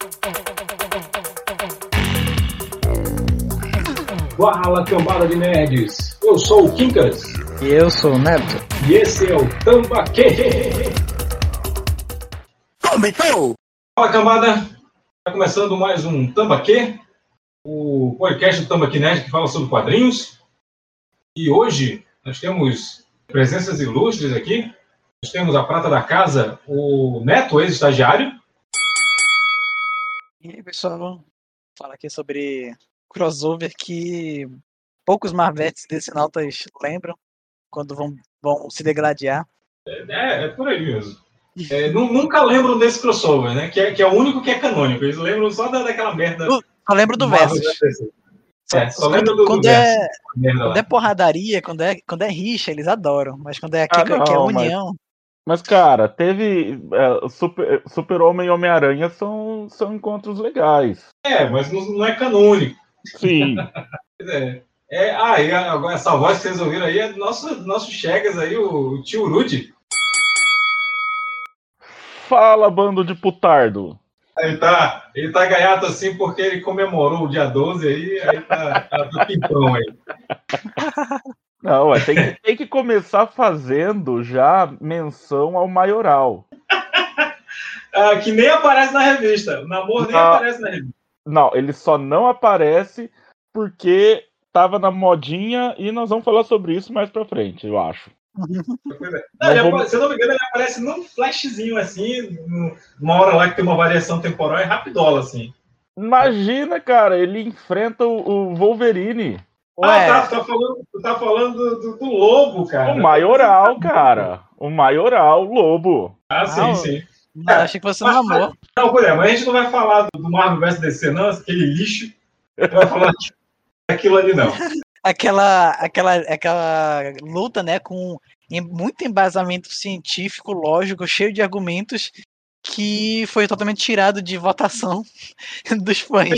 Fala, cambada de nerds! Eu sou o Quincas. E eu sou o Neto. E esse é o Tambaquê. Começou! Fala, cambada! Está começando mais um Tambaquê, o podcast do Tambaquê Nerd que fala sobre quadrinhos. E hoje nós temos presenças ilustres aqui. Nós temos a prata da casa, o Neto, ex-estagiário. E aí, pessoal, vamos falar aqui sobre crossover que poucos Marvetes desse Nautas lembram quando vão se degladiar. É por aí mesmo. Nunca lembram desse crossover, né? Que é o único que é canônico. Eles lembram só daquela merda. Só lembro do Marvel Versus. só lembra do Quando Versus. é porradaria, quando é rixa, eles adoram. Mas quando é aqui que é união... Mas, cara, teve Super-Homem e Homem-Aranha são encontros legais. Mas não é canônico. Sim. E agora essa voz que vocês ouviram aí é do nosso Chegas aí, o tio Rudy. Fala, bando de putardo. Ele tá gaiato assim porque ele comemorou o dia 12 aí tá pimpão aí. Não, tem que começar fazendo já menção ao maioral. Que nem aparece na revista. O namoro nem aparece na revista. Não, ele só não aparece porque tava na modinha e nós vamos falar sobre isso mais pra frente, eu acho. Se eu não me engano, ele aparece num flashzinho assim, numa hora lá que tem uma variação temporal, é rapidola assim. Imagina, cara, ele enfrenta o Wolverine. Tu tá falando do Lobo, cara. O Maioral, cara. O Maioral, o Lobo. Sim. Não, achei que você não amou. Não, mas a gente não vai falar do Marvel vs DC, não, aquele lixo. Não vai falar daquilo ali, não. Aquela luta, né, com muito embasamento científico, lógico, cheio de argumentos, que foi totalmente tirado de votação dos fãs.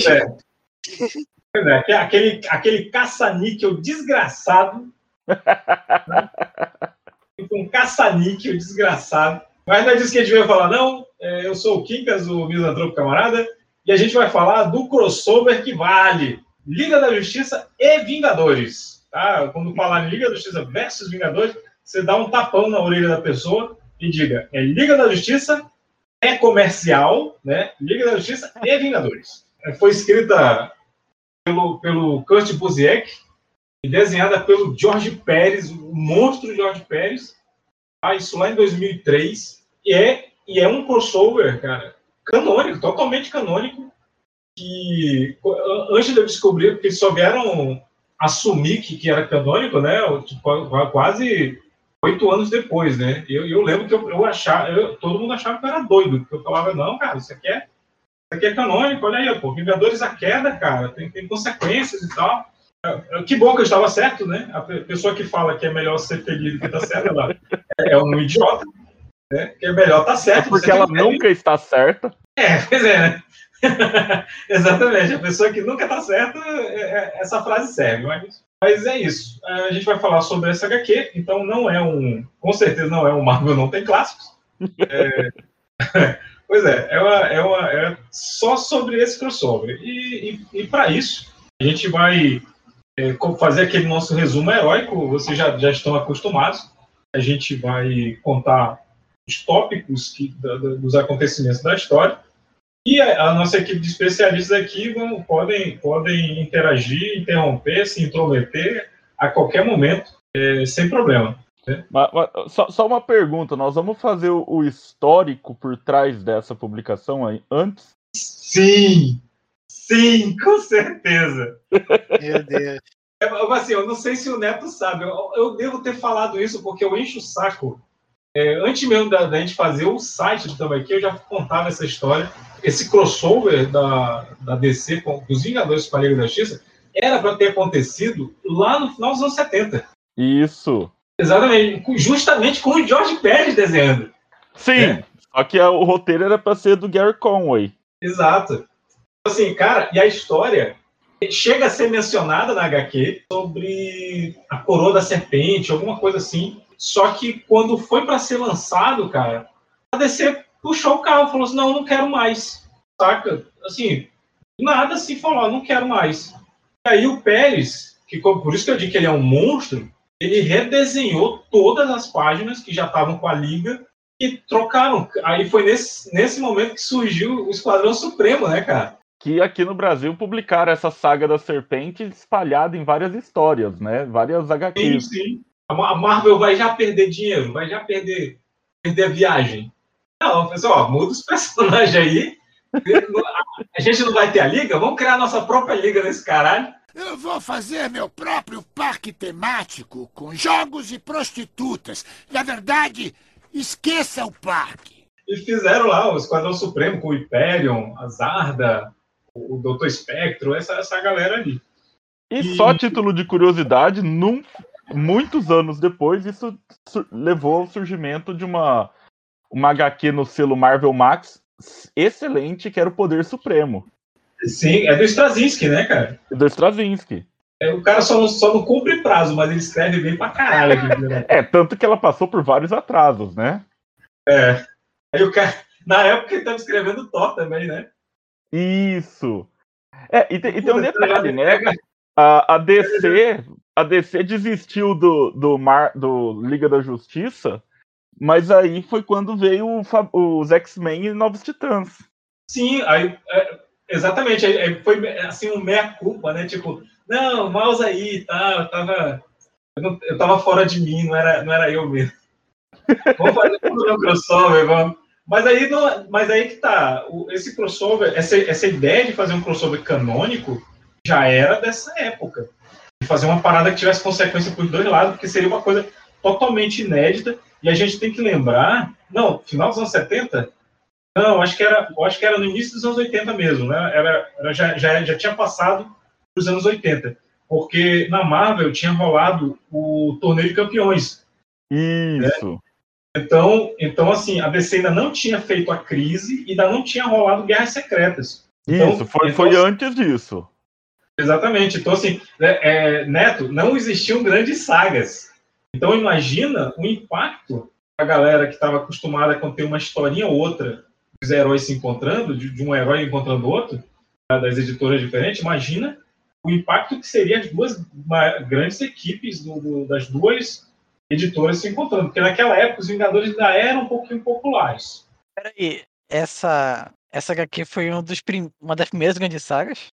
Aquele caça-níquel desgraçado. Né? Um caça-níquel desgraçado. Mas não é disso que a gente vai falar, não. Eu sou o Quincas, o misantropo camarada, e a gente vai falar do crossover que vale. Liga da Justiça e Vingadores. Tá? Quando falar em Liga da Justiça versus Vingadores, você dá um tapão na orelha da pessoa e diga, Liga da Justiça é comercial, né? Liga da Justiça e Vingadores. Foi escrita pelo Kurt Busiek e desenhada pelo George Pérez, o monstro George Pérez. Isso lá em 2003. E é um crossover, cara, canônico, totalmente canônico. Que antes de eu descobrir, porque eles só vieram assumir que era canônico, né? Quase 8 anos depois, né? Eu lembro que eu achava, todo mundo achava que eu era doido, porque eu falava, não, cara, isso aqui é canônico, olha aí, pô, Vingadores a queda, cara, tem consequências e tal. Que bom que eu estava certo, né? A pessoa que fala que é melhor ser feliz do que estar certo, ela é um idiota, né? Que é melhor estar certo. Porque ela nunca está certa. Pois é, né? Exatamente, a pessoa que nunca está certa, essa frase serve, mas é isso. A gente vai falar sobre essa HQ, então com certeza não é um Marvel não tem clássicos. Pois é só sobre esse crossover. E para isso, a gente vai fazer aquele nosso resumo heróico, vocês já estão acostumados. A gente vai contar os tópicos dos acontecimentos da história. E a nossa equipe de especialistas aqui podem interagir, interromper, se intrometer a qualquer momento, sem problema. Né? Mas só uma pergunta, nós vamos fazer o histórico por trás dessa publicação aí antes? Sim, com certeza. Meu Deus. Assim, eu não sei se o Neto sabe, eu devo ter falado isso porque eu encho o saco. Antes mesmo da gente fazer o site do Tambaquê, eu já contava essa história. Esse crossover da DC com os Vingadores com a Liga da Justiça era para ter acontecido lá no final dos anos 70. Isso. Exatamente. Justamente com o George Pérez desenhando. Sim. Só que o roteiro era para ser do Gary Conway. Exato. Assim, cara, e a história chega a ser mencionada na HQ sobre a coroa da serpente, alguma coisa assim. Só que quando foi para ser lançado, cara, a DC puxou o carro e falou assim, não quero mais. saca? Assim, nada assim falou, não quero mais. E aí o Pérez, que por isso que eu digo que ele é um monstro, ele redesenhou todas as páginas que já estavam com a Liga e trocaram. Aí foi nesse momento que surgiu o Esquadrão Supremo, né, cara? Que aqui no Brasil publicaram essa saga da Serpente espalhada em várias histórias, né? Várias HQs. Sim. A Marvel vai já perder dinheiro, vai já perder a viagem. Não, pessoal, muda os personagens aí. A gente não vai ter a Liga? Vamos criar a nossa própria Liga nesse caralho. Eu vou fazer meu próprio parque temático com jogos e prostitutas. Na verdade, esqueça o parque. E fizeram lá o Esquadrão Supremo com o Hyperion, a Zarda, o Dr. Espectro, essa galera ali. E só a título de curiosidade, muitos anos depois, isso levou ao surgimento de uma HQ no selo Marvel Max excelente, que era o Poder Supremo. Sim, é do Straczynski, né, cara? Do Straczynski. O cara só não cumpre prazo, mas ele escreve bem pra caralho. Aqui, tanto que ela passou por vários atrasos, né? Aí o cara, na época, ele tava escrevendo Thor também, né? Isso. E tem um detalhe, né? A DC desistiu do Liga da Justiça, mas aí foi quando veio os X-Men e Novos Titãs. Sim, aí exatamente, aí foi assim um meia-culpa, né? Tipo, não, mouse aí, tá, eu tava fora de mim, não era eu mesmo. Vamos fazer um crossover, vamos. Mas aí que tá, esse crossover, essa ideia de fazer um crossover canônico já era dessa época. De fazer uma parada que tivesse consequência por dois lados, porque seria uma coisa totalmente inédita, e a gente tem que lembrar, final dos anos 70? Não, acho que era no início dos anos 80 mesmo, né? Já tinha passado os anos 80, porque na Marvel tinha rolado o Torneio de Campeões. Isso. Né? Então, assim, a DC ainda não tinha feito a crise e ainda não tinha rolado Guerras Secretas. Isso, foi antes disso. Exatamente. Então, assim, Neto, não existiam grandes sagas. Então, imagina o impacto da galera que estava acostumada a ter uma historinha ou outra dos heróis se encontrando, de um herói encontrando outro, das editoras diferentes. Imagina o impacto que seria as duas grandes equipes das duas editoras se encontrando. Porque naquela época os Vingadores ainda eram um pouquinho populares. Peraí, essa HQ foi uma das primeiras grandes sagas?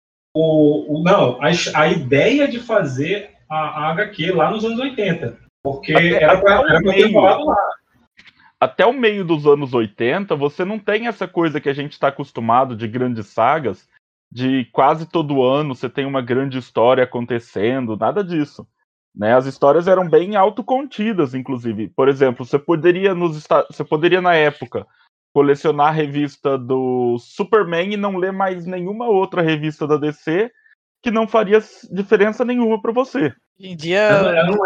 A ideia de fazer a HQ lá nos anos 80. Porque era pra ter rolado lá. Até o meio dos anos 80, você não tem essa coisa que a gente está acostumado de grandes sagas, de quase todo ano você tem uma grande história acontecendo, nada disso. Né? As histórias eram bem autocontidas, inclusive. Por exemplo, você poderia na época colecionar a revista do Superman e não ler mais nenhuma outra revista da DC, que não faria diferença nenhuma para você. Hoje em dia,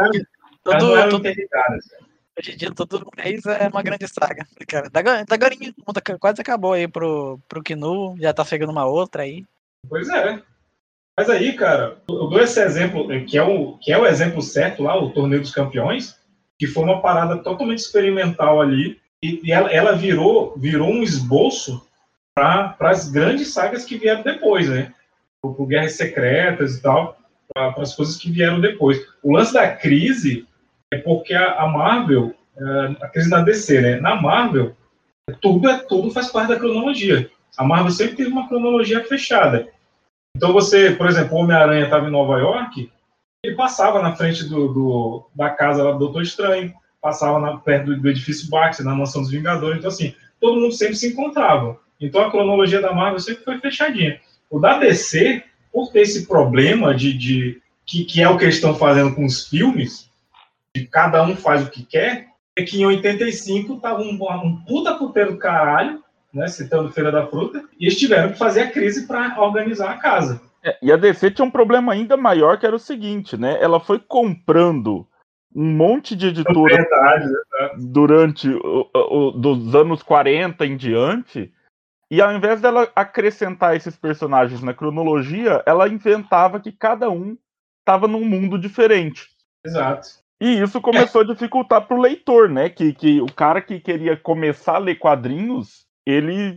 hoje em dia todo mês é uma grande saga. Cara, dagorinha, quase acabou aí pro Kinu, já tá chegando uma outra aí. Pois é. Mas aí, cara, eu dou esse exemplo, que é o exemplo certo lá, o Torneio dos Campeões, que foi uma parada totalmente experimental ali, e ela virou um esboço para as grandes sagas que vieram depois, né? Por Guerras Secretas e tal, para as coisas que vieram depois. O lance da crise é porque a Marvel, a crise da DC, né? Na Marvel, tudo faz parte da cronologia. A Marvel sempre teve uma cronologia fechada. Então por exemplo, o Homem-Aranha estava em Nova York, ele passava na frente da casa lá do Doutor Estranho, passava perto do edifício Baxter, na Mansão dos Vingadores. Então, assim, todo mundo sempre se encontrava. Então, a cronologia da Marvel sempre foi fechadinha. O da DC, por ter esse problema que é o que eles estão fazendo com os filmes, de cada um faz o que quer, é que em 85 tava um puta puteiro do caralho, né, citando Feira da Fruta, e eles tiveram que fazer a crise para organizar a casa. E a DC tinha um problema ainda maior, que era o seguinte, né? Ela foi comprando um monte de editoras durante dos anos 40 em diante, e ao invés dela acrescentar esses personagens na cronologia, ela inventava que cada um estava num mundo diferente. Exato. E isso começou a dificultar para o leitor, né? Que o cara que queria começar a ler quadrinhos, ele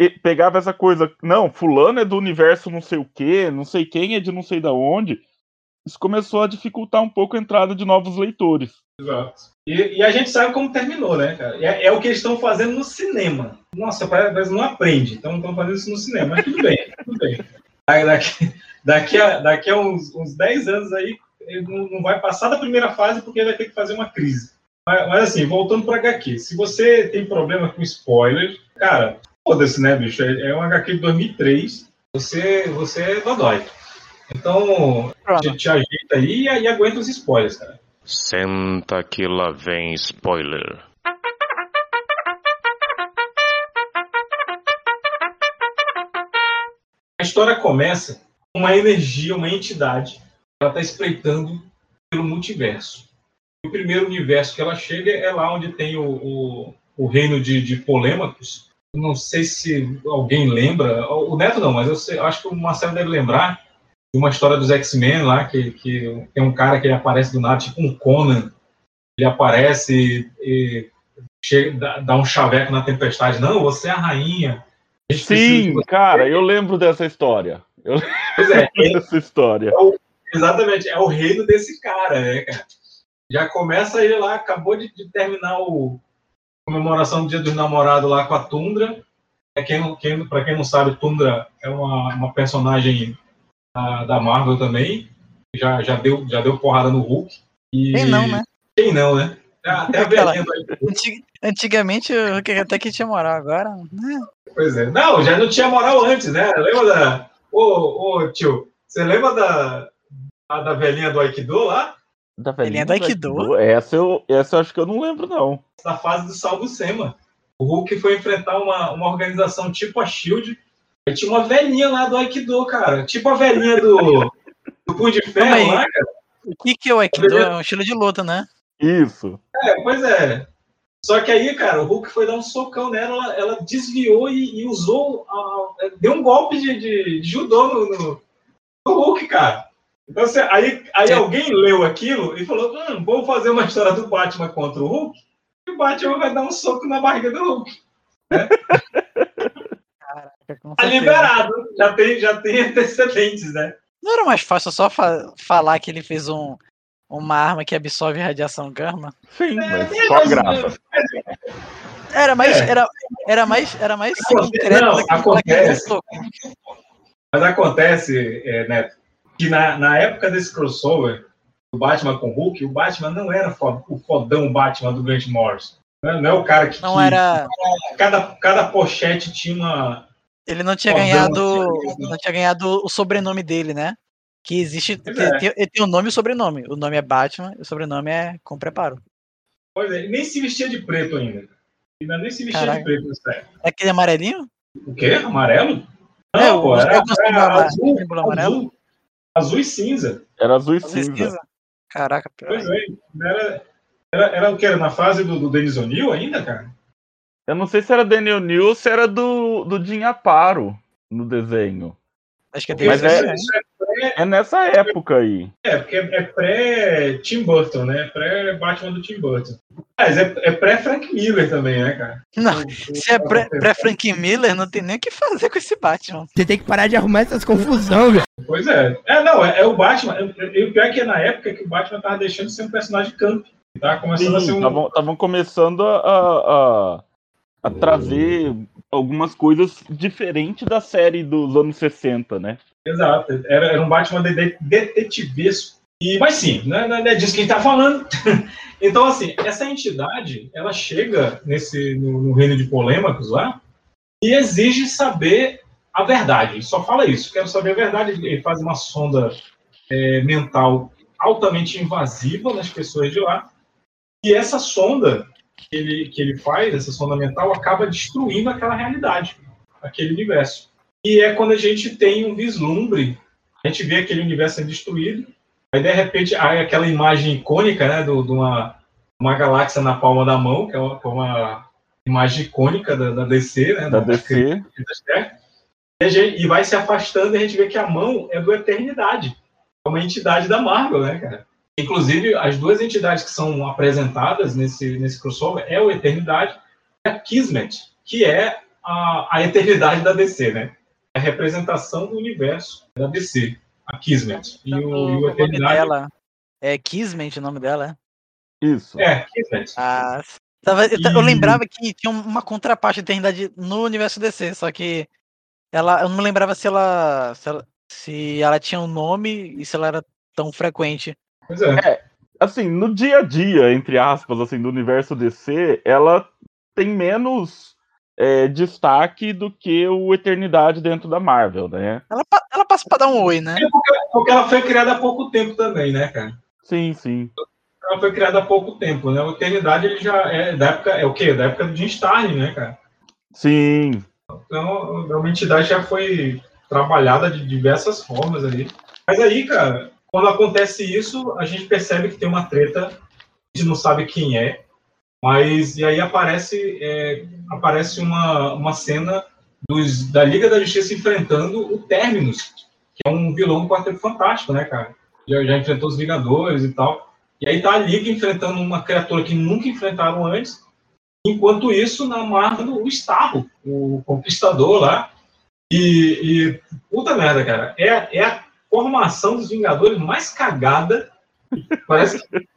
pegava essa coisa, não, fulano é do universo não sei o quê, não sei quem é de não sei da onde, isso começou a dificultar um pouco a entrada de novos leitores. Exato. E a gente sabe como terminou, né, cara? É o que eles estão fazendo no cinema. Nossa, parece que não aprende. Então estão fazendo isso no cinema. Mas tudo bem, tudo bem. Daqui a uns 10 anos aí, ele não vai passar da primeira fase porque ele vai ter que fazer uma crise. Mas assim, voltando para HQ. Se você tem problema com spoiler, cara, foda-se, né, bicho? É um HQ de 2003. Você é dodói. Então, te ajeita aí e aguenta os spoilers, cara. Senta que lá vem spoiler. A história começa com uma energia, uma entidade. Ela está espreitando pelo multiverso. O primeiro universo que ela chega é lá onde tem o reino de Polêmacos. Não sei se alguém lembra. O Neto não, mas eu acho que o Marcelo deve lembrar de uma história dos X-Men lá, que tem um cara que aparece do nada, tipo um Conan. Ele aparece e chega, dá um chaveco na tempestade. Não, você é a rainha. Sim, cara, eu lembro dessa história. Pois é, essa história. Exatamente, é o reino desse cara, né, cara? Já começa ele lá, acabou de terminar a comemoração do Dia dos Namorados lá com a Tundra. Para quem não sabe, Tundra é uma personagem da Marvel também. Já deu porrada no Hulk. Quem não, né? Quem não, né? Até a velhinha. Antigamente o Hulk até que tinha moral, agora, né? Pois é. Não, já não tinha moral antes, né? Lembra da... Ô, tio, você lembra da velhinha do Aikido lá? Da velhinha do Aikido? Essa eu acho que eu não lembro, não. Na fase do Sal Buscema. O Hulk foi enfrentar uma organização tipo a SHIELD. Aí tinha uma velhinha lá do Aikido, cara. Tipo a velhinha do Punho de Ferro lá, cara. O que é o Aikido? É um estilo de luta, né? Isso. Pois é. Só que aí, cara, o Hulk foi dar um socão nela, ela desviou e usou, deu um golpe de judô no Hulk, cara. Então, aí alguém leu aquilo e falou, vou fazer uma história do Batman contra o Hulk, e o Batman vai dar um soco na barriga do Hulk. Né? Caraca, tá liberado, já tem antecedentes, né? Não era mais fácil só falar que ele fez uma arma que absorve radiação gama? Sim, mas só graça. Era mais concreto do que acontece. Mas acontece, Neto, que na época desse crossover do Batman com o Hulk, o Batman não era o fodão Batman do Grant Morrison. Não é o cara que... Não era... Cada pochete tinha uma... Ele não tinha ganhado o sobrenome dele, né? Que existe... Ele tem o nome e o sobrenome. O nome é Batman e o sobrenome é Com Preparo. Pois é, nem se vestia de preto ainda. Ainda nem se vestia de preto nessa época. É aquele amarelinho? O quê? Amarelo? Não, pô, era azul e cinza. Era azul e cinza. Caraca, pior. Pois é. Era o que? Era na fase do Dennis O'Neil ainda, cara? Eu não sei se era Daniel New ou se era do Jim Aparo no desenho. Acho que Mas é nessa época aí. Porque é pré-Tim Burton, né? Pré-Batman do Tim Burton. Mas é pré-Frank Miller também, né, cara? Não, se é pré-Frank Miller, não tem nem o que fazer com esse Batman. Você tem que parar de arrumar essas confusões, velho. Pois é. É o Batman. E o pior é que na época que o Batman tava deixando de ser um personagem camp. Tava começando a ser estavam começando a trazer algumas coisas diferentes da série dos anos 60, né? Exato, era um Batman detetivesco. Mas sim, não é disso que a gente tá falando. Então, assim, essa entidade, ela chega no reino de Polêmacos lá e exige saber a verdade. Ele só fala isso, quero saber a verdade. Ele faz uma sonda mental altamente invasiva nas pessoas de lá. E essa sonda que ele faz, essa sonda mental, acaba destruindo aquela realidade, aquele universo. E é quando a gente tem um vislumbre, a gente vê aquele universo sendo destruído, aí de repente há aquela imagem icônica, né, de uma galáxia na palma da mão, que é uma imagem icônica da DC, né, da DC. E vai se afastando e a gente vê que a mão é do Eternidade, é uma entidade da Marvel, né, cara? Inclusive, as duas entidades que são apresentadas nesse crossover é o Eternidade e a Kismet, que é a eternidade da DC, né? A representação do universo da DC, a Kismet. E o nome Eternidade... dela é Kismet, o nome dela, é? Isso. Kismet. Eu lembrava que tinha uma contraparte de Eternidade no universo DC, só que eu não me lembrava se ela tinha um nome e se ela era tão frequente. Pois é. Assim, no dia a dia, entre aspas, assim, do universo DC, ela tem menos destaque do que o Eternidade dentro da Marvel, né? Ela passa pra dar um oi, né? Porque ela foi criada há pouco tempo também, né, cara? Sim, sim. Ela foi criada há pouco tempo, né? O Eternidade ele já é da época... É o quê? Da época do Jim Starlin, né, cara? Sim. Então, a entidade já foi trabalhada de diversas formas ali. Mas aí, cara, quando acontece isso, a gente percebe que tem uma treta, a gente não sabe quem é, mas e aí aparece uma cena da Liga da Justiça enfrentando o Terminus, que é um vilão do Quarteto Fantástico, né, cara? Já enfrentou os Vingadores e tal. E aí tá a Liga enfrentando uma criatura que nunca enfrentaram antes. Enquanto isso, na Marvel, o Starro, o Conquistador lá. E puta merda, cara. É a formação dos Vingadores mais cagada. Parece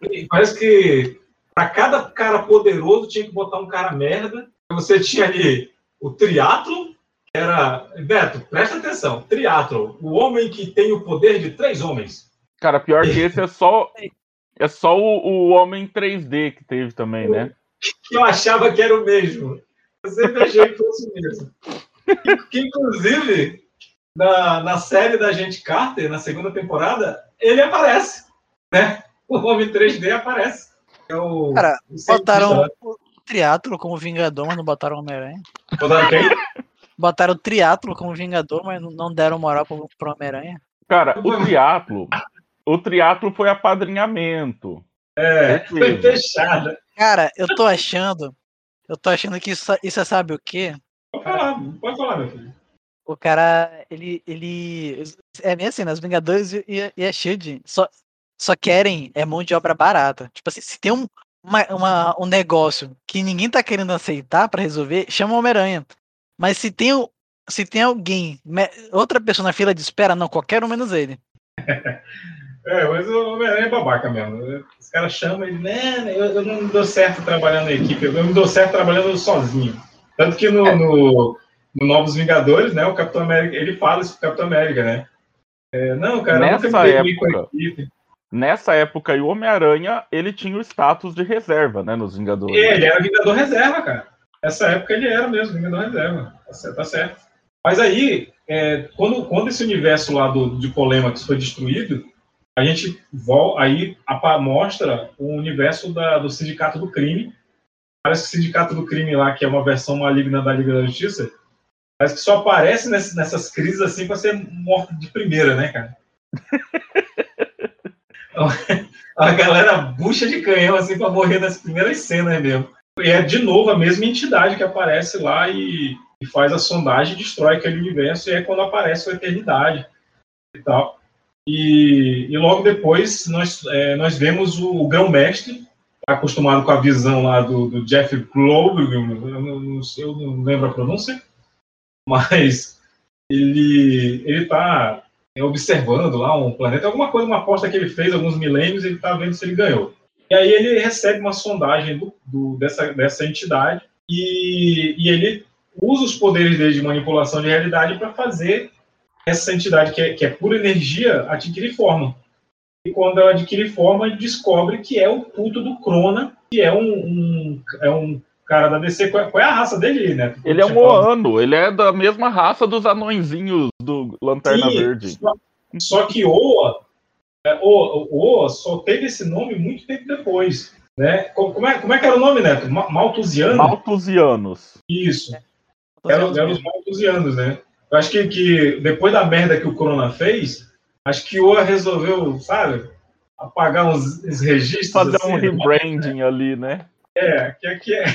que para cada cara poderoso tinha que botar um cara merda. Você tinha ali o Triathlon, que era... Beto, presta atenção. Triathlon, o homem que tem o poder de 3 homens. Cara, pior que esse é só o Homem 3D que teve também, né? Que eu achava que era o mesmo. Eu sempre achei que fosse o mesmo. Que inclusive, na série da Agente Carter, na segunda temporada, ele aparece, né? O Homem 3D aparece. Cara, botaram o Triatlo como Vingador, mas não botaram o Homem-Aranha. Botaram quem? Botaram o Triatlo como Vingador, mas não deram moral pro Homem-Aranha. Cara, o Triatlo foi apadrinhamento. Foi fechada. Cara, eu tô achando que isso sabe o quê? Pode falar, meu filho. O cara, ele é meio assim, né? Os Vingadores e a Shield só querem mão de obra barata. Tipo assim, se tem um negócio que ninguém tá querendo aceitar pra resolver, chama o Homem-Aranha. Mas se tem alguém, outra pessoa na fila de espera, não, qualquer um menos ele. Mas o Homem-Aranha é babaca mesmo. Os caras chamam ele, né? Eu não me dou certo trabalhando em equipe, eu não me dou certo trabalhando sozinho. Tanto que no Novos Vingadores, né, o Capitão América, ele fala isso pro Capitão América, né? Não, cara, eu nunca me dei bem com a equipe. Nessa época, o Homem-Aranha, ele tinha o status de reserva, né, nos Vingadores. Ele era Vingador Reserva, cara. Nessa época ele era mesmo, Vingador Reserva. Tá certo. Mas aí, quando esse universo lá de Polêmax foi destruído, a gente mostra o universo do Sindicato do Crime. Parece que o Sindicato do Crime lá, que é uma versão maligna da Liga da Justiça, parece que só aparece nessas crises assim para ser morto de primeira, né, cara? A galera bucha de canhão assim para morrer nas primeiras cenas mesmo. E é de novo a mesma entidade que aparece lá e faz a sondagem e destrói aquele universo, e é quando aparece a Eternidade e tal. E logo depois nós vemos o Grão-Mestre, acostumado com a visão lá do Jeff Goldblum, eu não lembro a pronúncia, mas ele está observando lá um planeta, alguma coisa, uma aposta que ele fez alguns milênios, ele está vendo se ele ganhou. E aí ele recebe uma sondagem dessa entidade e ele usa os poderes dele de manipulação de realidade para fazer essa entidade, que é pura energia, adquirir forma. E quando ela adquire forma, ele descobre que é o culto do Crona, que é um cara da DC. Qual é a raça dele, né? Ele é um Oano, ele é da mesma raça dos anõezinhos do Lanterna Verde. Só que Oa só teve esse nome muito tempo depois. Né? Como é que era o nome, Neto? Malthusiano? Malthusianos. Isso. Eram os Malthusianos, né? Eu acho que depois da merda que o Crona fez, acho que o Oa resolveu, sabe, apagar uns registros. Fazer assim, um rebranding ali, né? Que é.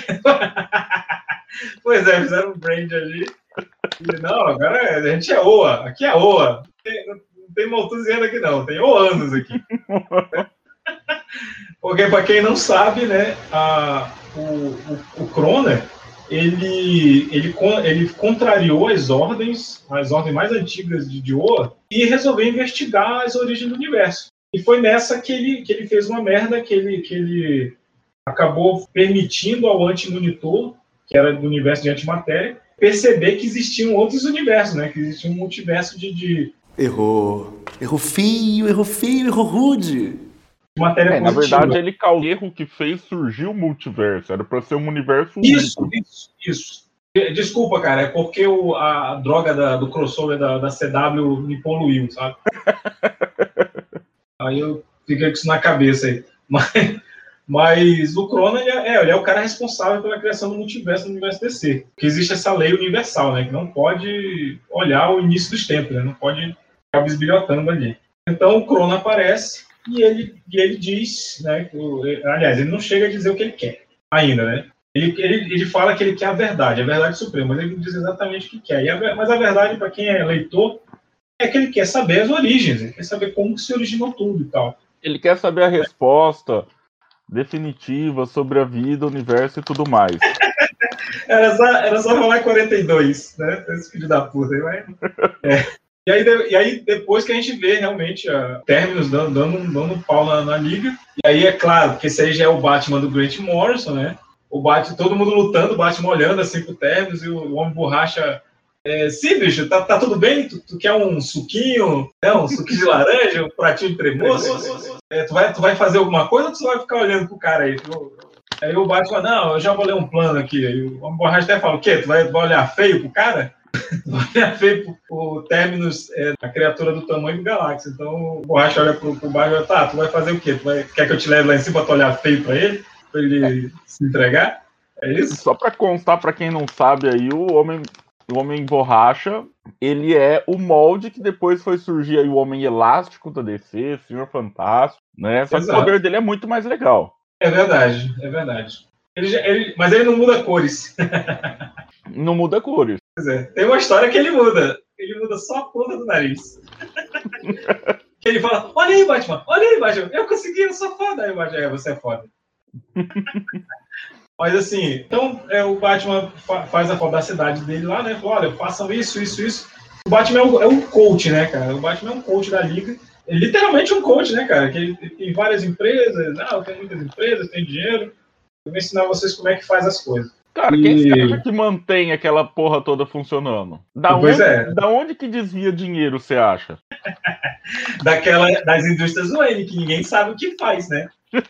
Pois é, fizeram um brand ali. E, não, agora a gente é Oa. Aqui é Oa. Não tem Malthusiano aqui, não. Tem Oanos aqui. Porque, para quem não sabe, né, o Crona, ele contrariou as ordens mais antigas de Oa e resolveu investigar as origens do universo. E foi nessa que ele fez uma merda, que ele acabou permitindo ao anti-monitor, que era do universo de antimatéria, perceber que existiam outros universos, né? Que existia um multiverso de... Errou feio, errou rude. Matéria na positiva. verdade, ele causou o erro que fez surgir o multiverso. Era pra ser um universo único. Isso. Desculpa, cara, é porque a droga do crossover da CW me poluiu, sabe? Aí eu fiquei com isso na cabeça aí. Mas o Cronan, ele é o cara responsável pela criação do multiverso no universo DC. Porque existe essa lei universal, né? Que não pode olhar o início dos tempos, né? Não pode ficar bisbilhotando ali. Então o Cronan aparece e ele diz, né? Aliás, ele não chega a dizer o que ele quer ainda, né? Ele fala que ele quer a verdade suprema, mas ele não diz exatamente o que quer. Mas a verdade, para quem é leitor, é que ele quer saber as origens, ele quer saber como que se originou tudo e tal. Ele quer saber a resposta definitiva sobre a vida, o universo e tudo mais. Era só falar 42, né? Esse filho da puta aí, vai. E aí, depois que a gente vê realmente Terminus dando pau na liga, e aí é claro que esse aí já é o Batman do Grant Morrison, né? Todo mundo lutando, o Batman olhando assim pro Terminus e o Homem Borracha. Sim, bicho, tá tudo bem? Tu quer um suquinho, né? Um suquinho de laranja, um pratinho de tremoço? Tu vai fazer alguma coisa ou tu vai ficar olhando pro cara aí? Aí o Batman, não, eu já vou ler um plano aqui. Aí o Homem Borracha até fala, o quê? Tu vai olhar feio pro cara? Tu vai olhar feio pro Terminus, a criatura do tamanho do Galáxia. Então o Borracha olha pro Batman e fala, tu vai fazer o quê? Quer que eu te leve lá em cima pra tu olhar feio pra ele? Pra ele se entregar? É isso? Só pra constar, pra quem não sabe aí, o Homem Borracha, ele é o molde que depois foi surgir aí o Homem Elástico da DC, Senhor Fantástico, né? Só que o poder dele é muito mais legal. É verdade. Mas ele não muda cores. Não muda cores. Pois é. Tem uma história que ele muda. Ele muda só a ponta do nariz. Ele fala, olha aí, Batman, eu consegui, eu sou foda. Aí o Batman, você é foda. Mas assim, então o Batman faz a fodacidade dele lá, né? Fala, olha, façam isso. O Batman é um coach, né, cara? O Batman é um coach da Liga. É literalmente um coach, né, cara? Que ele tem várias empresas, eu tenho muitas empresas, tenho dinheiro. Eu vou ensinar vocês como é que faz as coisas. Cara, quem você acha que mantém aquela porra toda funcionando? Da onde que desvia dinheiro, você acha? Das indústrias Wayne, que ninguém sabe o que faz, né?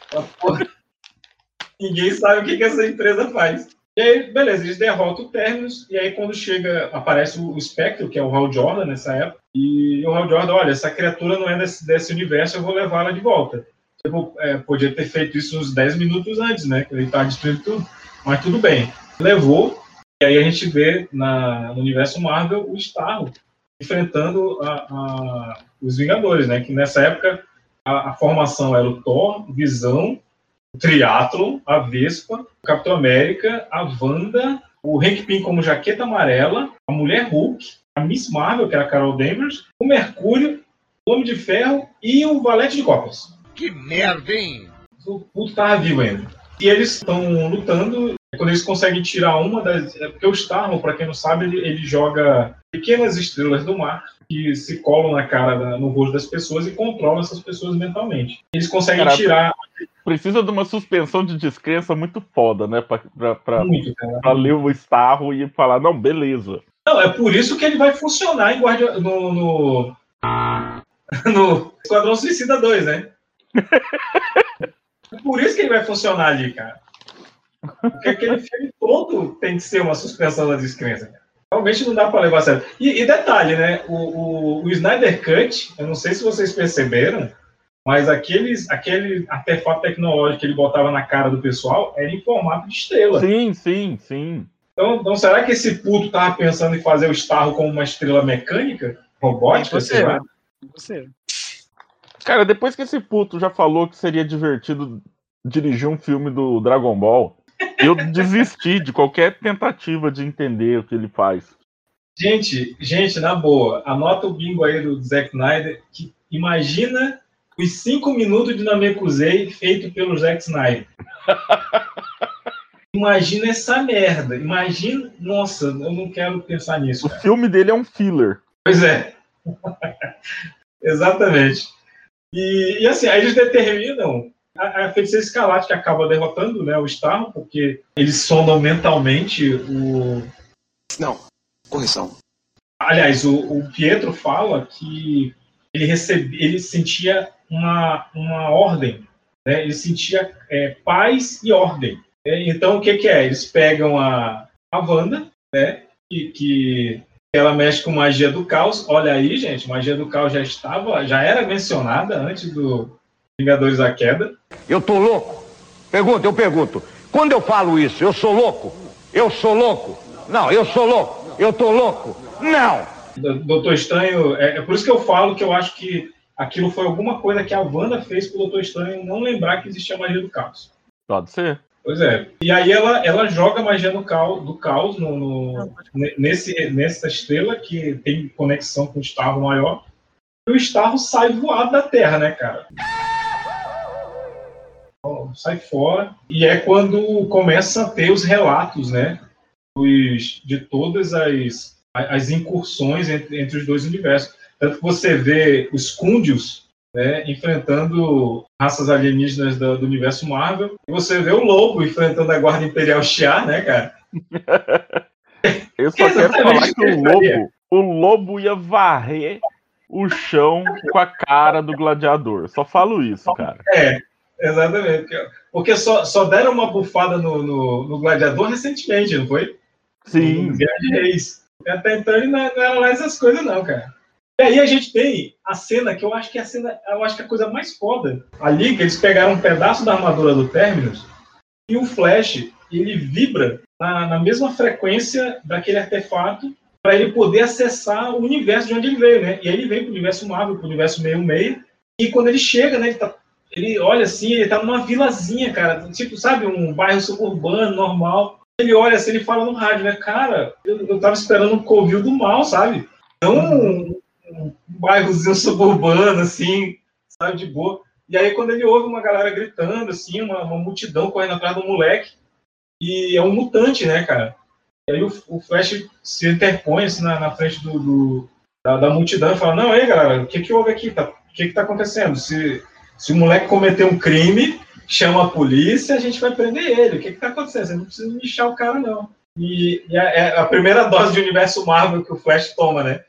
Ninguém sabe o que essa empresa faz. E aí, beleza, eles derrotam o Terminus, e aí quando aparece o Spectre, que é o Hal Jordan nessa época, e o Hal Jordan, olha, essa criatura não é desse universo, eu vou levá-la de volta. Eu podia ter feito isso uns 10 minutos antes, né? Que ele tá destruindo tudo. Mas tudo bem. Levou, e aí a gente vê no universo Marvel o Starro enfrentando os Vingadores, né? Que nessa época a formação era o Thor, Visão, o Triathlon, a Vespa, o Capitão América, a Wanda, o Hank Pym como Jaqueta Amarela, a Mulher Hulk, a Miss Marvel, que era a Carol Danvers, o Mercúrio, o Homem de Ferro e o Valete de Cópias. Que merda, hein? O puto tava vivo ainda. E eles estão lutando, quando eles conseguem tirar uma das... Porque o Starman, para quem não sabe, ele joga pequenas estrelas do mar que se colam no rosto das pessoas e controlam essas pessoas mentalmente. Eles conseguem tirar... Precisa de uma suspensão de descrença muito foda, né? Pra ler o Starro e falar, não, beleza. Não, é por isso que ele vai funcionar em no Esquadrão Suicida 2, né? É por isso que ele vai funcionar ali, cara. Porque aquele filme todo tem que ser uma suspensão da descrença, cara. Realmente não dá pra levar a sério. E detalhe, né? O Snyder Cut, eu não sei se vocês perceberam, mas aquele artefato tecnológico que ele botava na cara do pessoal era em formato de estrela. Sim. Então será que esse puto tava pensando em fazer o Starro como uma estrela mecânica? Robótica? Você. Cara, depois que esse puto já falou que seria divertido dirigir um filme do Dragon Ball, eu desisti de qualquer tentativa de entender o que ele faz. Gente, na boa, anota o bingo aí do Zack Snyder, que imagina os 5 minutos de Namekusei feito pelo Zack Snyder. Imagina essa merda. Imagina. Nossa, eu não quero pensar nisso. O filme dele é um filler. Pois é. Exatamente. E assim, aí eles determinam a Feiticeira Escarlate, que acaba derrotando, né, o Starro, porque eles sondam mentalmente o... Não, correção. Aliás, o Pietro fala que ele sentia uma ordem, né? Ele sentia paz e ordem. Então, o que é? Eles pegam a Wanda, né? Que ela mexe com magia do caos. Olha aí, gente, magia do caos já era mencionada antes do Vingadores da Queda. Eu tô louco? Eu pergunto. Quando eu falo isso, eu sou louco? Eu sou louco? Não, eu sou louco. Eu tô louco? Não! Doutor Estranho, é por isso que eu falo que eu acho que aquilo foi alguma coisa que a Wanda fez pro Doutor Estranho não lembrar que existia magia do caos. Pode ser. Pois é. E aí ela joga magia do caos nessa estrela que tem conexão com o Starro maior. E o Starro sai voado da Terra, né, cara? Sai fora. E é quando começa a ter os relatos, né? De todas as incursões entre os dois universos. Tanto que você vê os Kundils, né, enfrentando raças alienígenas do universo Marvel, e você vê o Lobo enfrentando a Guarda Imperial Shi'ar, né, cara? Eu só quero falar que o Lobo ia varrer o chão com a cara do gladiador. Só falo isso, cara. Exatamente. Porque só deram uma bufada no gladiador recentemente, não foi? Sim. No Guerra de Reis. Até então ele não era lá essas coisas, não, cara. E aí a gente tem a cena que eu acho que é a coisa mais foda. Ali, que eles pegaram um pedaço da armadura do Terminus e o Flash, ele vibra na mesma frequência daquele artefato para ele poder acessar o universo de onde ele veio, né? E aí ele vem pro universo Marvel, pro universo 66, e quando ele chega, né, ele olha assim, ele tá numa vilazinha, cara, tipo, sabe, um bairro suburbano, normal. Ele olha assim, ele fala no rádio, né, cara, eu tava esperando um covil do mal, sabe? Não um bairrozinho suburbano, assim, sabe, de boa. E aí quando ele ouve uma galera gritando, assim, uma multidão correndo atrás do moleque, e é um mutante, né, cara? E aí o Flash se interpõe, assim, na frente da multidão e fala, não, aí, galera, o que houve aqui? O que tá acontecendo? Se o moleque cometeu um crime, chama a polícia, a gente vai prender ele. O que tá acontecendo? Você não precisa lixar o cara, não. E é a primeira dose de universo Marvel que o Flash toma, né?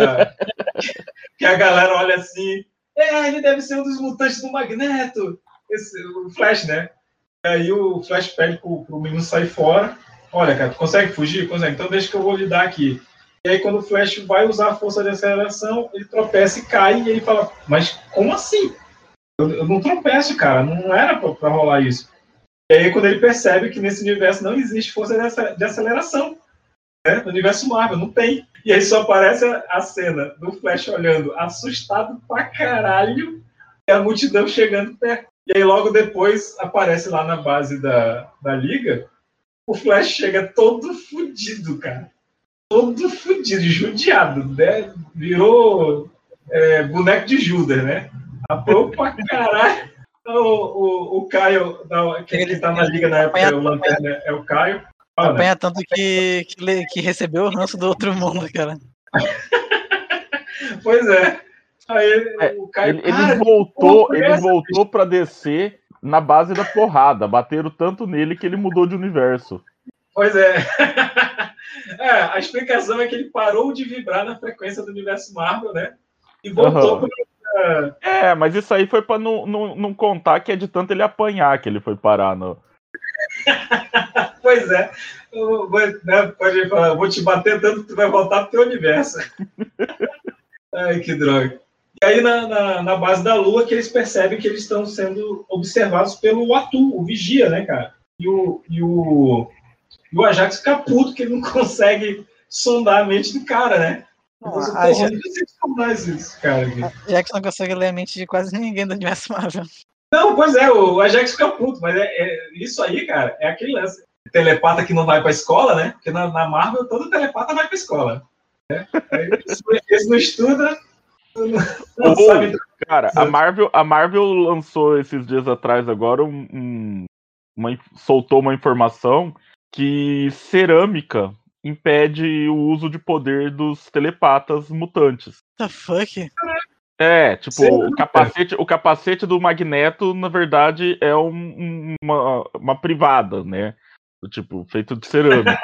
Que a galera olha assim, ele deve ser um dos mutantes do Magneto. O Flash, né? E aí o Flash pede pro menino sair fora. Olha, cara, tu consegue fugir? Consegue. Então deixa que eu vou lidar aqui. E aí quando o Flash vai usar a força de aceleração, ele tropeça e cai, e ele fala, mas como assim? Eu não tropeço, cara, não era pra rolar isso. E aí quando ele percebe que nesse universo não existe força de aceleração, né? No universo Marvel, não tem. E aí só aparece a cena do Flash olhando, assustado pra caralho, e a multidão chegando perto. E aí logo depois aparece lá na base da Liga, o Flash chega todo fudido, cara. Todo fudido, judiado, né? Virou boneco de Judas, né? Apoiou pra caralho. O Caio, que tá na Liga na época, o Lanterna é o Caio. Apanha tanto que recebeu o ranço do outro mundo, cara. Pois é. Aí o Caio... Ele voltou pra descer na base da porrada. Bateram tanto nele que ele mudou de universo. Pois é. A explicação é que ele parou de vibrar na frequência do universo Marvel, né? E voltou pra... mas isso aí foi pra não contar que é de tanto ele apanhar que ele foi parar no... Pois é. Pode falar, eu vou te bater tanto que tu vai voltar pro teu universo. Ai, que droga. E aí na base da Lua que eles percebem que eles estão sendo observados pelo Atu, o Vigia, né, cara? E o Ajax fica puto que ele não consegue sondar a mente do cara, né? A Ajax não consegue ler a mente de quase ninguém do universo Marvel. Não, pois é, o Ajax fica puto, mas isso aí, cara, é aquele lance. Telepata que não vai pra escola, né? Porque na Marvel todo telepata vai pra escola. Né? Esse não estuda, não sabe. Cara, a Marvel lançou esses dias atrás agora um soltou uma informação que cerâmica impede o uso de poder dos telepatas mutantes. What the fuck? Tipo, o capacete do Magneto, na verdade, é uma privada, né? Tipo, feito de cerâmica.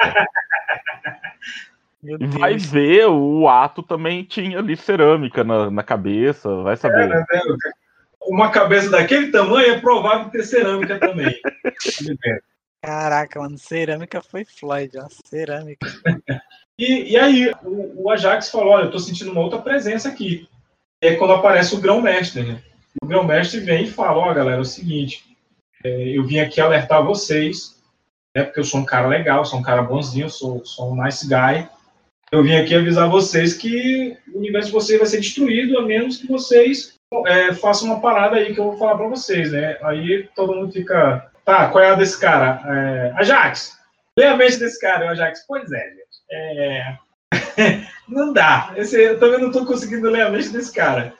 Meu E Deus. vai ver, o Ato também tinha ali cerâmica na cabeça, vai saber. Uma cabeça daquele tamanho é provável ter cerâmica também. Caraca, mano, cerâmica foi Floyd, ó. Cerâmica. E aí, o Ajax falou, olha, eu tô sentindo uma outra presença aqui. É quando aparece o Grão-Mestre, né? O Grão-Mestre vem e fala, ó, galera, é o seguinte, eu vim aqui alertar vocês, né, porque eu sou um cara legal, sou um cara bonzinho, sou um nice guy. Eu vim aqui avisar vocês que o universo de vocês vai ser destruído, a menos que vocês façam uma parada aí que eu vou falar pra vocês, né? Aí todo mundo fica, tá, qual é a desse cara? Ajax, lê a mente desse cara. O Ajax, pois é, gente. Não dá. Eu também não tô conseguindo ler a mente desse cara.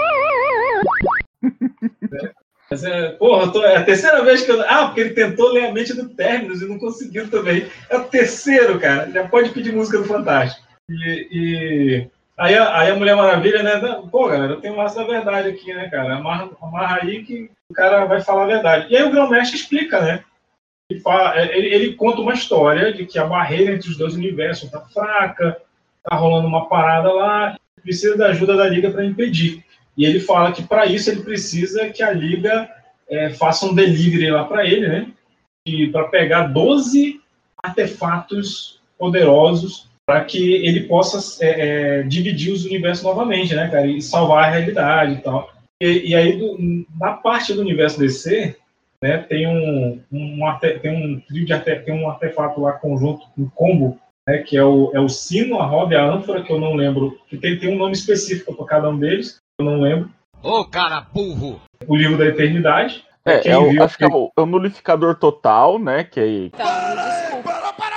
Mas, é a terceira vez que eu... porque ele tentou ler a mente do Terminus e não conseguiu também. É o terceiro, cara. Já pode pedir música do Fantástico. Aí a Mulher Maravilha, né? Pô, galera, eu tenho um laço da verdade aqui, né, cara? Amarra aí que o cara vai falar a verdade. E aí o Grão-Mestre explica, né? Ele conta uma história de que a barreira entre os dois universos tá fraca, tá rolando uma parada lá, precisa da ajuda da Liga para impedir. E ele fala que para isso ele precisa que a Liga faça um delivery lá para ele, né? Para pegar 12 artefatos poderosos para que ele possa dividir os universos novamente, né, cara? E salvar a realidade e tal. E aí, na parte do universo DC, né, tem um artefato lá conjunto, um combo, né, que é o sino, a roda e a ânfora, que eu não lembro, que tem um nome específico para cada um deles, eu não lembro. Ô, cara burro! O livro da eternidade. Acho que é o nulificador total, né? Que é... Desculpa.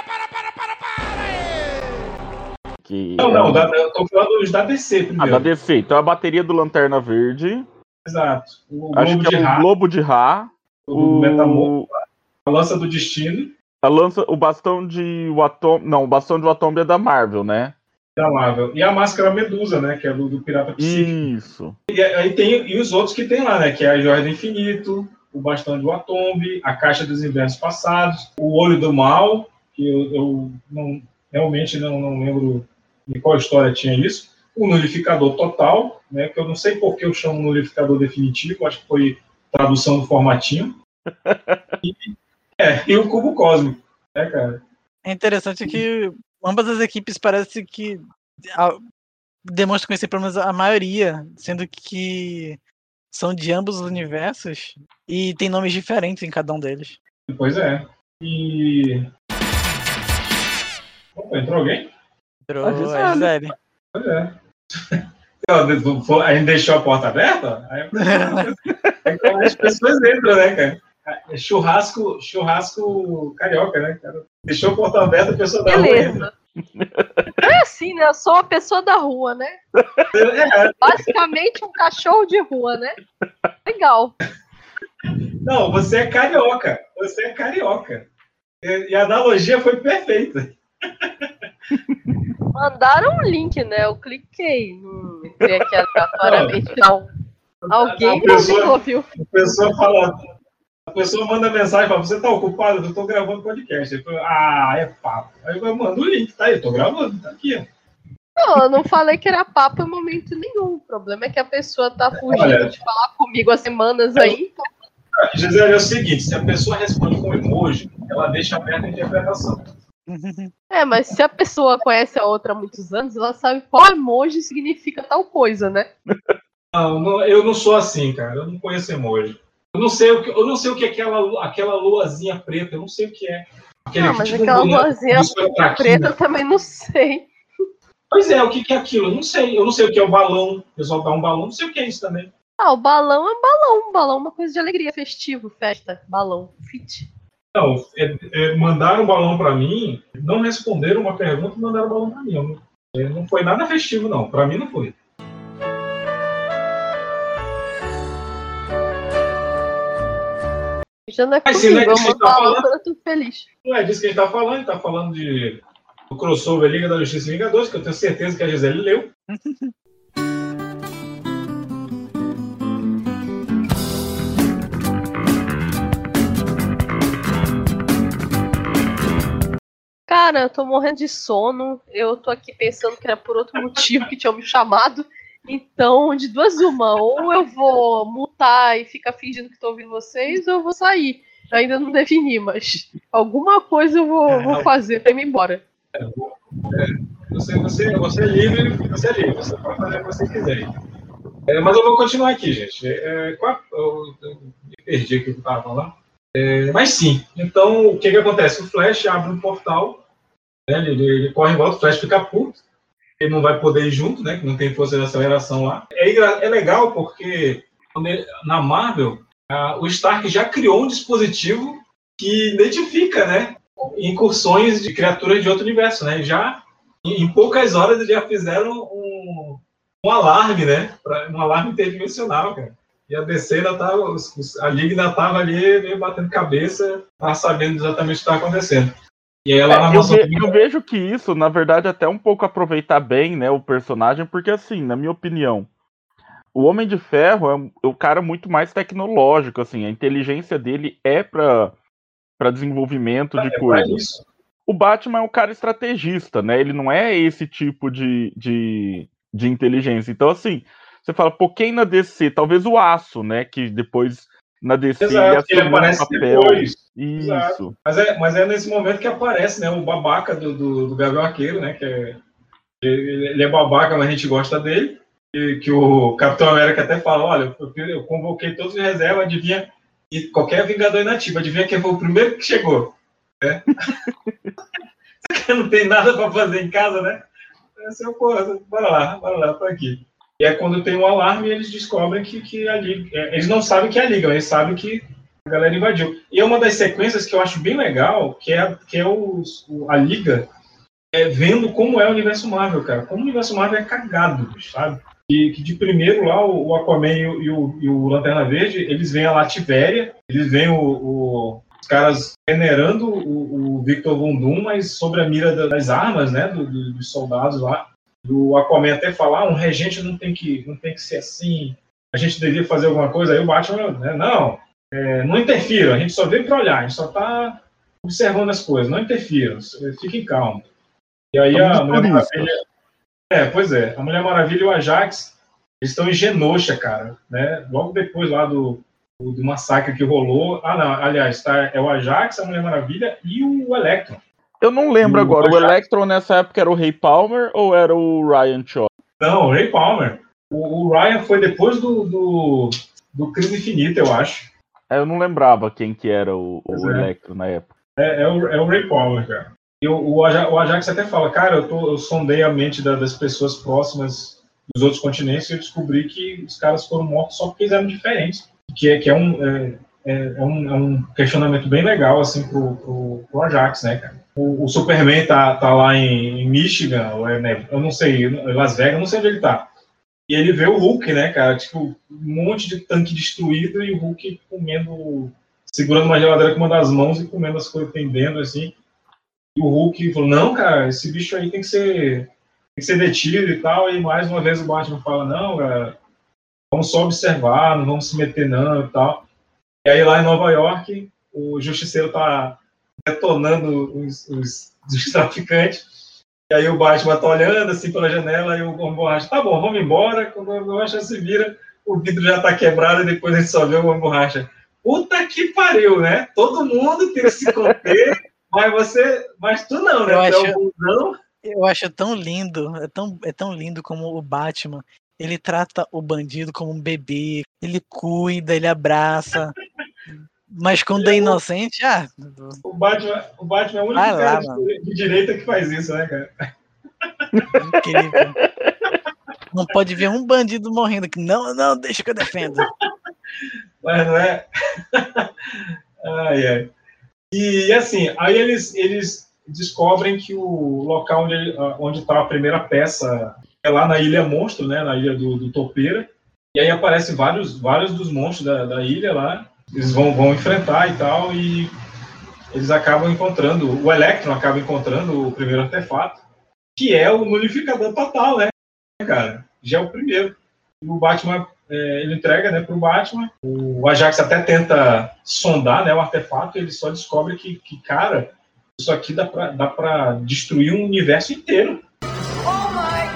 Eu tô falando dos da DC primeiro. Da DC. Então a bateria do Lanterna Verde. Exato. Acho que é o Globo de Ra. O Metamorfo. A Lança do Destino. O bastão de Watomb. Não, o bastão de Watomb é da Marvel, né? Da Marvel. E a Máscara Medusa, né? Que é do Pirata Psíquico. Isso. E aí tem os outros que tem lá, né? Que é a Joia do Infinito, o Bastão de Watomb, a Caixa dos Invernos Passados, o Olho do Mal, que eu realmente não lembro de qual história tinha isso. O Nulificador Total, né? Que eu não sei por que eu chamo Nulificador Definitivo, acho que foi tradução do formatinho. E o Cubo Cósmico, né, cara? É interessante que ambas as equipes parece que demonstram conhecer pelo menos a maioria, sendo que são de ambos os universos e tem nomes diferentes em cada um deles. Pois é. Opa, entrou alguém? Entrou a Gisele. Pois é. A gente deixou a porta aberta? Aí as pessoas entram, né, cara? É churrasco carioca, né, cara? Deixou a porta aberta, a pessoa da rua entra. É assim, né? Eu sou uma pessoa da rua, né? Basicamente um cachorro de rua, né? Legal. Não, você é carioca. E a analogia foi perfeita. Mandaram um link, né? Eu cliquei. Entrei aqui aleatoriamente. Não. Alguém não ouviu. A pessoa manda mensagem e fala, você tá ocupado? Eu tô gravando podcast. É papo. Aí eu mando o link, tá aí, eu tô gravando, tá aqui, ó. Não, eu não falei que era papo em momento nenhum. O problema é que a pessoa tá fugindo de falar comigo há semanas aí. Então... Gisele, é o seguinte, se a pessoa responde com emoji, ela deixa aberta a interpretação. Mas se a pessoa conhece a outra há muitos anos, ela sabe qual emoji significa tal coisa, né? Não, eu não sou assim, cara. Eu não conheço emoji. Eu não sei o que é aquela luazinha preta, eu não sei o que é. Mas aquela luazinha preta eu também não sei. Pois é, o que é aquilo? Eu não sei o que é o balão. O pessoal dá um balão, não sei o que é isso também. O balão é balão. Balão é uma coisa de alegria, festivo, festa, balão, fit. Não, mandaram um balão pra mim, não responderam uma pergunta e mandaram um balão pra mim. Não foi nada festivo, não. Pra mim não foi. Já não é Mas comigo, sim, eu mando a lâmpada, eu tô feliz. Não é disso que a gente tá falando, a gente tá falando do crossover Liga da Justiça e Vingadores, que eu tenho certeza que a Gisele leu. Cara, eu tô morrendo de sono. Eu tô aqui pensando que era por outro motivo que tinham me chamado. Então, de duas uma. Ou eu vou mutar e ficar fingindo que tô ouvindo vocês, ou eu vou sair. Eu ainda não defini, mas alguma coisa eu vou fazer pra ir embora. Você é livre, você pode fazer o que você quiser. Mas eu vou continuar aqui, gente. Eu me perdi aqui o que eu tava falando. Mas sim, então o que acontece? O Flash abre um portal, né, ele corre em volta, o Flash fica puto, ele não vai poder ir junto, né, que não tem força de aceleração lá. É legal porque na Marvel, o Stark já criou um dispositivo que identifica, né, incursões de criaturas de outro universo, né? Já em poucas horas eles já fizeram um alarme, né, um alarme interdimensional, cara. E a DC ainda tava, a Liga ainda estava ali meio batendo cabeça, tava sabendo exatamente o que estava acontecendo. E aí ela eu vejo que isso, na verdade, até um pouco aproveitar bem, né, o personagem, porque assim, na minha opinião, o Homem de Ferro é o cara muito mais tecnológico, assim, a inteligência dele é para desenvolvimento de coisas. O Batman é um cara estrategista, né? Ele não é esse tipo de inteligência. Então, assim, você fala, pô, quem na DC? Talvez o Aço, né? Que depois na DC ele aparece papel. Depois. Isso. Exato. Mas é nesse momento que aparece, né? O babaca do Gavião Arqueiro, né? Ele é babaca, mas a gente gosta dele. Que o Capitão América até fala, olha, eu convoquei todos os reservas, adivinha, e qualquer Vingador inativo, adivinha quem foi o primeiro que chegou. Né? Não tem nada para fazer em casa, né? Bora lá, tô aqui. E é quando tem um alarme, eles descobrem que a Liga... Eles não sabem que é a Liga, eles sabem que a galera invadiu. E é uma das sequências que eu acho bem legal, que é a Liga vendo como é o universo Marvel, cara. Como o universo Marvel é cagado, sabe? Que de primeiro lá, o Aquaman e o Lanterna Verde, eles veem a Lativéria, eles veem os caras venerando o Victor Von Doom, mas sobre a mira das armas, né, dos soldados lá. O Aquaman até falar, um regente não tem que ser assim, a gente devia fazer alguma coisa. Aí o Batman, né, não interfira, a gente só veio para olhar, a gente só está observando as coisas, não interfira, fiquem calmos. E aí a Mulher Maravilha... pois é, a Mulher Maravilha e o Ajax, eles estão em Genosha, cara, né? Logo depois lá do massacre que rolou. Não, aliás, é o Ajax, a Mulher Maravilha e o Electron. Eu não lembro agora, o Electron nessa época era o Ray Palmer ou era o Ryan Shaw? Não, o Ray Palmer. O Ryan foi depois do Crise Infinita, eu acho. Eu não lembrava quem que era o Electron na época. É o Ray Palmer, cara. E o Ajax até fala, cara, eu sondei a mente das pessoas próximas dos outros continentes e eu descobri que os caras foram mortos só porque eles eram diferentes. Que é um questionamento bem legal, assim, pro Ajax, né, cara? O Superman tá lá em Michigan, eu não sei, em Las Vegas, não sei onde ele tá. E ele vê o Hulk, né, cara? Tipo, um monte de tanque destruído e o Hulk segurando uma geladeira com uma das mãos e comendo as coisas que tem dentro, assim. E o Hulk falou, não, cara, esse bicho aí tem que ser detido e tal. E mais uma vez o Batman fala, não, cara, vamos só observar, não vamos se meter não e tal. E aí lá em Nova York, o Justiceiro tá detonando os traficantes. E aí o Batman tá olhando assim pela janela e o Homem Borracha, tá bom, vamos embora. Quando o Homem Borracha se vira, o vidro já tá quebrado e depois a gente só vê o Homem Borracha. Puta que pariu, né? Todo mundo tem que se conter, mas tu não, né? Eu acho tão lindo, é tão lindo como o Batman, ele trata o bandido como um bebê, ele cuida, ele abraça, mas quando é inocente, O Batman é o único cara de direita que faz isso, né, cara? Incrível. Não pode ver um bandido morrendo que não, deixa que eu defendo. Mas não é? Ai. E assim, aí eles descobrem que o local onde está a primeira peça é lá na Ilha Monstro, né, na ilha do Topeira. E aí aparecem vários dos monstros da ilha lá. eles vão enfrentar e tal, e eles acabam encontrando, o Electron acaba encontrando o primeiro artefato, que é o nulificador total, né, cara? Já é o primeiro. O Batman, ele entrega, né, pro Batman. O Ajax até tenta sondar, né, o artefato, e ele só descobre que cara, isso aqui dá pra destruir um universo inteiro. Oh my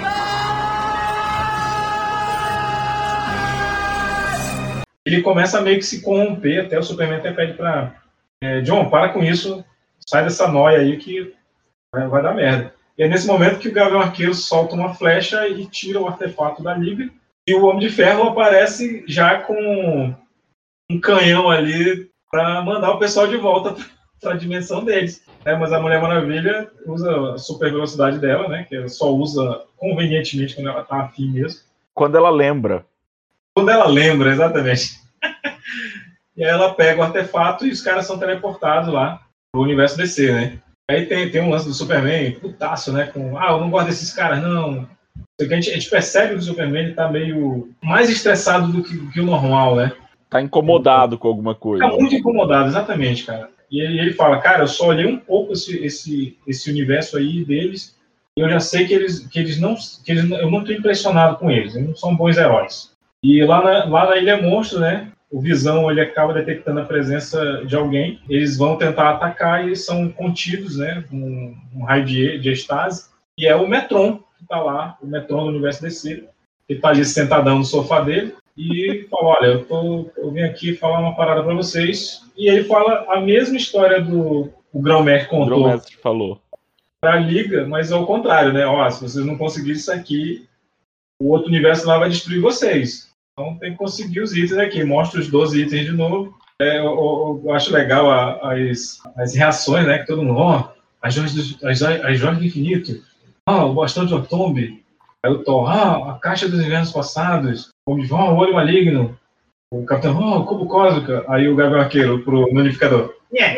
God! Ele começa a meio que se corromper, até o Superman até pede pra John, para com isso, sai dessa noia aí que vai dar merda. E é nesse momento que o Gavião Arqueiro solta uma flecha e tira o artefato da Liga, e o Homem de Ferro aparece já com um canhão ali para mandar o pessoal de volta para a dimensão deles. Mas a Mulher Maravilha usa a super velocidade dela, né? Que ela só usa convenientemente quando ela tá afim mesmo. Quando ela lembra. Quando ela lembra, exatamente. E aí ela pega o artefato e os caras são teleportados lá pro universo DC, né? Aí tem um lance do Superman, putaço, né? Eu não gosto desses caras, não. A gente percebe que o Superman ele tá meio mais estressado do que o normal, né? Tá incomodado com alguma coisa. Tá muito incomodado, exatamente, cara. E ele fala, cara, eu só olhei um pouco esse universo aí deles, e eu já sei que eu não tô impressionado com eles, eles não são bons heróis. E lá na Ilha Monstro, né? O Visão, ele acaba detectando a presença de alguém, eles vão tentar atacar e eles são contidos, né? Um raio de estase, e é o Metron que tá lá, o Metron do universo DC, ele tá ali sentadão no sofá dele, e fala, olha, eu vim aqui falar uma parada pra vocês, e ele fala a mesma história o Grão-Mestre contou. O Grão-Mestre falou. Pra Liga, mas ao contrário, né? Ó, se vocês não conseguirem isso aqui, o outro universo lá vai destruir vocês. Então tem que conseguir os itens aqui. Mostra os 12 itens de novo. Eu acho legal as reações, né? Que todo mundo, as joias do infinito. O bastão de Otombe. Aí o Thor, a caixa dos invernos passados. O João, o olho maligno. O Capitão, o cubo cósmico. Aí o Gavião Arqueiro pro nulificador.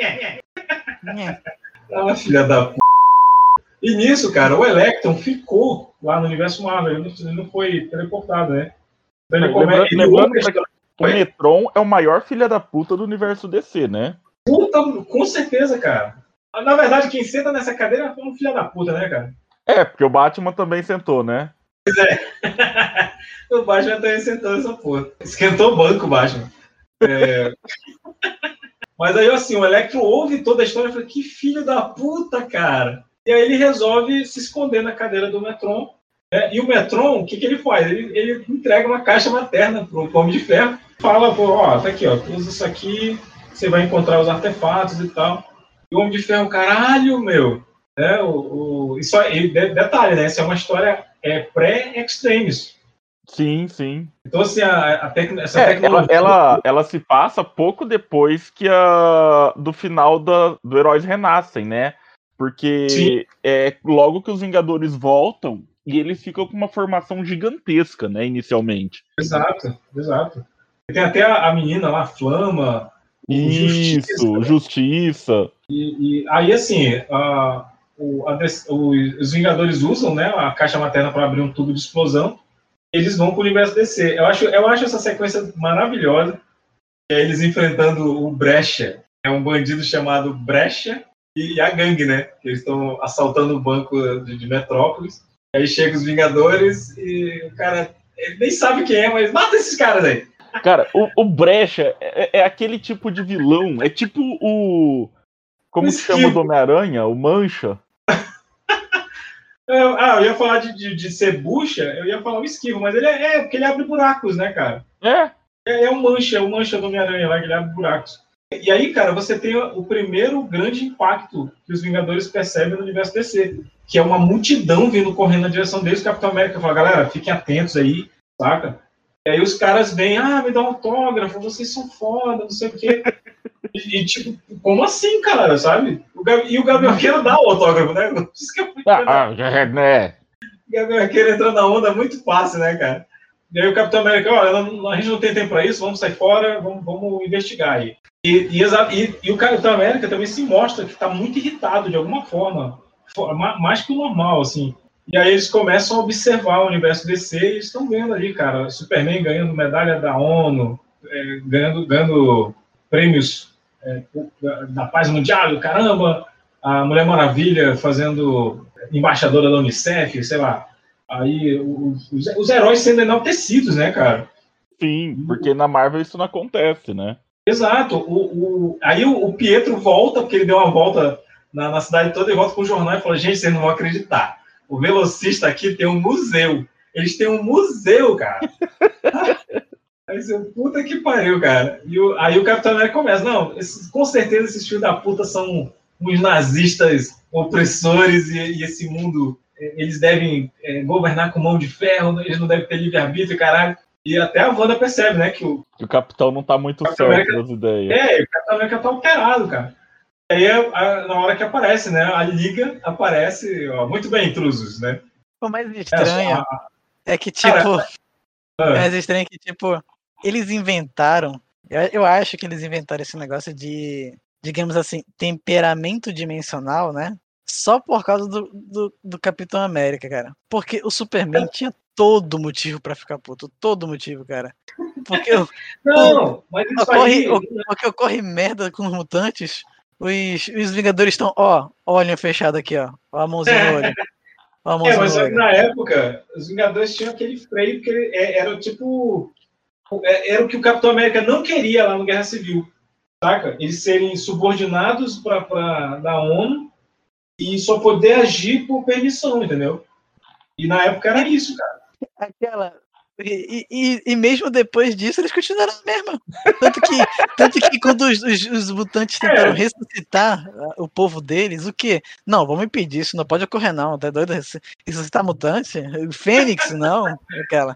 Filha da p. E nisso, cara, o Electron ficou lá no universo Marvel. Ele não foi teleportado, né? Lembrando que o Metron é o maior filha da puta do universo DC, né? Puta, com certeza, cara. Na verdade, quem senta nessa cadeira é um filho da puta, né, cara? Porque o Batman também sentou, né? Pois é. O Batman também sentou nessa porra. Esquentou o banco, o Batman. Mas aí, assim, o Electro ouve toda a história e fala, que filho da puta, cara. E aí ele resolve se esconder na cadeira do Metron. E o Metron, o que ele faz? Ele entrega uma caixa materna pro Homem de Ferro. Fala, tá aqui, usa isso aqui, você vai encontrar os artefatos e tal. E o Homem de Ferro, caralho, meu. Detalhe, né? Isso é uma história pré-Extremes. Sim, sim. Então, assim, essa tecnologia... Ela se passa pouco depois do final do Heróis Renascem, né? Porque logo que os Vingadores voltam, e eles ficam com uma formação gigantesca, né, inicialmente. Exato. Tem até a menina lá, Flama, Justiça. E aí, assim, os Vingadores usam, né, a caixa materna para abrir um tubo de explosão, eles vão para o universo DC. Eu acho essa sequência maravilhosa, eles enfrentando o Brecha, é um bandido chamado Brecha, e a gangue, né, que eles estão assaltando o banco de Metrópolis. Aí chega os Vingadores e o cara ele nem sabe quem é, mas mata esses caras aí. Cara, o Brecha é aquele tipo de vilão, é tipo como se chama o do Homem-Aranha? O Mancha? Eu ia falar de ser bucha, eu ia falar o Esquivo, mas ele porque ele abre buracos, né, cara? É o Mancha do Homem-Aranha lá, que ele abre buracos. E aí, cara, você tem o primeiro grande impacto que os Vingadores percebem no universo DC, que é uma multidão vindo correndo na direção deles. O Capitão América fala, galera, fiquem atentos aí, saca? E aí os caras vêm, me dá um autógrafo, vocês são foda, não sei o quê. E tipo, como assim, cara, sabe? E o Gavião Arqueiro dá o autógrafo, né? Isso que é muito né? O Gavião Arqueiro entrando na onda muito fácil, né, cara? E aí o Capitão América, olha, a gente não tem tempo pra isso, vamos sair fora, vamos investigar aí. E o Capitão América também se mostra que tá muito irritado de alguma forma, mais que o normal, assim. E aí eles começam a observar o universo DC e estão vendo ali, cara, Superman ganhando medalha da ONU, ganhando prêmios da paz mundial, caramba, a Mulher Maravilha fazendo embaixadora da Unicef, sei lá. Aí os heróis sendo enaltecidos, né, cara? Sim, porque na Marvel isso não acontece, né? Exato. Aí o Pietro volta, porque ele deu uma volta na cidade toda e volta com o jornal e fala, gente, vocês não vão acreditar. O velocista aqui tem um museu. Eles têm um museu, cara. Aí você, puta que pariu, cara. Aí o Capitão América começa, não, com certeza esses filhos da puta são uns nazistas opressores e esse mundo, eles devem governar com mão de ferro, eles não devem ter livre-arbítrio, caralho. E até a Wanda percebe, né, que o Capitão não tá muito certo das ideias. O Capitão América tá alterado, cara. Aí na hora que aparece, né, a Liga aparece, ó, muito bem, intrusos, né. O mais estranho é que, tipo... mais estranho é que, tipo, eles inventaram... Eu acho que eles inventaram esse negócio de, digamos assim, temperamento dimensional, né? Só por causa do Capitão América, cara. Porque o Superman tinha todo motivo pra ficar puto. Todo motivo, cara. Porque porque ocorre merda com os mutantes. Os Vingadores estão, olho fechado aqui, ó a mãozinha no olho. Mas na época, os Vingadores tinham aquele freio, porque era tipo... Era o que o Capitão América não queria lá no Guerra Civil, saca? Eles serem subordinados da ONU e só poder agir por permissão, entendeu? E na época era isso, cara. E mesmo depois disso, eles continuaram a mesma. Tanto que quando os mutantes tentaram ressuscitar o povo deles, o quê? Não, vamos impedir, isso não pode ocorrer, não. Tá doido? Ressuscitar mutante? Fênix, não. Aquela.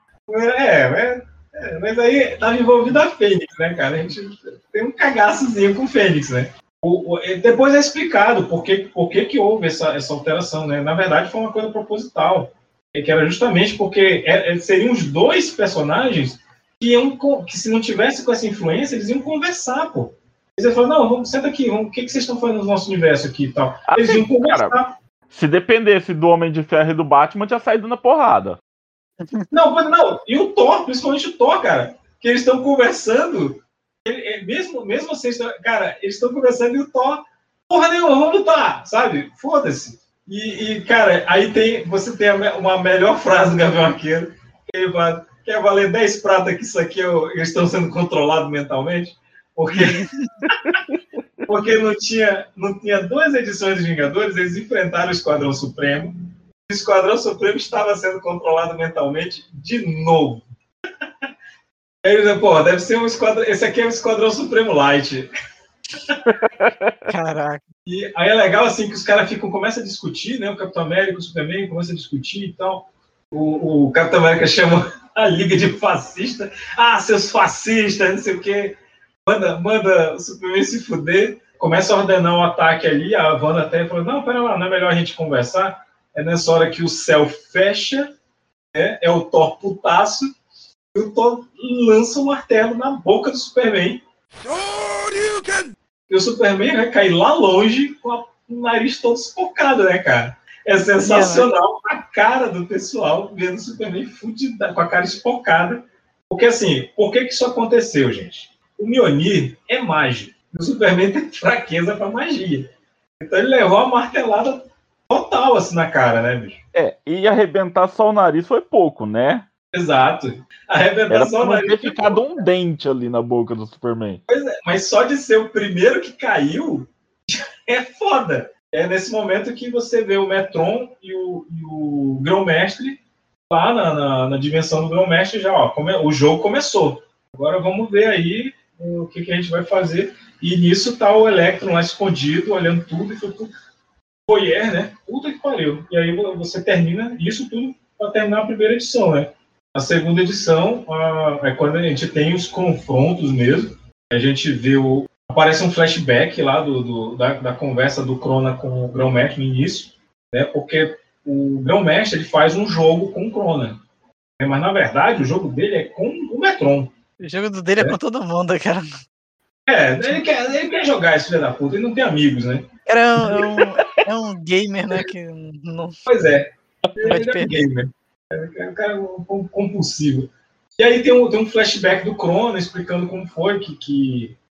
Mas aí estava envolvida a Fênix, né, cara? A gente tem um cagaçozinho com o Fênix, né? Depois é explicado por que houve essa alteração, né? Na verdade, foi uma coisa proposital. Que era justamente porque seriam os dois personagens que se não tivesse com essa influência, eles iam conversar, pô. Eles iam falar, não, vamos, senta aqui, o que vocês estão fazendo no nosso universo aqui e tal. Eles iam conversar. Cara, se dependesse do Homem de Ferro e do Batman, tinha saído na porrada. Não, e o Thor, principalmente o Thor, cara, que eles estão conversando, mesmo assim, cara, eles estão conversando e o Thor, porra nenhuma, vamos lutar, sabe? Foda-se. E, cara, aí você tem uma melhor frase do Gavião Arqueiro, que ele fala, quer valer 10 pratas que isso aqui eles estão sendo controlados mentalmente, porque não tinha 2 edições dos Vingadores, eles enfrentaram o Esquadrão Supremo, o Esquadrão Supremo estava sendo controlado mentalmente de novo. Aí ele disse, deve ser um esquadrão. Esse aqui é o Esquadrão Supremo Light. Caraca. E aí é legal assim que os caras começam a discutir, né? O Capitão América, o Superman começam a discutir e tal. O Capitão América chama a Liga de fascista. Ah, seus fascistas, não sei o quê. Manda o Superman se fuder. Começa a ordenar um ataque ali. A Wanda até falou, não, pera lá, não é melhor a gente conversar? É nessa hora que o céu fecha, né? É o Thor putaço, e o Thor lança o martelo na boca do Superman. E o Superman vai cair lá longe com o nariz todo espocado, né, cara? É sensacional a cara do pessoal vendo o Superman fudido, com a cara espocada. Porque assim, por que isso aconteceu, gente? O Mjolnir é mágico. O Superman tem fraqueza pra magia. Então ele levou a martelada total assim na cara, né, bicho? E arrebentar só o nariz foi pouco, né? Exato. Arrebentar só o nariz. Era pra ter ficado um dente ali na boca do Superman. Pois é, mas só de ser o primeiro que caiu é foda. É nesse momento que você vê o Metron e o Grão-Mestre lá na dimensão do Grão-Mestre já, o jogo começou. Agora vamos ver aí o que a gente vai fazer. E nisso tá o Electron lá escondido, olhando tudo e foi tudo. Voyeur, né? Puta que pariu. E aí você termina isso tudo para terminar a primeira edição, né? A segunda edição é quando a gente tem os confrontos mesmo. A gente vê aparece um flashback lá da conversa do Crona com o Grão-Mestre no início, né? Porque o Grão-Mestre ele faz um jogo com o Crona. Mas na verdade o jogo dele é com o Metron. O jogo dele é com todo mundo, cara. Ele quer jogar esse filho da puta, ele não tem amigos, né? É um gamer, né? Que não... Pois é. Ele é um gamer. É um cara compulsivo. E aí tem um flashback do Crona explicando como foi que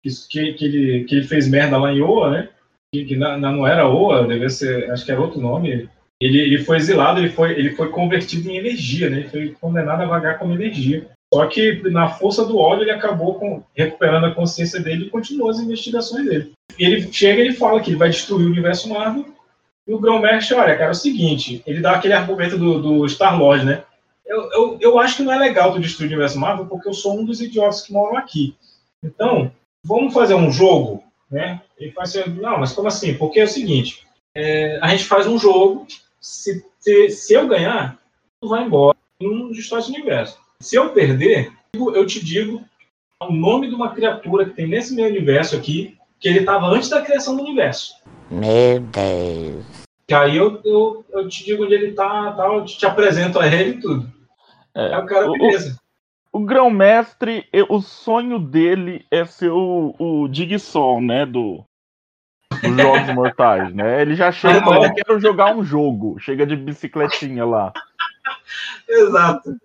que ele fez merda lá em Oa, né? Que não era Oa, devia ser, acho que era outro nome. Ele foi exilado, ele foi convertido em energia, né? Ele foi condenado a vagar como energia. Só que na força do ódio ele acabou recuperando a consciência dele e continuou as investigações dele. E ele chega e ele fala que ele vai destruir o universo Marvel. E o Grão-Mestre, olha, cara, é o seguinte, ele dá aquele argumento do Star-Lord, né? Eu acho que não é legal tu destruir o universo Marvel porque eu sou um dos idiotas que moram aqui. Então, vamos fazer um jogo, né? Ele fala assim, não, mas como assim? Porque é o seguinte, a gente faz um jogo, se eu ganhar, tu vai embora e não destrói esse universo. Se eu perder, eu te digo o nome de uma criatura que tem nesse meu universo aqui, que ele estava antes da criação do universo. Meu Deus. Que aí eu te digo onde ele tá, eu te apresento a ele e tudo. Aí o cara, beleza. O Grão-Mestre, o sonho dele é ser o Dig-Sol, né, dos Jogos Mortais, né? Ele já chega falando, eu quero jogar um jogo. Chega de bicicletinha lá. Exato.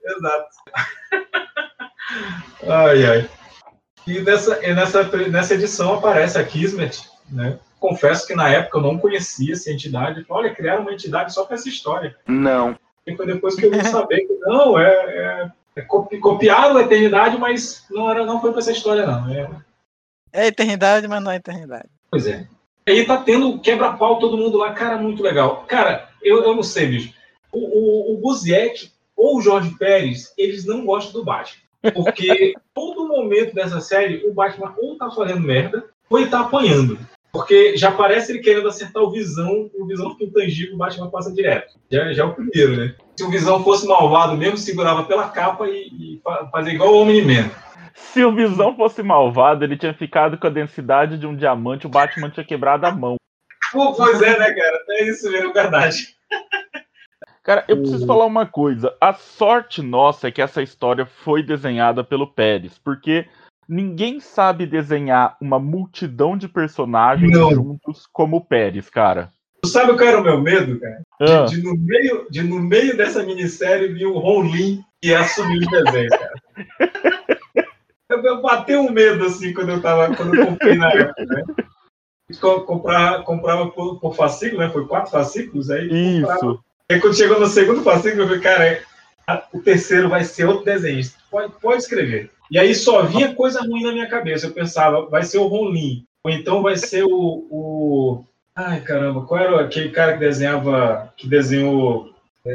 Ai. E nessa edição aparece a Kismet, né? Confesso que na época eu não conhecia essa entidade. Falei, olha, criaram uma entidade só para essa história. Não. E foi depois que eu vim saber que não, copiaram a Eternidade, mas não foi para essa história, não. É Eternidade, mas não é Eternidade. Pois é. Aí tá tendo quebra-pau todo mundo lá, cara, muito legal. Cara, eu não sei, bicho. O Busiek ou o Jorge Pérez, eles não gostam do Batman. Porque todo momento dessa série, o Batman ou tá fazendo merda, ou ele tá apanhando. Porque já parece ele querendo acertar o Visão, e o Visão fica intangível, o Batman passa direto. Já é o primeiro, né? Se o Visão fosse malvado mesmo, segurava pela capa e fazia igual o Omni-Man. Se o Visão fosse malvado, ele tinha ficado com a densidade de um diamante, o Batman tinha quebrado a mão. Pô, pois é, né, cara? É isso mesmo, é verdade. Cara, eu preciso falar uma coisa. A sorte nossa é que essa história foi desenhada pelo Pérez, porque ninguém sabe desenhar uma multidão de personagens juntos como o Pérez, cara. Tu sabe qual era o meu medo, cara? De no meio dessa minissérie vir o Ron Lim e assumir os desenhos, cara. Eu batei um medo, assim, quando eu comprei na época, né? Comprava por fascículo, né? Foi 4 fascículos, aí comprava. Aí quando chegou no segundo fascículo, eu falei, cara, o terceiro vai ser outro desenho. Pode escrever. E aí só vinha coisa ruim na minha cabeça. Eu pensava, vai ser o Ron Lim. Ou então vai ser o... Ai, caramba, qual era aquele cara que desenhou...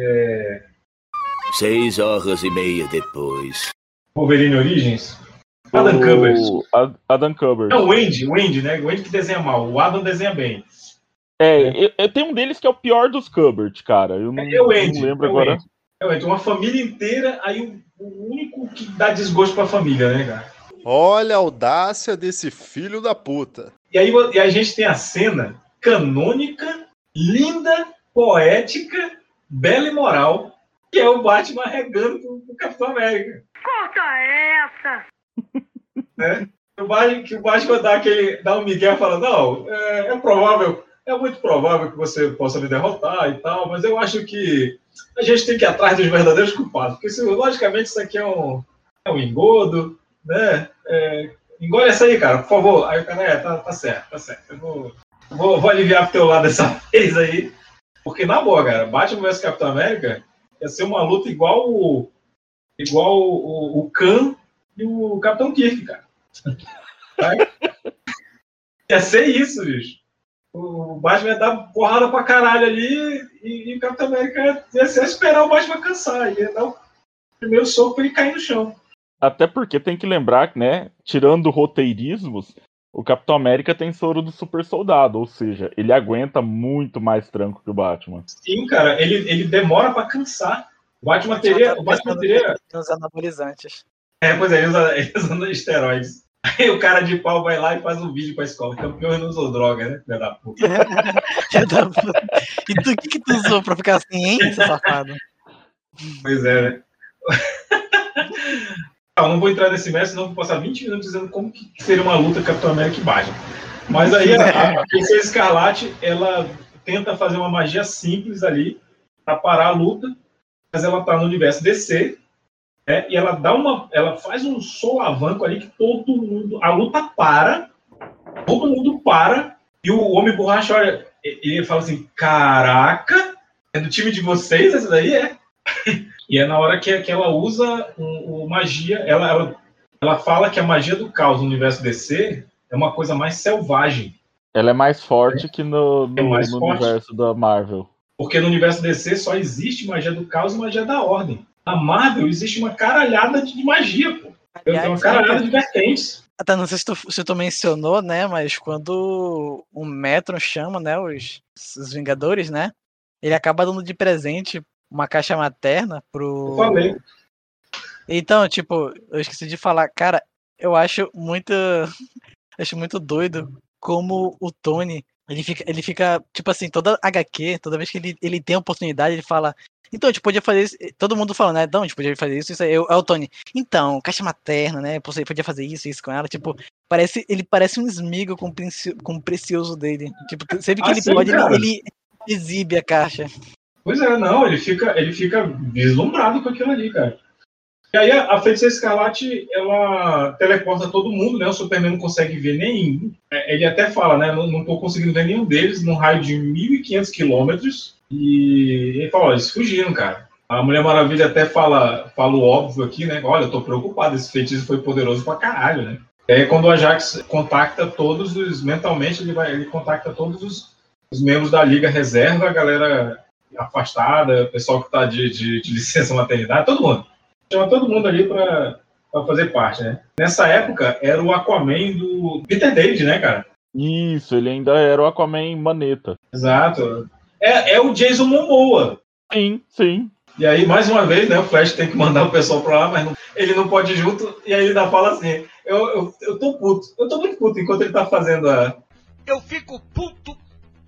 6 horas e meia depois. Wolverine Origins? Adam Kubert. Adam Kubert. Não, o Andy, né? O Andy que desenha mal. O Adam desenha bem. Eu tenho um deles que é o pior dos Kubert, cara. Eu não lembro agora. Uma família inteira, aí o único que dá desgosto pra família, né, cara? Olha a audácia desse filho da puta. E aí a gente tem a cena canônica, linda, poética, bela e moral, que é o Batman regando pro Capitão América. Corta essa! Né? Que o Batman dá um migué e fala, não, é muito provável que você possa me derrotar e tal, mas eu acho que a gente tem que ir atrás dos verdadeiros culpados, porque logicamente isso aqui é um engodo, né? Engole essa aí, cara, por favor. Aí o cara, tá certo. Eu vou aliviar pro teu lado dessa vez aí, porque na boa, cara, Batman vs Capitão América ia ser uma luta igual o Khan e o Capitão Kirk, cara. Ia ser isso, bicho. O Batman ia dar porrada pra caralho ali e o Capitão América ia esperar o Batman cansar. Ia dar o primeiro soco pra ele cair no chão. Até porque tem que lembrar que, né, tirando roteirismos, o Capitão América tem soro do super soldado, ou seja, ele aguenta muito mais tranco que o Batman. Sim, cara, ele demora pra cansar. O Batman teria... Os anabolizantes. Pois é, ele usa esteroides. Aí o cara de pau vai lá e faz um vídeo pra escola. Campeão não usou droga, né? Filha da puta. E tu, o que tu usou pra ficar assim, hein, seu safado? Pois é, né? Eu não vou entrar nesse mestre, senão vou passar 20 minutos dizendo como que seria uma luta Capitão América e Batman. Mas aí a Feiticeira Escarlate, ela tenta fazer uma magia simples ali para parar a luta, mas ela tá no universo DC, né? E ela faz um solavanco ali que todo mundo, a luta para, todo mundo para e o Homem Borracha olha, ele fala assim, caraca, é do time de vocês essa daí? É? E é na hora que ela usa o magia, ela fala que a magia do caos no universo DC é uma coisa mais selvagem. Ela é mais forte que no mais forte. Universo da Marvel. Porque no universo DC só existe magia do caos e magia da ordem. Na Marvel existe uma caralhada de magia, pô. Tem uma caralhada de vertentes. Até não sei se tu mencionou, né? Mas quando o Metron chama, né? Os Vingadores, né? Ele acaba dando de presente uma caixa materna pro... Eu falei. Então, tipo, eu esqueci de falar. Cara, eu acho muito doido como o Tony... Ele fica, tipo assim, toda HQ, toda vez que ele tem a oportunidade, ele fala, então, a gente podia fazer isso, todo mundo falando, né, então, a gente podia fazer isso aí, é o Tony, então, caixa materna, né, você podia fazer isso com ela, tipo, ele parece um Sméagol com o precioso dele, tipo, sempre que ele pode, ele exibe a caixa. Pois é, não, ele fica vislumbrado com aquilo ali, cara. E aí a Feiticeira Escarlate, ela teleporta todo mundo, né? O Superman não consegue ver nenhum. Ele até fala, né? Não tô conseguindo ver nenhum deles num raio de 1.500 quilômetros. E ele fala, olha, eles fugiram, cara. A Mulher Maravilha até fala o óbvio aqui, né? Olha, eu tô preocupado, esse feitiço foi poderoso pra caralho, né? E aí quando o Ajax contacta todos os... Mentalmente, ele contacta todos os membros da Liga Reserva, a galera afastada, o pessoal que tá de licença maternidade, todo mundo. Chama todo mundo ali pra fazer parte, né? Nessa época, era o Aquaman do Peter David, né, cara? Isso, ele ainda era o Aquaman maneta. Exato. É o Jason Momoa. Sim. E aí, mais uma vez, né, o Flash tem que mandar o pessoal pra lá, mas ele não pode ir junto, e aí ele ainda fala assim, eu tô puto. Eu tô muito puto enquanto ele tá fazendo a... Eu fico puto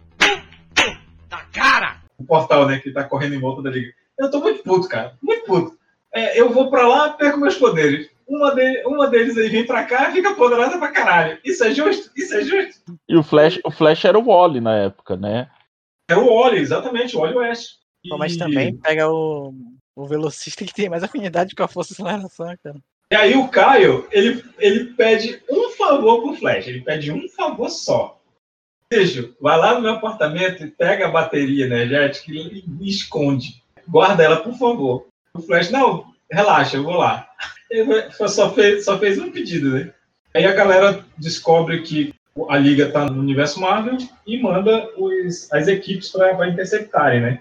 da cara! O portal, né, que tá correndo em volta da liga. Eu tô muito puto, cara. Muito puto. Eu vou pra lá, perco meus poderes. Uma deles aí vem pra cá e fica poderosa pra caralho. Isso é justo? Isso é justo? E o Flash era o Wally na época, né? Era o Wally, exatamente, o Wally West. Mas também pega o velocista que tem mais afinidade com a força de aceleração, cara. E aí o Caio, ele pede um favor pro Flash. Ele pede um favor só. Bicho, vai lá no meu apartamento e pega a bateria energética e esconde. Guarda ela, por favor. O Flash, não, relaxa, eu vou lá. Ele só fez um pedido, né? Aí a galera descobre que a Liga tá no universo Marvel e manda as equipes para interceptarem, né?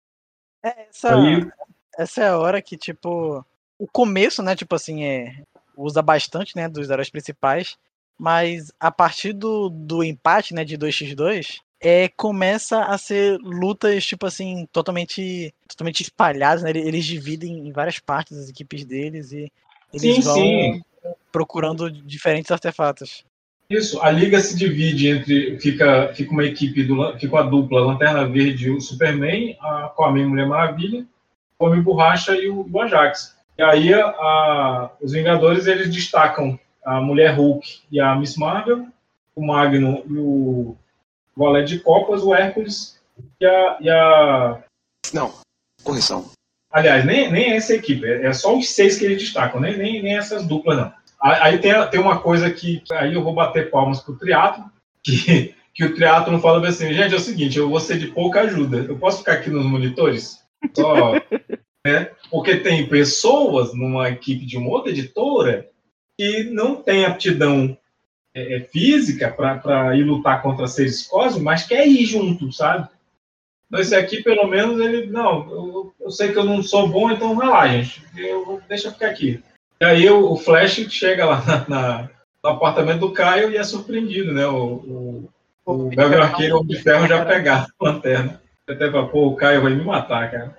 Essa é a hora que, tipo, o começo, né, tipo assim, usa bastante, né, dos heróis principais, mas a partir do empate, né, de 2x2, começa a ser lutas, tipo assim, totalmente espalhadas, né? Eles dividem em várias partes as equipes deles e eles vão procurando diferentes artefatos. Isso, a Liga se divide entre... Fica uma equipe, fica a dupla Lanterna Verde e o Superman, a Aquaman, Mulher Maravilha, o Homem Borracha e o Ajax. E aí os Vingadores, eles destacam a Mulher Hulk e a Miss Marvel, o Magno e o Valé de Copas, o Hércules e a... Não, correção. Aliás, nem essa equipe, é só os 6 que eles destacam, nem essas duplas, não. Aí tem uma coisa que aí eu vou bater palmas pro Triathlon, que o Triathlon fala assim, gente, é o seguinte, eu vou ser de pouca ajuda, eu posso ficar aqui nos monitores? Só, né? Porque tem pessoas numa equipe de uma outra editora que não tem aptidão física para ir lutar contra seres cósmicos, mas quer ir junto, sabe? Então esse aqui, pelo menos, ele... Não, eu sei que eu não sou bom, então vai lá, gente. Deixa eu ficar aqui. E aí o Flash chega lá no apartamento do Caio e é surpreendido, né? O Gavião Arqueiro, o Homem de Ferro, já pegar a lanterna. Até fala, pô, o Caio vai me matar, cara.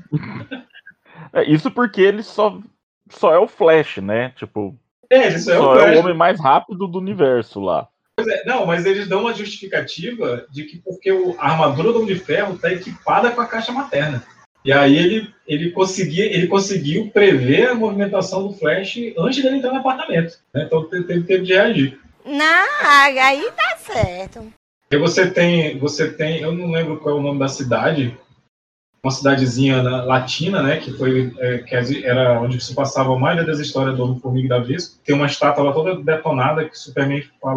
Isso porque ele só é o Flash, né? Tipo, ele só é o homem mais rápido do universo lá. Pois é, não, mas eles dão uma justificativa de que porque a armadura do Homem de Ferro está equipada com a caixa materna. E aí ele conseguiu prever a movimentação do Flash antes dele entrar no apartamento. Né? Então teve tempo de reagir. Não, aí tá certo. E você tem, eu não lembro qual é o nome da cidade, uma cidadezinha latina, né, que era onde se passava a maioria das histórias do Homem-Formiga e da Vespa. Tem uma estátua lá toda detonada que o Superman fala,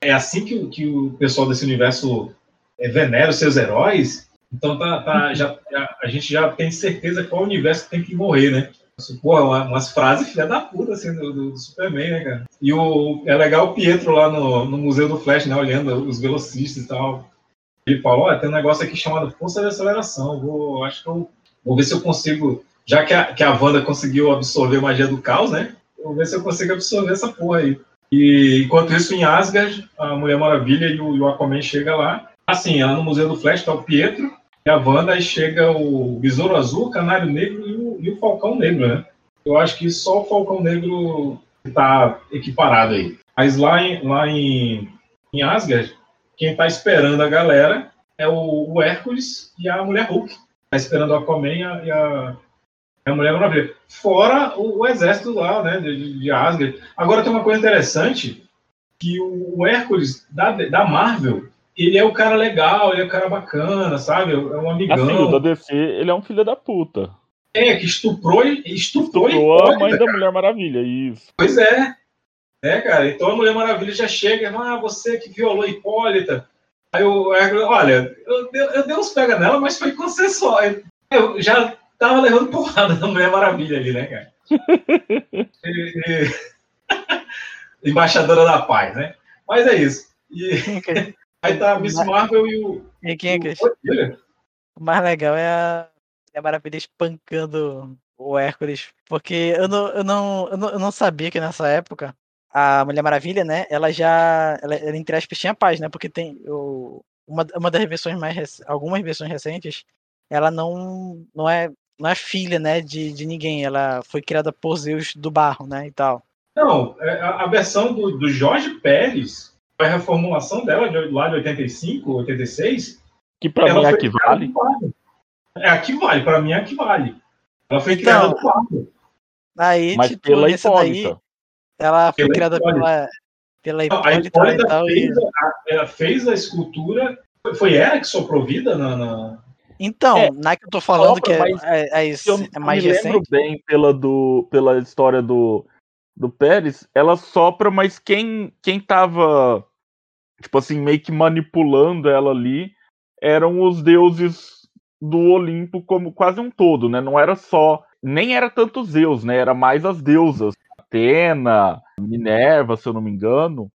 é assim que o pessoal desse universo venera os seus heróis, então a gente já tem certeza qual universo tem que morrer, né? Porra, umas frases filha da puta, assim, do Superman, né, cara? E é legal o Pietro lá no Museu do Flash, né, olhando os velocistas e tal. Ele falou, tem um negócio aqui chamado força de aceleração, acho que eu vou ver se eu consigo, já que a Wanda conseguiu absorver a magia do caos, né? Vou ver se eu consigo absorver essa porra aí. E enquanto isso, em Asgard, a Mulher Maravilha e o Aquaman chegam lá. Assim, lá no Museu do Flash tá o Pietro e a Wanda, aí chega o Besouro Azul, o Canário Negro e o Falcão Negro, né? Eu acho que só o Falcão Negro tá equiparado aí. Mas lá em Asgard, quem tá esperando a galera é o Hércules e a Mulher Hulk. Tá esperando o Aquaman e a Mulher Maravilha. Fora o exército lá, né, de Asgard. Agora tem uma coisa interessante, que o Hércules da Marvel, ele é o cara legal, ele é o cara bacana, sabe? É um amigão. Assim, o da DC, ele é um filho da puta. Que estuprou a mãe da Mulher Maravilha, isso. Pois é. Cara, então a Mulher Maravilha já chega, você que violou Hipólita. Aí o Hércules, olha, eu dei uns pega nela, mas foi consensual. Eu já tava levando porrada da Mulher Maravilha ali, né, cara? Embaixadora da paz, né? Mas é isso. Aí tá a Miss Marvel e o... E quem é que o mais legal é a Maravilha espancando o Hércules, porque eu não sabia que nessa época a Mulher Maravilha, né, ela entre aspas tinha paz, né, porque tem uma das versões algumas versões recentes, ela não é filha, né, de ninguém, ela foi criada por Zeus do barro, né, e tal. Não, a versão do Jorge Pérez, a reformulação dela lá de 85, 86, que pra mim equivale. Equivale, pra mim equivale. Ela foi criada do barro. Aí, mas tipo, pela nesse daí, ela foi criada pela Hipólita e tal. Ela fez a escultura. Foi ela que soprou vida na... Então, na que eu tô falando que é mais recente. Eu lembro bem pela história do Pérez, ela sopra, mas quem tava, tipo assim, meio que manipulando ela ali eram os deuses do Olimpo como quase um todo, né? Não era só, nem era tanto Zeus, né? Era mais as deusas, Atena, Minerva, se eu não me engano.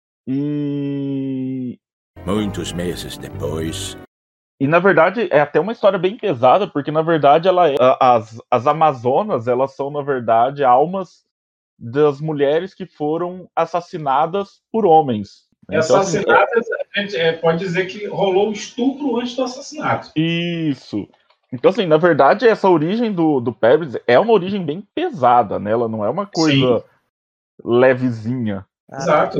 E muitos meses depois. E na verdade é até uma história bem pesada, porque na verdade as Amazonas, elas são na verdade almas das mulheres que foram assassinadas por homens. Assassinadas, a gente pode dizer que rolou o estupro antes do assassinato. Isso. Então, assim, na verdade, essa origem do Pérez é uma origem bem pesada, né? Ela não é uma coisa levezinha. Exato.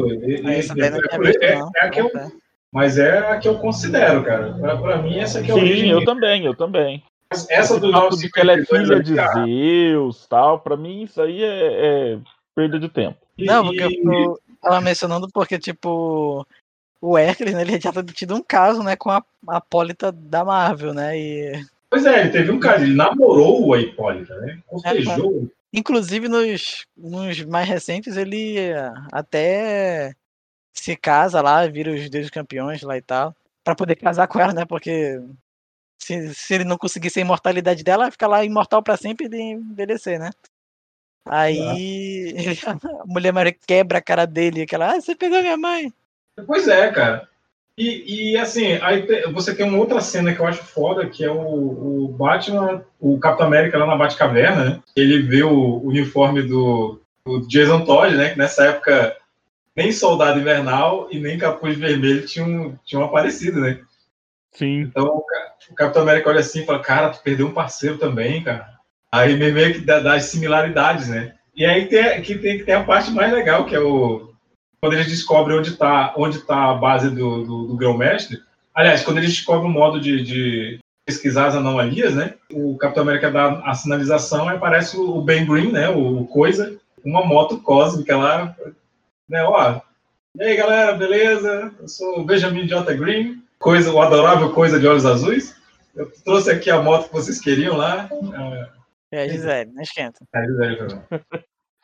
Mas é a que eu considero, cara. Pra mim, essa aqui é a origem. Sim, eu também. Essa do fato de que ela é filha de Zeus, tal, pra mim isso aí é perda de tempo. Não, porque eu tava mencionando porque, tipo, o Hércules, né, ele já tinha tido um caso, né, com a Hipólita da Marvel, né, e... Pois é, ele teve um caso, ele namorou a Hipólita, né, cortejou. Inclusive, nos mais recentes, ele até se casa lá, vira os deuses campeões lá e tal, pra poder casar com ela, né, porque... Se ele não conseguisse a imortalidade dela, fica lá imortal pra sempre e envelhecer, né? Aí a Mulher Maravilha quebra a cara dele, aquela, você pegou minha mãe. Pois é, cara. E assim, aí você tem uma outra cena que eu acho foda, que é o Batman, o Capitão América lá na Batcaverna, né? Ele vê o uniforme do Jason Todd, né? Que nessa época nem Soldado Invernal e nem Capuz Vermelho tinham aparecido, né? Sim. Então o Capitão América olha assim e fala, cara, tu perdeu um parceiro também, cara. Aí meio que dá as similaridades, né? E aí tem que ter a parte mais legal, que é quando eles descobrem onde tá a base do Grão-Mestre. Aliás, quando eles descobrem o modo de pesquisar as anomalias, né? O Capitão América dá a sinalização e aparece o Ben Green, né? O Coisa, uma moto cósmica lá, né? Ó, e aí, galera, beleza? Eu sou o Benjamin J. Green. O adorável Coisa de Olhos Azuis. Eu trouxe aqui a moto que vocês queriam lá. É a Gisele, não esquenta. É a Gisele também.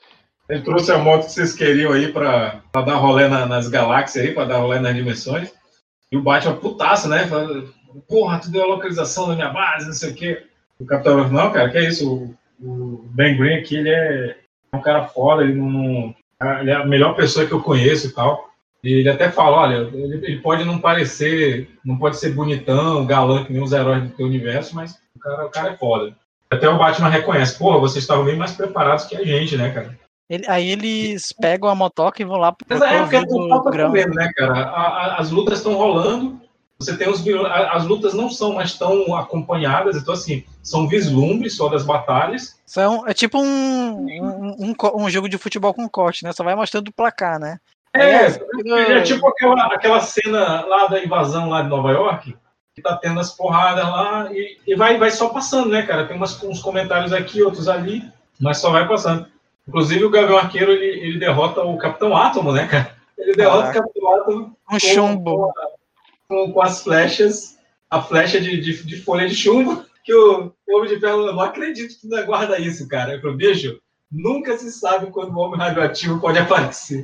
Ele trouxe a moto que vocês queriam aí pra dar rolê nas galáxias aí, pra dar rolê nas dimensões. E o Batman putaço, né? Fala, porra, tu deu a localização da minha base, não sei o quê. O Capitão falou, não, cara, que é isso? O Ben Green aqui, ele é um cara foda, ele é a melhor pessoa que eu conheço e tal. E ele até fala, olha, ele pode não parecer, não pode ser bonitão, galã, que nem os heróis do teu universo, mas o cara é foda. Até o Batman reconhece, porra, vocês estavam bem mais preparados que a gente, né, cara? Aí eles pegam a motoca e vão lá pro Mas é porque não falta comendo, né, cara? As lutas estão rolando, você tem os vilões, as lutas não são mais tão acompanhadas, então assim, são vislumbres só das batalhas. É tipo um jogo de futebol com corte, né? Só vai mostrando o placar, né? É tipo aquela cena lá da invasão lá de Nova York, que tá tendo as porradas lá, e vai só passando, né, cara? Tem uns comentários aqui, outros ali, mas só vai passando. Inclusive o Gavião Arqueiro, ele derrota o Capitão Átomo, né, cara? Ele derrota o Capitão Átomo chumbo. Com as flechas, a flecha de folha de chumbo, que o Homem de Ferro, não acredito que tu não guarda isso, cara. Eu falei, bicho, nunca se sabe quando o Homem Radioativo pode aparecer.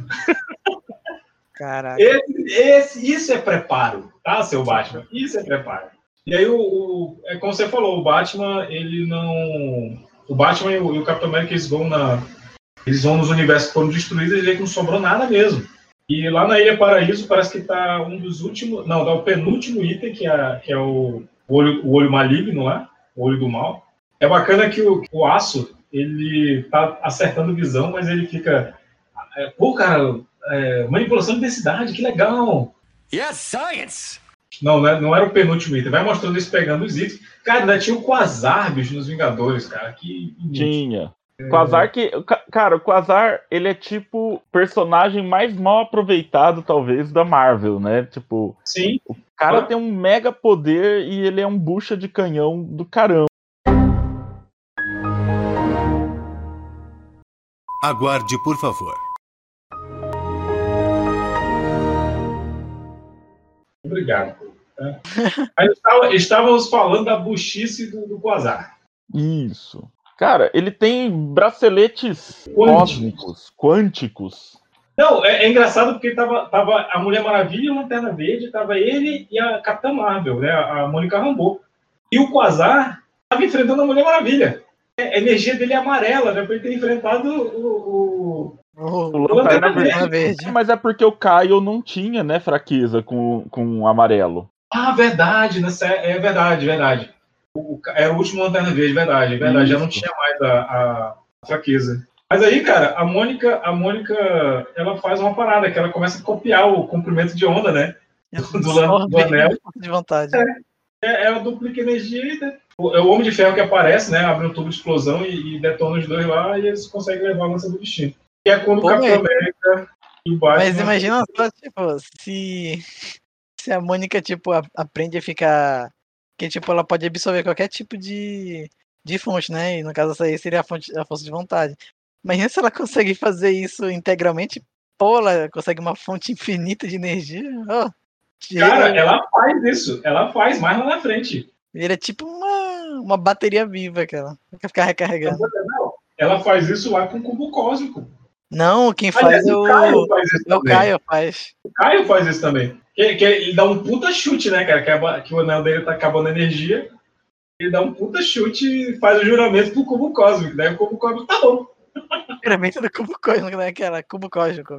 Caraca. Isso é preparo, tá, seu Batman? Isso é preparo. E aí, é como você falou, o Batman, ele não... O Batman e o Capitão América, eles vão nos universos que foram destruídos e vê que não sobrou nada mesmo. E lá na Ilha Paraíso parece que tá um dos últimos... Não, tá o penúltimo item, que é o olho maligno lá, o olho do mal. É bacana que o Aço, ele tá acertando visão, mas ele fica... Pô, cara, manipulação de densidade, que legal! Yes, science! Não era o penúltimo item. Vai mostrando eles pegando os itens. Cara, ainda tinha o Quasar, bicho, nos Vingadores, cara. Que tinha. Quasar que... Cara, o Quasar, ele é tipo o personagem mais mal aproveitado, talvez, da Marvel, né? Tipo... Sim. O cara tem um mega poder e ele é um bucha de canhão do caramba. Aguarde, por favor. Obrigado. Aí estávamos falando da buchice do Quasar. Isso. Cara, ele tem braceletes quânticos. Não, é engraçado porque tava a Mulher Maravilha e a Lanterna Verde, tava ele e a Capitã Marvel, né, a Mônica Rambeau. E o Quasar estava enfrentando a Mulher Maravilha. A energia dele é amarela, né, pra ele ter enfrentado o Lanterna Verde. Mas é porque o Caio não tinha, né, fraqueza com o amarelo. Ah, verdade, né? É verdade. Era o último Lanterna Verde, verdade. Isso. Já não tinha mais a fraqueza. Mas aí, cara, a Mônica, ela faz uma parada, que ela começa a copiar o comprimento de onda, né? Do anel. De vontade. Ela duplica energia, né? É o Homem de Ferro que aparece, né? Abre um tubo de explosão e detona os dois lá, e eles conseguem levar a lança do destino. E é quando o Capitão América e o Batman... Mas imagina só, tipo, se a Mônica, tipo, aprende a ficar... Que, tipo, ela pode absorver qualquer tipo de fonte, né? E no caso, essa aí seria a força de vontade. Imagina se ela consegue fazer isso integralmente. Pô, ela consegue uma fonte infinita de energia. Cara, ela faz isso. Ela faz mais lá na frente. Ele é tipo uma bateria viva, aquela. Vai ficar recarregando. Não, ela faz isso lá com o cubo cósmico. Não, quem faz é o Caio. O Caio faz. O Caio faz isso também. Ele dá um puta chute, né, cara? Que o anel dele tá acabando a energia. Ele dá um puta chute e faz o juramento pro cubo cósmico. Daí o cubo cósmico tá bom. O juramento do cubo cósmico, né? Aquela cubo cósmico.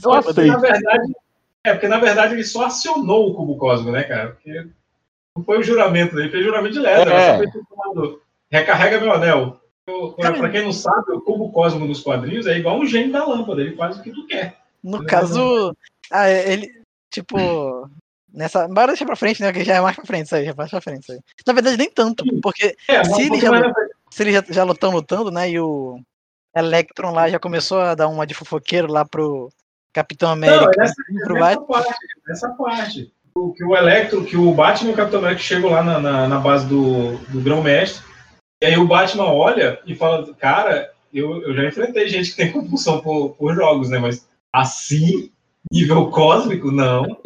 Porque na verdade ele só acionou o cubo cósmico, né, cara? Porque não foi o juramento dele, fez juramento de lesa. Só fez o comando. Recarrega meu anel. Pra quem não sabe, o cubo cósmico dos quadrinhos é igual um gênio da lâmpada. Ele faz o que tu quer. No caso, ele... Tipo, bora deixar pra frente, né? Que já é mais pra frente isso aí, já faz pra frente isso aí. Na verdade, nem tanto, porque se eles já estão lutando, né? E o Electron lá já começou a dar uma de fofoqueiro lá pro Capitão América. Nessa parte. Que o Electron, que o Batman e o Capitão América chegam lá na base do Grão-Mestre. E aí o Batman olha e fala, cara, eu já enfrentei gente que tem compulsão por jogos, né? Mas assim... Nível cósmico, não.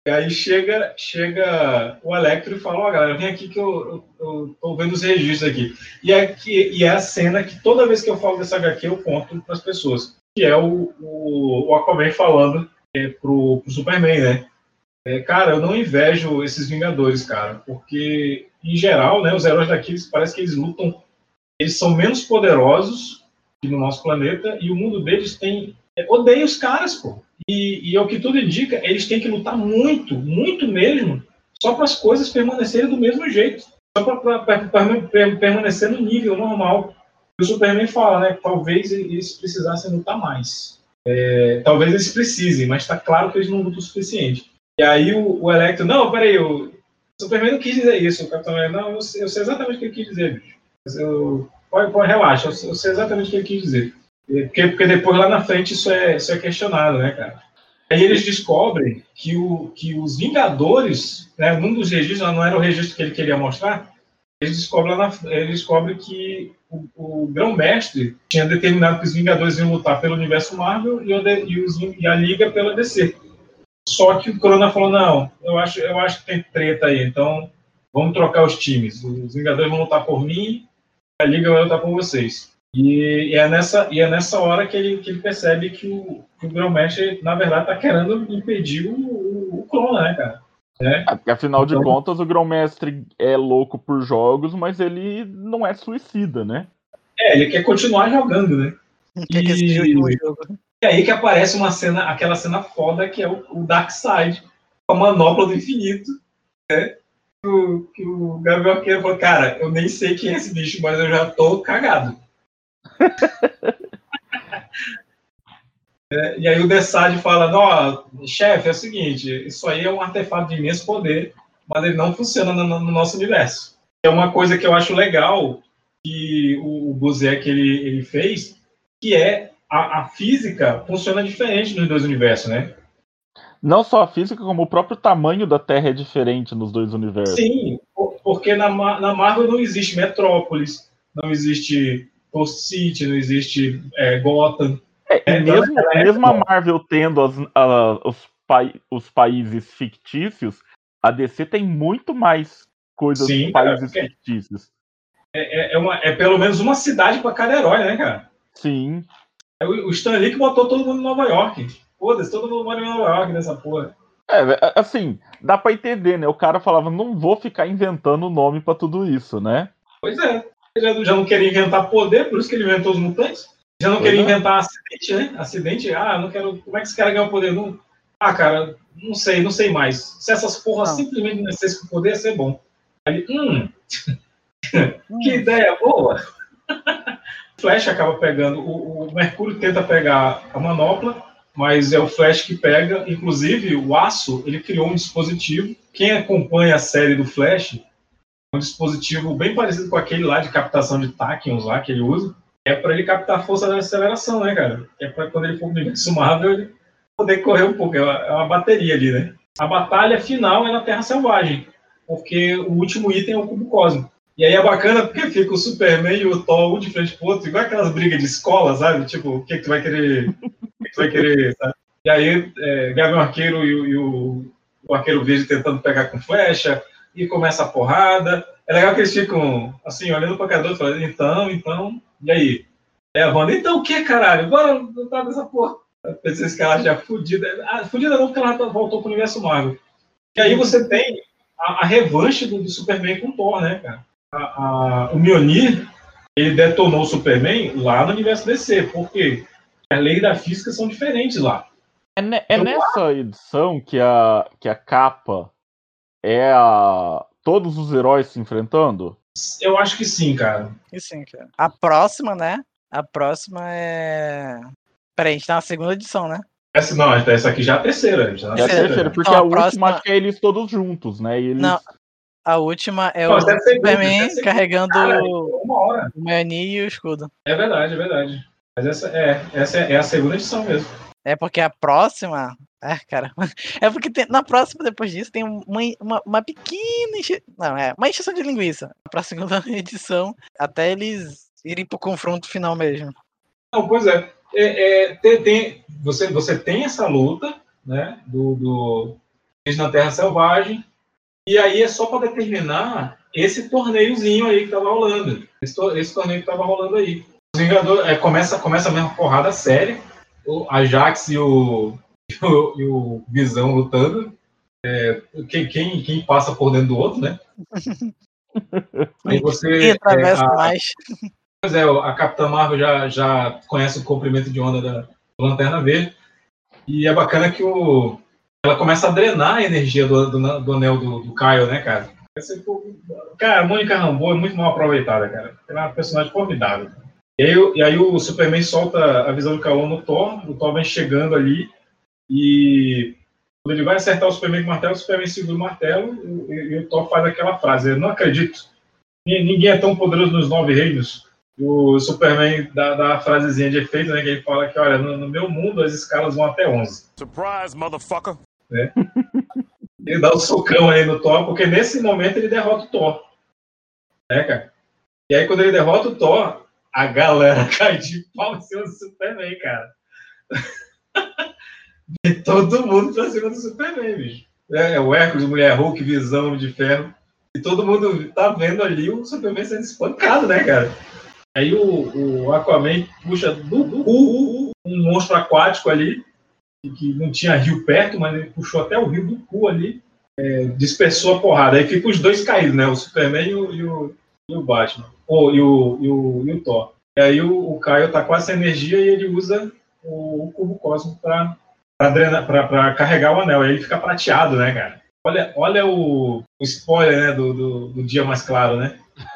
E aí chega o Electro e fala, ó, galera, vem aqui que eu tô vendo os registros aqui. E é a cena que toda vez que eu falo dessa HQ eu conto para as pessoas. Que é o Aquaman falando pro Superman, né? Cara, eu não invejo esses Vingadores, cara, porque, em geral, né, os heróis daqui, parece que eles lutam, eles são menos poderosos que no nosso planeta, e o mundo deles odeia os caras, pô. E o que tudo indica, eles têm que lutar muito, muito mesmo, só para as coisas permanecerem do mesmo jeito, só para permanecer no nível normal. O Superman fala, né, que talvez eles precisassem lutar mais. Talvez eles precisem, mas está claro que eles não lutam o suficiente. E aí o Electro, não, peraí, o Superman não quis dizer isso, o Capitão América, não, eu sei exatamente o que ele quis dizer, bicho. Relaxa, eu sei exatamente o que ele quis dizer. Porque depois lá na frente isso é questionado, né, cara? Aí eles descobrem que os Vingadores, né, num dos registros, não era o registro que ele queria mostrar, eles descobrem que o Grão-Mestre tinha determinado que os Vingadores iam lutar pelo universo Marvel e a Liga pela DC. Só que o Corona falou, não, eu acho que tem treta aí, então vamos trocar os times. Os Vingadores vão lutar por mim, a Liga vai lutar por vocês. E é nessa hora que ele percebe que o Grão-Mestre, na verdade, está querendo impedir o Corona, né, cara? Afinal de contas, o Grão-Mestre é louco por jogos, mas ele não é suicida, né? Ele quer continuar jogando, né? Quer que seja o último jogo. E aí que aparece aquela cena foda que é o Darkseid, com a manopla do infinito, né? Que o Gabriel Arqueiro falou, cara, eu nem sei quem é esse bicho, mas eu já tô cagado. E aí o Desad fala, não, chefe, é o seguinte, isso aí é um artefato de imenso poder, mas ele não funciona no nosso universo. É uma coisa que eu acho legal que o Busiek ele fez, que é a física funciona diferente nos dois universos, né? Não só a física, como o próprio tamanho da Terra é diferente nos dois universos. Sim, porque na Marvel não existe Metrópolis, não existe Post City, não existe Gotham. Mesmo a Marvel tendo os países fictícios, a DC tem muito mais coisas de países fictícios. É pelo menos uma cidade para cada herói, né, cara? Sim. O Stan Lee que botou todo mundo em Nova York. Foda-se, todo mundo mora em Nova York nessa porra. Assim, dá pra entender, né? O cara falava, não vou ficar inventando nome pra tudo isso, né? Pois é. Ele já não queria inventar poder, por isso que ele inventou os mutantes. Já não queria inventar acidente, né? Acidente, eu não quero... Como é que esse cara ganha o poder? Não... cara, não sei mais. Se essas porras simplesmente nascessem com poder, ia ser bom. Aí, que ideia boa! O Flash acaba pegando, o Mercúrio tenta pegar a manopla, mas é o Flash que pega. Inclusive, o Aço, ele criou um dispositivo. Quem acompanha a série do Flash, é um dispositivo bem parecido com aquele lá de captação de táquions lá que ele usa. É para ele captar a força da aceleração, né, cara? É para quando ele for no universo Marvel, ele poder correr um pouco. É uma bateria ali, né? A batalha final é na Terra Selvagem, porque o último item é o cubo cósmico. E aí é bacana porque fica o Superman e o Thor um de frente pro outro, igual aquelas brigas de escola, sabe? Tipo, o que tu vai querer? O que tu vai querer, sabe? E aí, Gavião Arqueiro e o Arqueiro Verde tentando pegar com flecha, e começa a porrada. É legal que eles ficam, assim, olhando pra cada outro, falando, então, e aí? A Wanda, então o que, caralho? Bora lutar dessa porra. Eu pensei que ela já fudida. Fudida não, porque ela voltou pro universo Marvel. E aí você tem a revanche do Superman com o Thor, né, cara? O Mjolnir, ele detonou o Superman lá no universo DC. Por quê? As leis da física são diferentes lá. Nessa edição que a capa é todos os heróis se enfrentando? Eu acho que sim, cara. Sim, cara. A próxima, né? A próxima é... Peraí, a gente tá na segunda edição, né? Essa aqui já é a terceira. É a terceira, porque a última acho que é eles todos juntos, né? E eles... Não, a última é o Superman carregando o Mjolnir e o escudo. É verdade. Mas essa é a segunda edição mesmo. É porque a próxima... cara. É porque na próxima, depois disso, tem uma pequena... uma encheção de linguiça. Pra segunda edição, até eles irem pro confronto final mesmo. Não, pois é. Você tem essa luta, né, do na Terra Selvagem. E aí é só para determinar esse torneiozinho aí que tava rolando. Esse torneio que tava rolando aí. Os Vingadores começa a mesma porrada séria. O Ajax e o Visão lutando. Quem passa por dentro do outro, né? Aí você. Quem atravessa mais. Pois é, a Capitã Marvel já conhece o comprimento de onda da Lanterna Verde. E é bacana que ela começa a drenar a energia do anel do Kyle, né, cara? Cara, a Mônica Rambeau é muito mal aproveitada, cara. Ela é uma personagem formidável. E aí o Superman solta a visão de calor no Thor. O Thor vem chegando ali. E quando ele vai acertar o Superman com o martelo, o Superman segura o martelo. E o Thor faz aquela frase: eu não acredito. Ninguém é tão poderoso nos 9 reinos. O Superman dá a frasezinha de efeito, né? Que ele fala que, olha, no meu mundo as escalas vão até 11. Surprise, motherfucker! Né? Ele dá um socão aí no Thor, porque nesse momento ele derrota o Thor. Né, cara? E aí quando ele derrota o Thor, a galera cai de pau em cima do Superman, cara. E todo mundo pra cima do Superman, bicho. O Hércules, Mulher Hulk, Visão, Homem de Ferro. E todo mundo tá vendo ali o Superman sendo espancado, né, cara? Aí o Aquaman puxa um monstro aquático ali, que não tinha rio perto, mas ele puxou até o rio do cu ali, dispersou a porrada. Aí fica os dois caídos, né? O Superman e o Batman. E o Thor. E aí o Kyle tá com essa energia e ele usa o cubo cósmico pra carregar o anel. Aí ele fica prateado, né, cara? Olha o spoiler, né, do dia mais claro, né?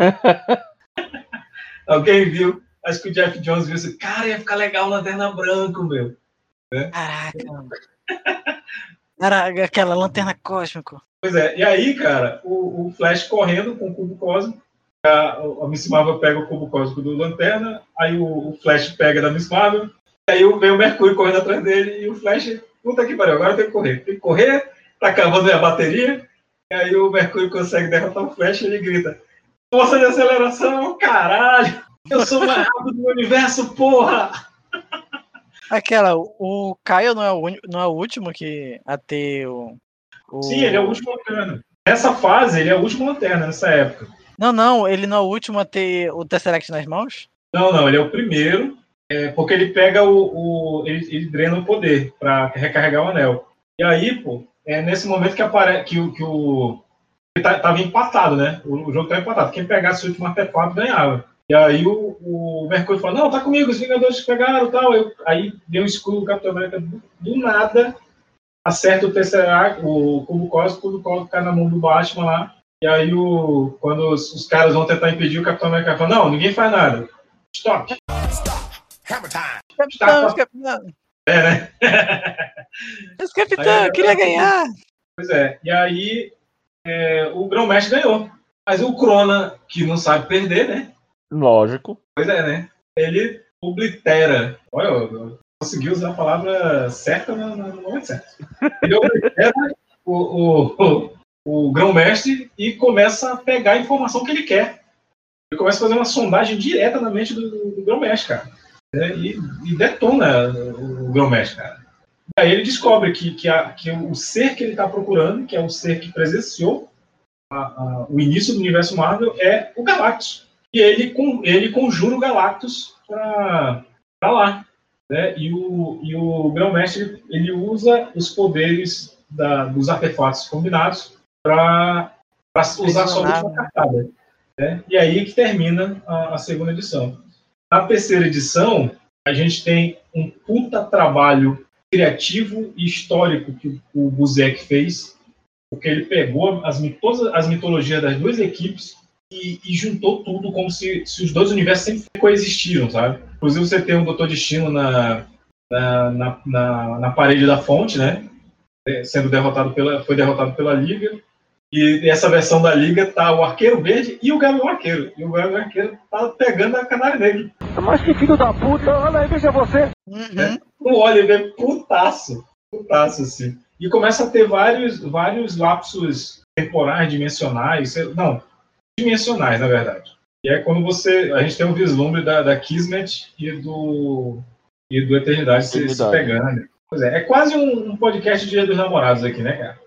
Alguém viu? Acho que o Jeff Jones viu assim, cara, ia ficar legal Lanterna Branco, meu. Né? Caraca, aquela lanterna cósmica. Pois é, e aí, cara, o Flash correndo com o cubo cósmico, a Miss Marvel pega o cubo cósmico do Lanterna, aí o Flash pega da Miss Marvel, e aí vem o Mercúrio correndo atrás dele, e o Flash, puta que pariu, agora tem que correr, tá acabando a bateria, e aí o Mercúrio consegue derrotar o Flash e ele grita: força de aceleração, caralho! Eu sou mais rápido do universo, porra! Aquela, o Kyle não é o último a ter o... Sim, ele é o último lanterna. Nessa fase, ele é o último lanterna, nessa época. Não, ele não é o último a ter o Tesseract nas mãos? Não, ele é o primeiro, porque ele pega ele drena o poder pra recarregar o anel. E aí, pô, é nesse momento que aparece que ele tava empatado, né? O jogo tá empatado. Quem pegasse o último artefato ganhava. E aí o Mercúrio fala: não, tá comigo, os Vingadores pegaram e tal. Aí deu um escudo do Capitão América do nada, acerta o Tesseract, o cubo cósmico cai na mão do Batman lá. E aí quando os caras vão tentar impedir, o Capitão América fala: não, ninguém faz nada. Stop. Capitão. Né? Esse capitão, eu queria ganhar. Pois é, e aí o Grão-Mestre ganhou. Mas o Crona, que não sabe perder, né? Lógico. Pois é, né? Ele oblitera. Olha, eu consegui usar a palavra certa no momento certo. Ele oblitera o Grão-Mestre e começa a pegar a informação que ele quer. Ele começa a fazer uma sondagem direta na mente do Grão-Mestre, cara. E detona o Grão-Mestre, cara. E aí ele descobre que o ser que ele está procurando, que é o ser que presenciou o início do universo Marvel, é o Galactus. E ele conjura o Galactus para lá. Né? E o Grão-Mestre ele usa os poderes dos artefatos combinados para usar só a última cartada. Né? E aí que termina a segunda edição. Na terceira edição, a gente tem um puta trabalho criativo e histórico que o Busiek fez, porque ele pegou todas as mitologias das duas equipes e juntou tudo como se os dois universos sempre coexistiram, sabe? Inclusive você tem o Doutor Destino na parede da fonte, né? Foi derrotado pela Liga. E essa versão da Liga tá o Arqueiro Verde e o Gavião Arqueiro. E o Gavião Arqueiro tá pegando a Canário Negro. Mas que filho da puta, olha aí, veja você. O Oliver putaço assim. E começa a ter vários lapsos temporais, dimensionais. Não, dimensionais, na verdade. E é quando a gente tem um vislumbre da Kismet e do Eternidade se pegando. Pois é quase um podcast de Dia dos Namorados aqui, né, cara?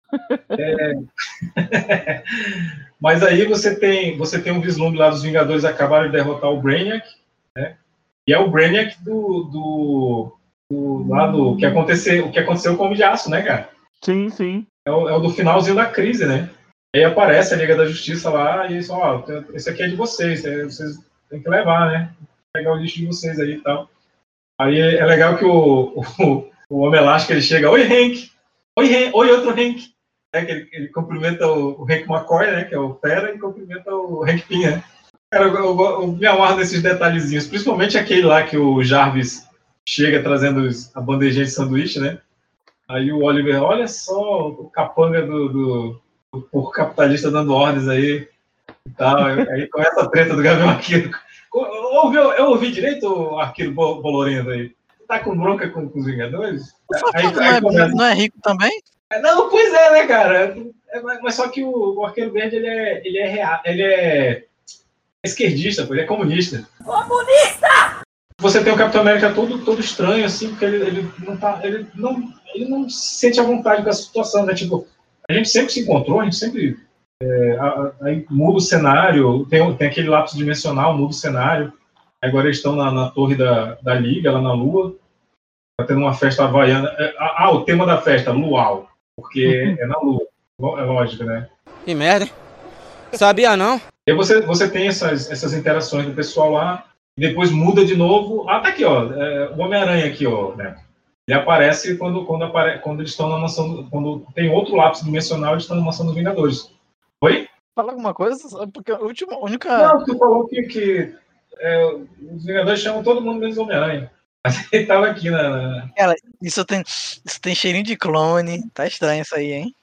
Mas aí você tem um vislumbre lá dos Vingadores acabaram de derrotar o Brainiac, né? E é o Brainiac do que aconteceu com o Homem de Aço, né, cara? Sim, sim. É o do finalzinho da crise, né? Aí aparece a Liga da Justiça lá e eles falam, esse aqui é de vocês têm que levar, né? Pegar o lixo de vocês aí e tal. Aí é legal que o Homem Elástico, ele chega, oi, Hank! Oi, outro Hank! É, que ele cumprimenta o Hank McCoy, né? Que é o Fera, e cumprimenta o Hank Pym, né? Cara, eu me amarro nesses detalhezinhos, principalmente aquele lá que o Jarvis chega trazendo a bandejinha de sanduíche, né? Aí o Oliver, olha só o capanga do porco capitalista dando ordens aí e tal. Aí começa a treta do Gavião Arqueiro. Eu ouvi direito o Arqueiro Bolorento aí? Tá com bronca com os Vingadores? Não é rico também? Não, pois é, né, cara? Mas só que o Arqueiro Verde, ele é esquerdista, ele é comunista. Comunista! Você tem o Capitão América todo estranho, assim, porque ele não se sente à vontade com a situação, né? Tipo, a gente sempre se encontrou, a gente sempre aí muda o cenário, tem aquele lapso dimensional, muda o cenário. Agora eles estão na torre da Liga, lá na Lua. Tá tendo uma festa havaiana. O tema da festa, luau, porque é na Lua. É lógico, né? Que merda, hein? Sabia não? E você tem essas interações do pessoal lá, e depois muda de novo. Tá aqui, ó. O Homem-Aranha aqui, ó, né? Ele aparece quando eles estão na mansão. Quando tem outro lápis dimensional, eles estão na mansão dos Vingadores. Oi? Fala alguma coisa? Porque a única. Não, tu falou que os Vingadores chamam todo mundo menos Homem-Aranha. Mas ele tava aqui na. Cara, isso tem cheirinho de clone. Tá estranho isso aí, hein?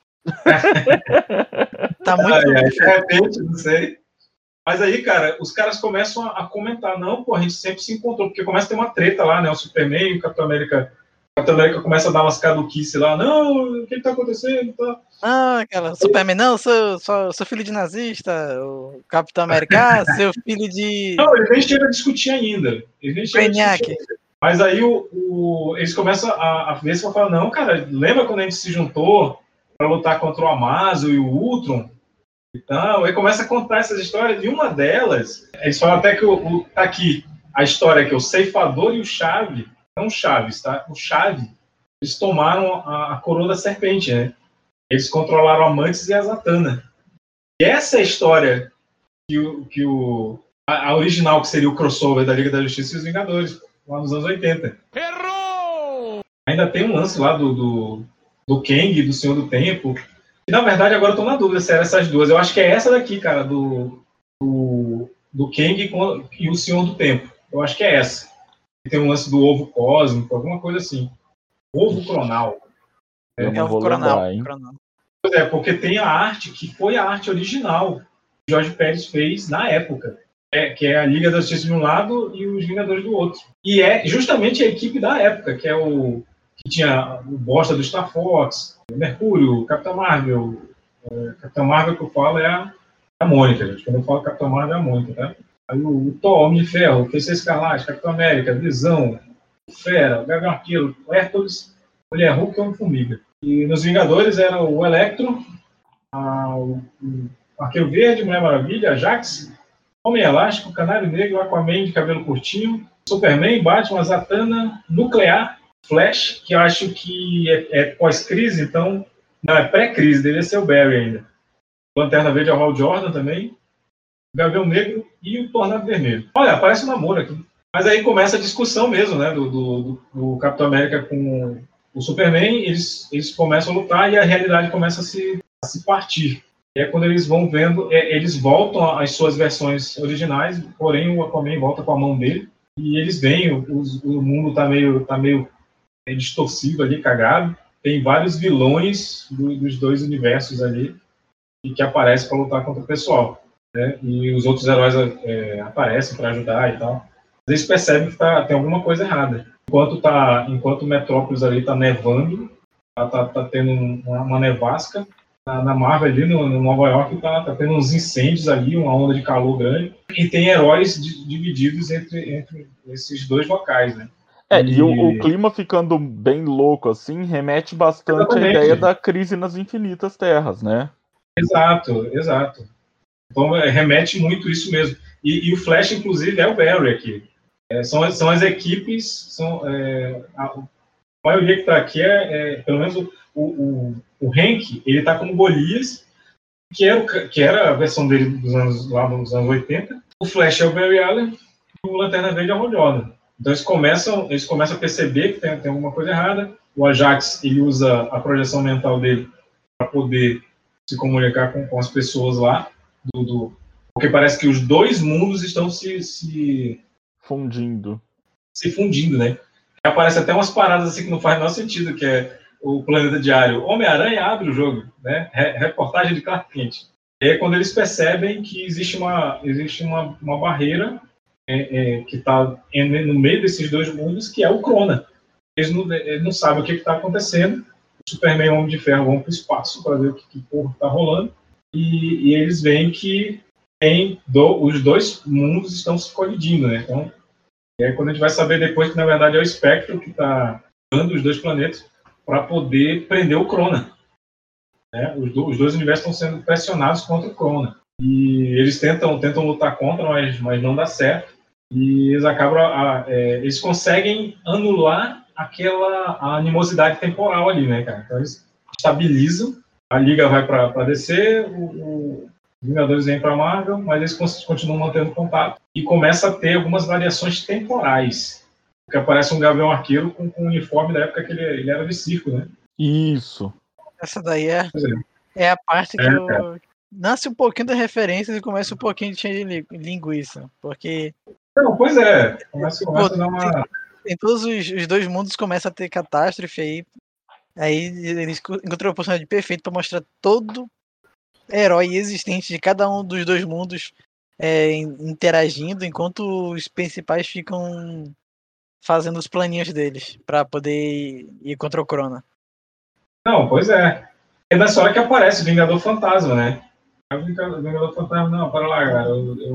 Tá muito. De repente, não sei. Mas aí, cara, os caras começam a comentar. Não, pô, a gente sempre se encontrou. Porque começa a ter uma treta lá, né? O Superman e o Capitão América. O Capitão América começa a dar umas caduquices lá. Não, o que tá acontecendo? Tá... aquela Superman, não, sou filho de nazista. O Capitão América, seu filho de. Não, ele nem chega a discutir ainda. Mas aí eles começam a ver se vão falar, não, cara, lembra quando a gente se juntou para lutar contra o Amazo e o Ultron? Então, aí começa a contar essas histórias, e uma delas, eles falam até que tá aqui a história que o Ceifador e o Chave, não o Chaves, tá? O Chave, eles tomaram a coroa da serpente, né? Eles controlaram a Mantis e a Zatanna. E essa é a história a original, que seria o crossover da Liga da Justiça e os Vingadores, lá nos anos 80. Errou! Ainda tem um lance lá do Kang, do Senhor do Tempo. E, na verdade, agora eu tô na dúvida se eram essas duas. Eu acho que é essa daqui, cara, do Kang e o Senhor do Tempo. Eu acho que é essa. Tem um lance do ovo cósmico, alguma coisa assim. Ovo cronal. Ovo cronal. Pois é, porque tem a arte que foi a arte original que Jorge Pérez fez na época. Que é a Liga da Justiça de um lado e os Vingadores do outro. E é justamente a equipe da época, que é que tinha o bosta do Star Fox, o Mercúrio, o Capitão Marvel. Capitão Marvel que eu falo é a Mônica, gente. Quando eu falo Capitão Marvel é a Mônica, tá? Aí o Thor, Homem de Ferro, o Feiticeiro Escarlate, Capitão América, Visão, o Fera, o Gavião Arqueiro, o Hércules, Mulher Hulk e o Homem-Formiga. E nos Vingadores era o Electro, o Arqueiro Verde, Mulher Maravilha, Ajax, Homem Elástico, Canário Negro, Aquaman de cabelo curtinho, Superman, Batman, Zatanna, Nuclear, Flash, que eu acho que é pós-crise, então... Não, é pré-crise, deveria ser o Barry ainda. Lanterna Verde é o Hal Jordan também, o Gavião Negro e o Tornado Vermelho. Olha, aparece um namoro aqui. Mas aí começa a discussão mesmo, né, do Capitão América com o Superman, eles começam a lutar e a realidade começa a se partir. E é quando eles vão vendo, eles voltam às suas versões originais, porém o Aquaman volta com a mão dele, e eles veem, o mundo tá meio distorcido ali, cagado. Tem vários vilões dos dois universos ali e que aparecem para lutar contra o pessoal, né? E os outros heróis aparecem para ajudar e tal. Eles percebem que tem alguma coisa errada. Enquanto Metrópolis ali está nevando, tá tendo uma nevasca. Na Marvel ali, no Nova York, tá tendo uns incêndios ali, uma onda de calor grande. E tem heróis divididos entre esses dois locais, né? E o clima ficando bem louco, assim, remete bastante Exatamente. à ideia da crise nas infinitas terras, né? Exato. Então remete muito isso mesmo. E o Flash, inclusive, é o Barry aqui. São as equipes, a maioria que está aqui pelo menos o Hank, ele está como Golias, que era a versão dele dos anos 80. O Flash é o Barry Allen e o Lanterna Verde é o Hal Jordan. Então eles começam a perceber que tem alguma coisa errada. O Ajax, ele usa a projeção mental dele para poder se comunicar com as pessoas lá, porque parece que os dois mundos estão se fundindo, né? E aparece até umas paradas assim que não faz o menor sentido, que é o Planeta Diário. Homem-Aranha abre o jogo, né? Reportagem de Clark Kent. E é quando eles percebem que existe uma barreira que está no meio desses dois mundos, que é o Krona. Eles não sabem o que está acontecendo. O Superman e o Homem de Ferro vão para o espaço para ver o que porra está rolando. E eles veem que os dois mundos estão se colidindo, né? Então, quando a gente vai saber depois que, na verdade, é o Espectro que está dando os dois planetas para poder prender o Krona. Né? Os dois universos estão sendo pressionados contra o Krona. E eles tentam lutar contra, mas não dá certo. E eles eles conseguem anular a animosidade temporal ali, né, cara? Então eles estabilizam, a Liga vai para DC, os Vingadores vêm para Marvel, mas eles continuam mantendo contato e começa a ter algumas variações temporais. Porque aparece um Gavião Arqueiro com o uniforme da época que ele era de circo, né? Isso. Essa daí é a parte que nasce um pouquinho da referência e começa um pouquinho de cheio de linguiça, porque... Não, pois é. Começa a dar uma... Em todos os dois mundos começa a ter catástrofe aí eles encontram a oportunidade perfeita para mostrar todo herói existente de cada um dos dois mundos interagindo, enquanto os principais ficam fazendo os planinhos deles para poder ir contra o Krona. Não, pois é. É nessa hora que aparece o Vingador Fantasma, né? O Vingador Fantasma, não, para lá, cara.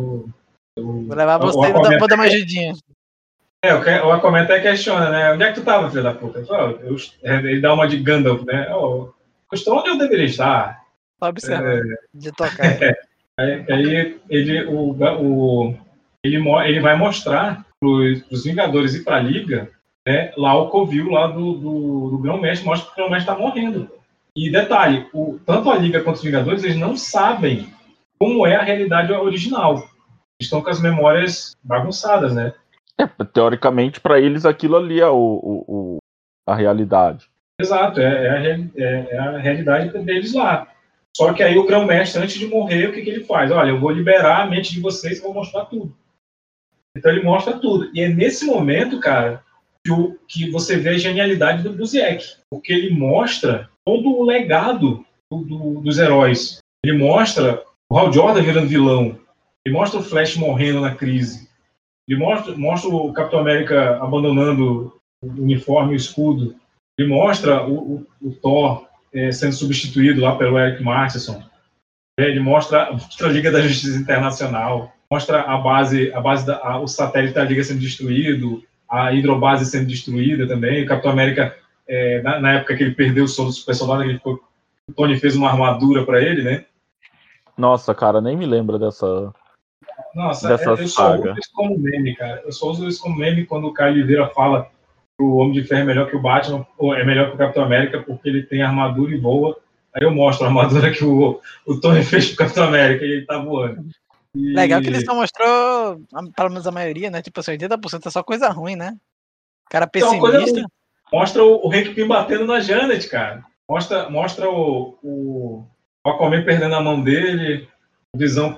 Vou levar você e vou dar uma ajudinha. O Aquaman até questiona, né? Onde é que tu tava, filho da puta? Ele dá uma de Gandalf, né? Eu estou onde eu deveria estar. Só observar, de tocar. Aí ele vai mostrar pros Vingadores e pra Liga, né, lá o covil lá do Grão-Mestre, mostra que o Grão-Mestre tá morrendo. E detalhe, tanto a Liga quanto os Vingadores, eles não sabem como é a realidade original. Eles estão com as memórias bagunçadas, né? Teoricamente, para eles, aquilo ali é a realidade. Exato, é a realidade deles lá. Só que aí o Grão-Mestre, antes de morrer, o que ele faz? Olha, eu vou liberar a mente de vocês e vou mostrar tudo. Então ele mostra tudo. E é nesse momento, cara, que você vê a genialidade do Busiek. Porque ele mostra todo o legado dos heróis. Ele mostra o Hal Jordan virando vilão. Ele mostra o Flash morrendo na crise. Ele mostra o Capitão América abandonando o uniforme e o escudo. Ele mostra o Thor sendo substituído lá pelo Eric Masterson. Ele mostra a Liga da Justiça Internacional. Mostra o satélite da Liga sendo destruído, a hidrobase sendo destruída também. O Capitão América, na época que ele perdeu o soro do super soldado, o Tony fez uma armadura para ele, né? Nossa, cara, nem me lembro dessa... Nossa, eu só uso isso como meme, cara. Eu só uso isso como meme quando o Caio Oliveira fala que o Homem de Ferro é melhor que o Batman, ou é melhor que o Capitão América porque ele tem armadura e voa. Aí eu mostro a armadura que o Tony fez pro Capitão América e ele tá voando. Legal que ele só mostrou, pelo menos a maioria, né? Tipo assim, 80% é só coisa ruim, né? Cara pessimista. Mostra o Hank Pym batendo na Janet, cara. Mostra o Aquaman perdendo a mão dele, o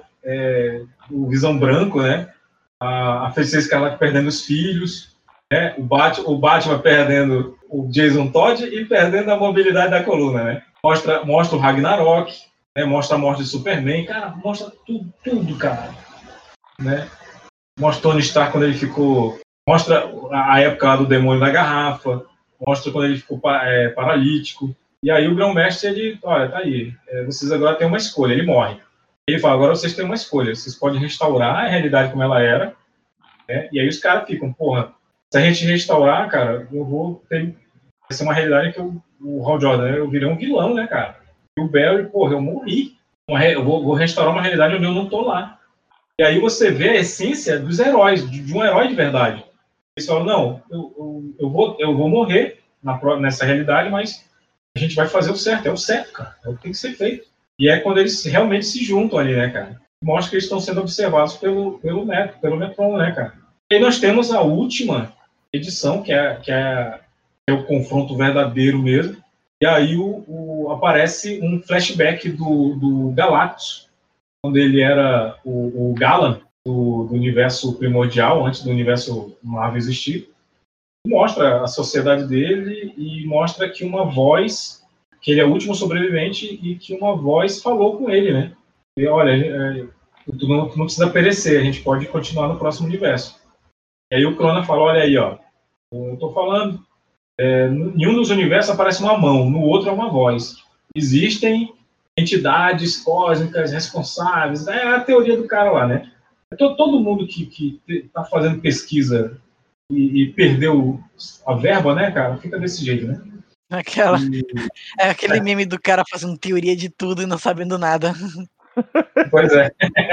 Visão Branco, né? A Feiticeira Escarlate perdendo os filhos, né? O Batman perdendo o Jason Todd e perdendo a mobilidade da coluna, né? Mostra o Ragnarok, né? Mostra a morte de Superman, cara, mostra tudo, cara, né? Mostra Tony Stark quando ele ficou, mostra a época lá do demônio da garrafa, mostra quando ele ficou paralítico. E aí o Grão-Mestre, ele, olha, tá aí, vocês agora têm uma escolha, ele morre. Ele fala, agora vocês têm uma escolha, vocês podem restaurar a realidade como ela era, né? E aí os caras ficam, porra, Se a gente restaurar, cara, vai ser uma realidade que o Hal Jordan, eu virei um vilão, né, cara? E o Barry, porra, eu morri. Eu vou restaurar uma realidade onde eu não tô lá. E aí você vê a essência dos heróis, de um herói de verdade. Eles falam, não, eu vou morrer nessa realidade, mas a gente vai fazer o certo. É o certo, cara. É o que tem que ser feito. E é quando eles realmente se juntam ali, né, cara? Mostra que eles estão sendo observados pelo Metron, né, cara? E aí nós temos a última edição, que é o confronto verdadeiro mesmo. E aí aparece um flashback do Galactus, quando ele era o Galan do universo primordial, antes do universo Marvel existir. Mostra a sociedade dele e mostra que uma voz, que ele é o último sobrevivente e que uma voz falou com ele, né? E olha, tu não precisa perecer, a gente pode continuar no próximo universo. E aí o Crona fala, olha aí, ó, eu tô falando, em um dos universos aparece uma mão, no outro é uma voz. Existem entidades cósmicas responsáveis, é a teoria do cara lá, né? Todo mundo que tá fazendo pesquisa e perdeu a verba, né, cara, fica desse jeito, né? Aquele meme do cara fazendo teoria de tudo e não sabendo nada. Pois é.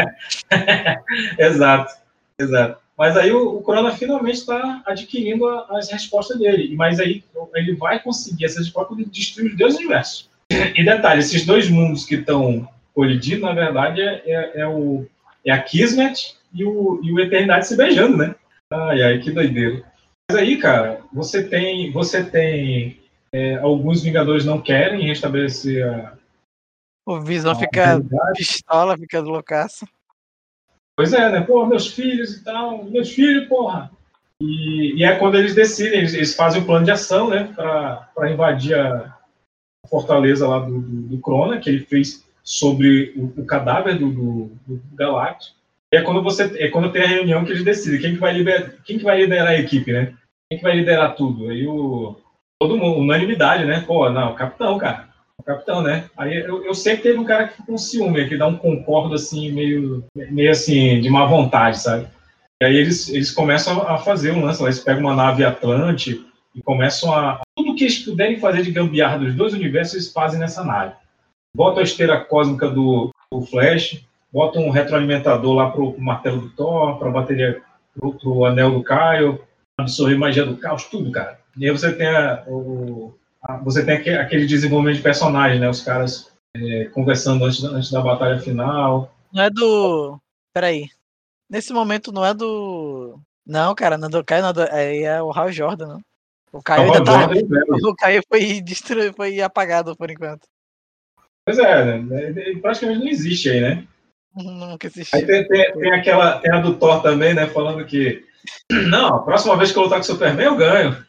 Exato. Mas aí o Crona finalmente está adquirindo as respostas dele. Mas aí ele vai conseguir essas respostas e destruir os dois universos. E detalhe, esses dois mundos que estão colidindo, na verdade, é a Kismet e o Eternidade se beijando, né? Ai, que doideira. Mas aí, cara, você tem alguns Vingadores não querem restabelecer o Visão fica pistola, fica loucaço. Pois é, né? Pô, meus filhos e tal, meus filhos, porra. E é quando eles decidem, eles fazem um plano de ação, né? Pra invadir a fortaleza lá do Crona, que ele fez sobre o cadáver do Galactus. E é quando tem a reunião que eles decidem quem que vai liderar a equipe, né? Quem que vai liderar tudo? Aí todo mundo, unanimidade, né? Pô, não, o capitão, cara. O capitão, né? Aí eu sei que teve um cara que ficou com ciúme, que dá um concordo assim, meio assim, de má vontade, sabe? E aí eles começam a fazer um lance lá, eles pegam uma nave Atlante e começam tudo que eles puderem fazer de gambiarra dos dois universos, eles fazem nessa nave. Botam a esteira cósmica do Flash, botam um retroalimentador lá pro martelo do Thor, pra bateria pro anel do Caio, absorver magia do caos, tudo, cara. E aí você tem aquele desenvolvimento de personagem, né? Os caras conversando antes da batalha final. Não é do... Peraí. Nesse momento não é do... Não, cara, não é do Caio, não é o Hal Jordan, não. O Caio ainda tá... O Caio foi apagado por enquanto. Pois é, né? Praticamente não existe aí, né? Nunca existiu. Aí tem a do Thor também, né? Falando que não, a próxima vez que eu lutar com o Superman eu ganho.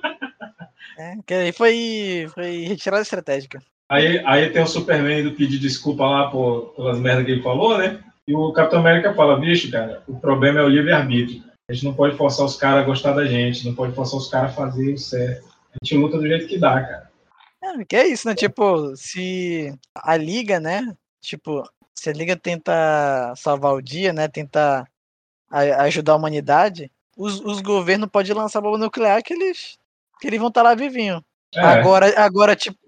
Que aí foi retirada estratégica. Aí tem o Superman indo pedir desculpa lá pelas merdas que ele falou, né? E o Capitão América fala, bicho, cara, o problema é o livre-arbítrio. A gente não pode forçar os caras a gostar da gente, não pode forçar os caras a fazer o certo. A gente luta do jeito que dá, cara. Que é isso, né? Tipo, se a Liga, né? Tipo, se a Liga tenta salvar o dia, né? Tenta ajudar a humanidade, os governos podem lançar bomba nuclear que eles vão estar lá vivinho. Agora, tipo,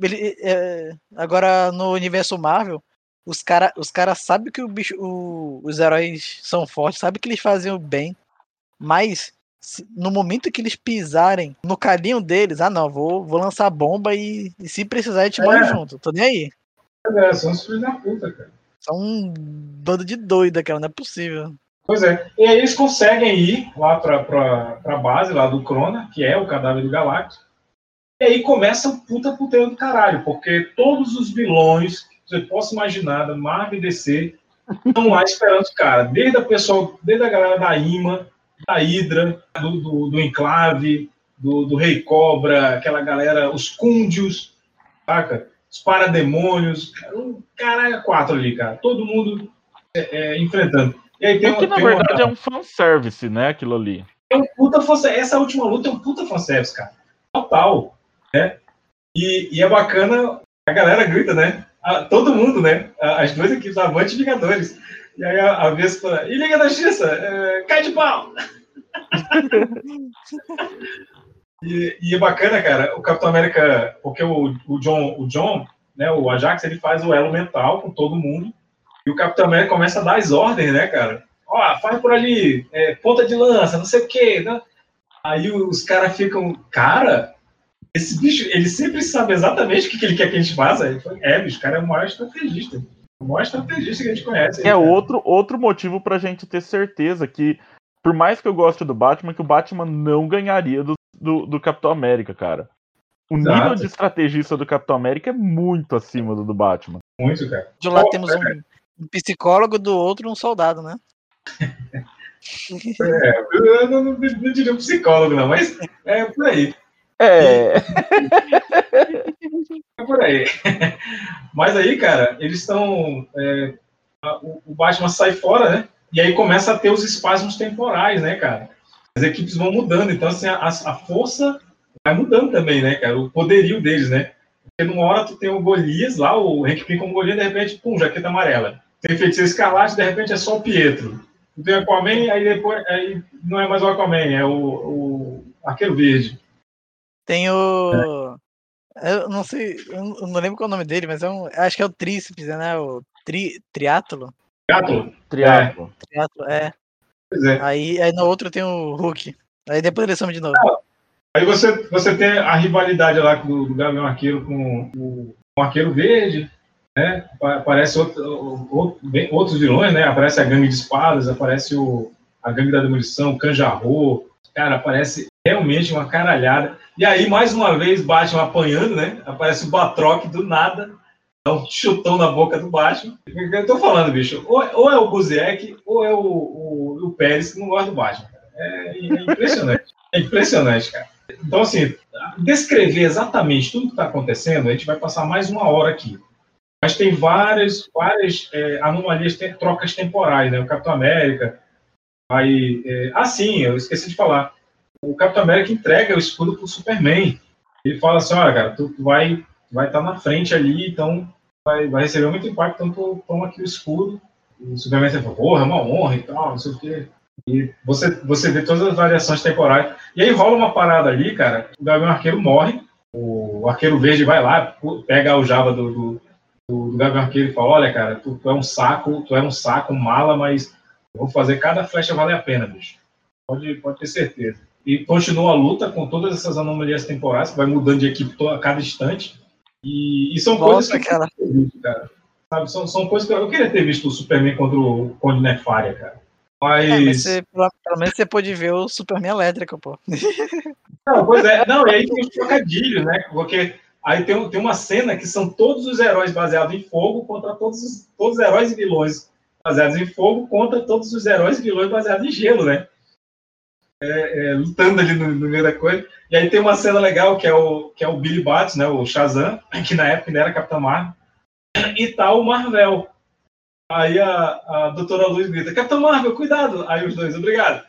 agora no universo Marvel, os cara sabem que os heróis são fortes, sabem que eles fazem o bem, mas no momento que eles pisarem no caminho deles, não, vou lançar bomba e se precisar a gente morre junto, tô nem aí. São os filhos da puta, cara. São um bando de doida, cara, não é possível. Pois é, e aí eles conseguem ir lá pra base lá do Crona, que é o cadáver do Galactus, e aí começa o puteiro do caralho, porque todos os vilões que você possa imaginar, da Marvel e DC, estão lá esperando os caras, desde a galera da IMA, da Hydra, do Enclave, do Rei Cobra, aquela galera, os Cúndios, saca? Os Parademônios, caralho, 4 ali, cara, todo mundo enfrentando. E aí que na verdade é um fanservice, né, aquilo ali. É um puta fanservice. Essa última luta é um puta fanservice, cara. Total. Né? E é bacana, a galera grita, né? Todo mundo, né? As duas equipes, Avante e Vingadores. E aí a Vespa, e Liga da Justiça, cai de pau! E é bacana, cara, o Capitão América, porque o John, né, o Ajax, ele faz o elo mental com todo mundo, e o Capitão América começa a dar as ordens, né, cara? Ó, faz por ali, ponta de lança, não sei o quê, né? Aí os caras ficam, cara, esse bicho, ele sempre sabe exatamente o que ele quer que a gente faça. Bicho, o cara é o maior estrategista. O maior estrategista que a gente conhece. É outro motivo pra gente ter certeza que, por mais que eu goste do Batman, que o Batman não ganharia do Capitão América, cara. O nível de estrategista do Capitão América é muito acima do Batman. Muito, cara. De um lado temos um psicólogo, do outro um soldado, né? Eu não diria um psicólogo, não, mas é por aí. É por aí. Mas aí, cara, eles estão... o Batman sai fora, né? E aí começa a ter os espasmos temporais, né, cara? As equipes vão mudando, então assim, a força vai mudando também, né, cara? O poderio deles, né? Porque numa hora tu tem o Golias lá, o Hank Pym como Golias, de repente, pum, jaqueta amarela. Tem Feiticeiro Escarlate, de repente é só o Pietro. Tu tem o Aquaman, aí depois não é mais o Aquaman, é o Arqueiro Verde. Tem o... Eu não sei, eu não lembro qual é o nome dele, mas acho que é o Tríceps, né? O Triátlo. Triátlo. Pois é. Aí no outro tem o Hulk. Aí depois ele some de novo. Aí você tem a rivalidade lá do Gavião Arqueiro com o Arqueiro Verde, né? Aparece outros vilões, né? Aparece a Gangue de Espadas, aparece a Gangue da Demolição, o Canjarro. Cara, aparece realmente uma caralhada. E aí, mais uma vez, Batman apanhando, né? Aparece o Batroc do nada, dá um chutão na boca do Batman. Eu tô falando, bicho, ou é o Busiek, ou é o Pérez que não gosta do Batman. É impressionante. É impressionante, cara. Então, assim, descrever exatamente tudo que está acontecendo, a gente vai passar mais uma hora aqui. Mas tem várias anomalias, trocas temporais, né? O Capitão América vai... sim, eu esqueci de falar. O Capitão América entrega o escudo pro Superman. Ele fala assim, olha, cara, tu vai estar na frente ali, então vai receber muito impacto, então tu toma aqui o escudo. E o Superman fala, porra, é uma honra e tal, não sei o quê. E você vê todas as variações temporais. E aí rola uma parada ali, cara, o Gavião Arqueiro morre, o Arqueiro Verde vai lá, pega a aljava do Gavião Arqueiro e fala, olha, cara, tu é um saco, mala, mas eu vou fazer cada flecha valer a pena, bicho. Pode ter certeza. E continua a luta com todas essas anomalias temporais, que vai mudando de equipe a cada instante. E são coisas que eu queria ter visto, cara. Sabe? São coisas que eu queria ter visto o Superman contra o Conde Nefária, cara. Mas pelo menos você pôde ver o Superman elétrico, pô. Não, pois é. Não, e aí tem os trocadilhos, né? Porque aí tem uma cena que são todos os heróis baseados em fogo contra todos os heróis e vilões baseados em fogo contra todos os heróis e vilões baseados em gelo, né? Lutando ali no meio da coisa. E aí tem uma cena legal que é o Billy Batts, né, o Shazam, que na época ainda era Capitão Marvel, e tá o Marvel. Aí a Doutora Luz grita, Capitão Marvel, cuidado! Aí os dois, obrigado.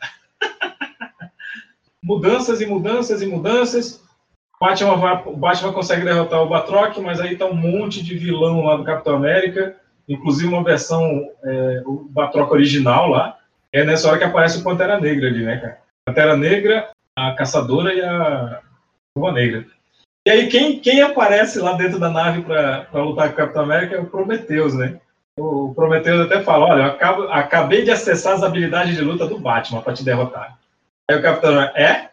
Mudanças e mudanças e mudanças. O Batman consegue derrotar o Batroc, mas aí tá um monte de vilão lá do Capitão América, inclusive uma versão, o Batroc original lá. É nessa hora que aparece o Pantera Negra ali, né, cara? Pantera Negra, a Caçadora e a Viúva Negra. E aí quem aparece lá dentro da nave para lutar com o Capitão América é o Prometheus, né? O Prometheus até fala, olha, eu acabei de acessar as habilidades de luta do Batman para te derrotar. Aí o Capitão América,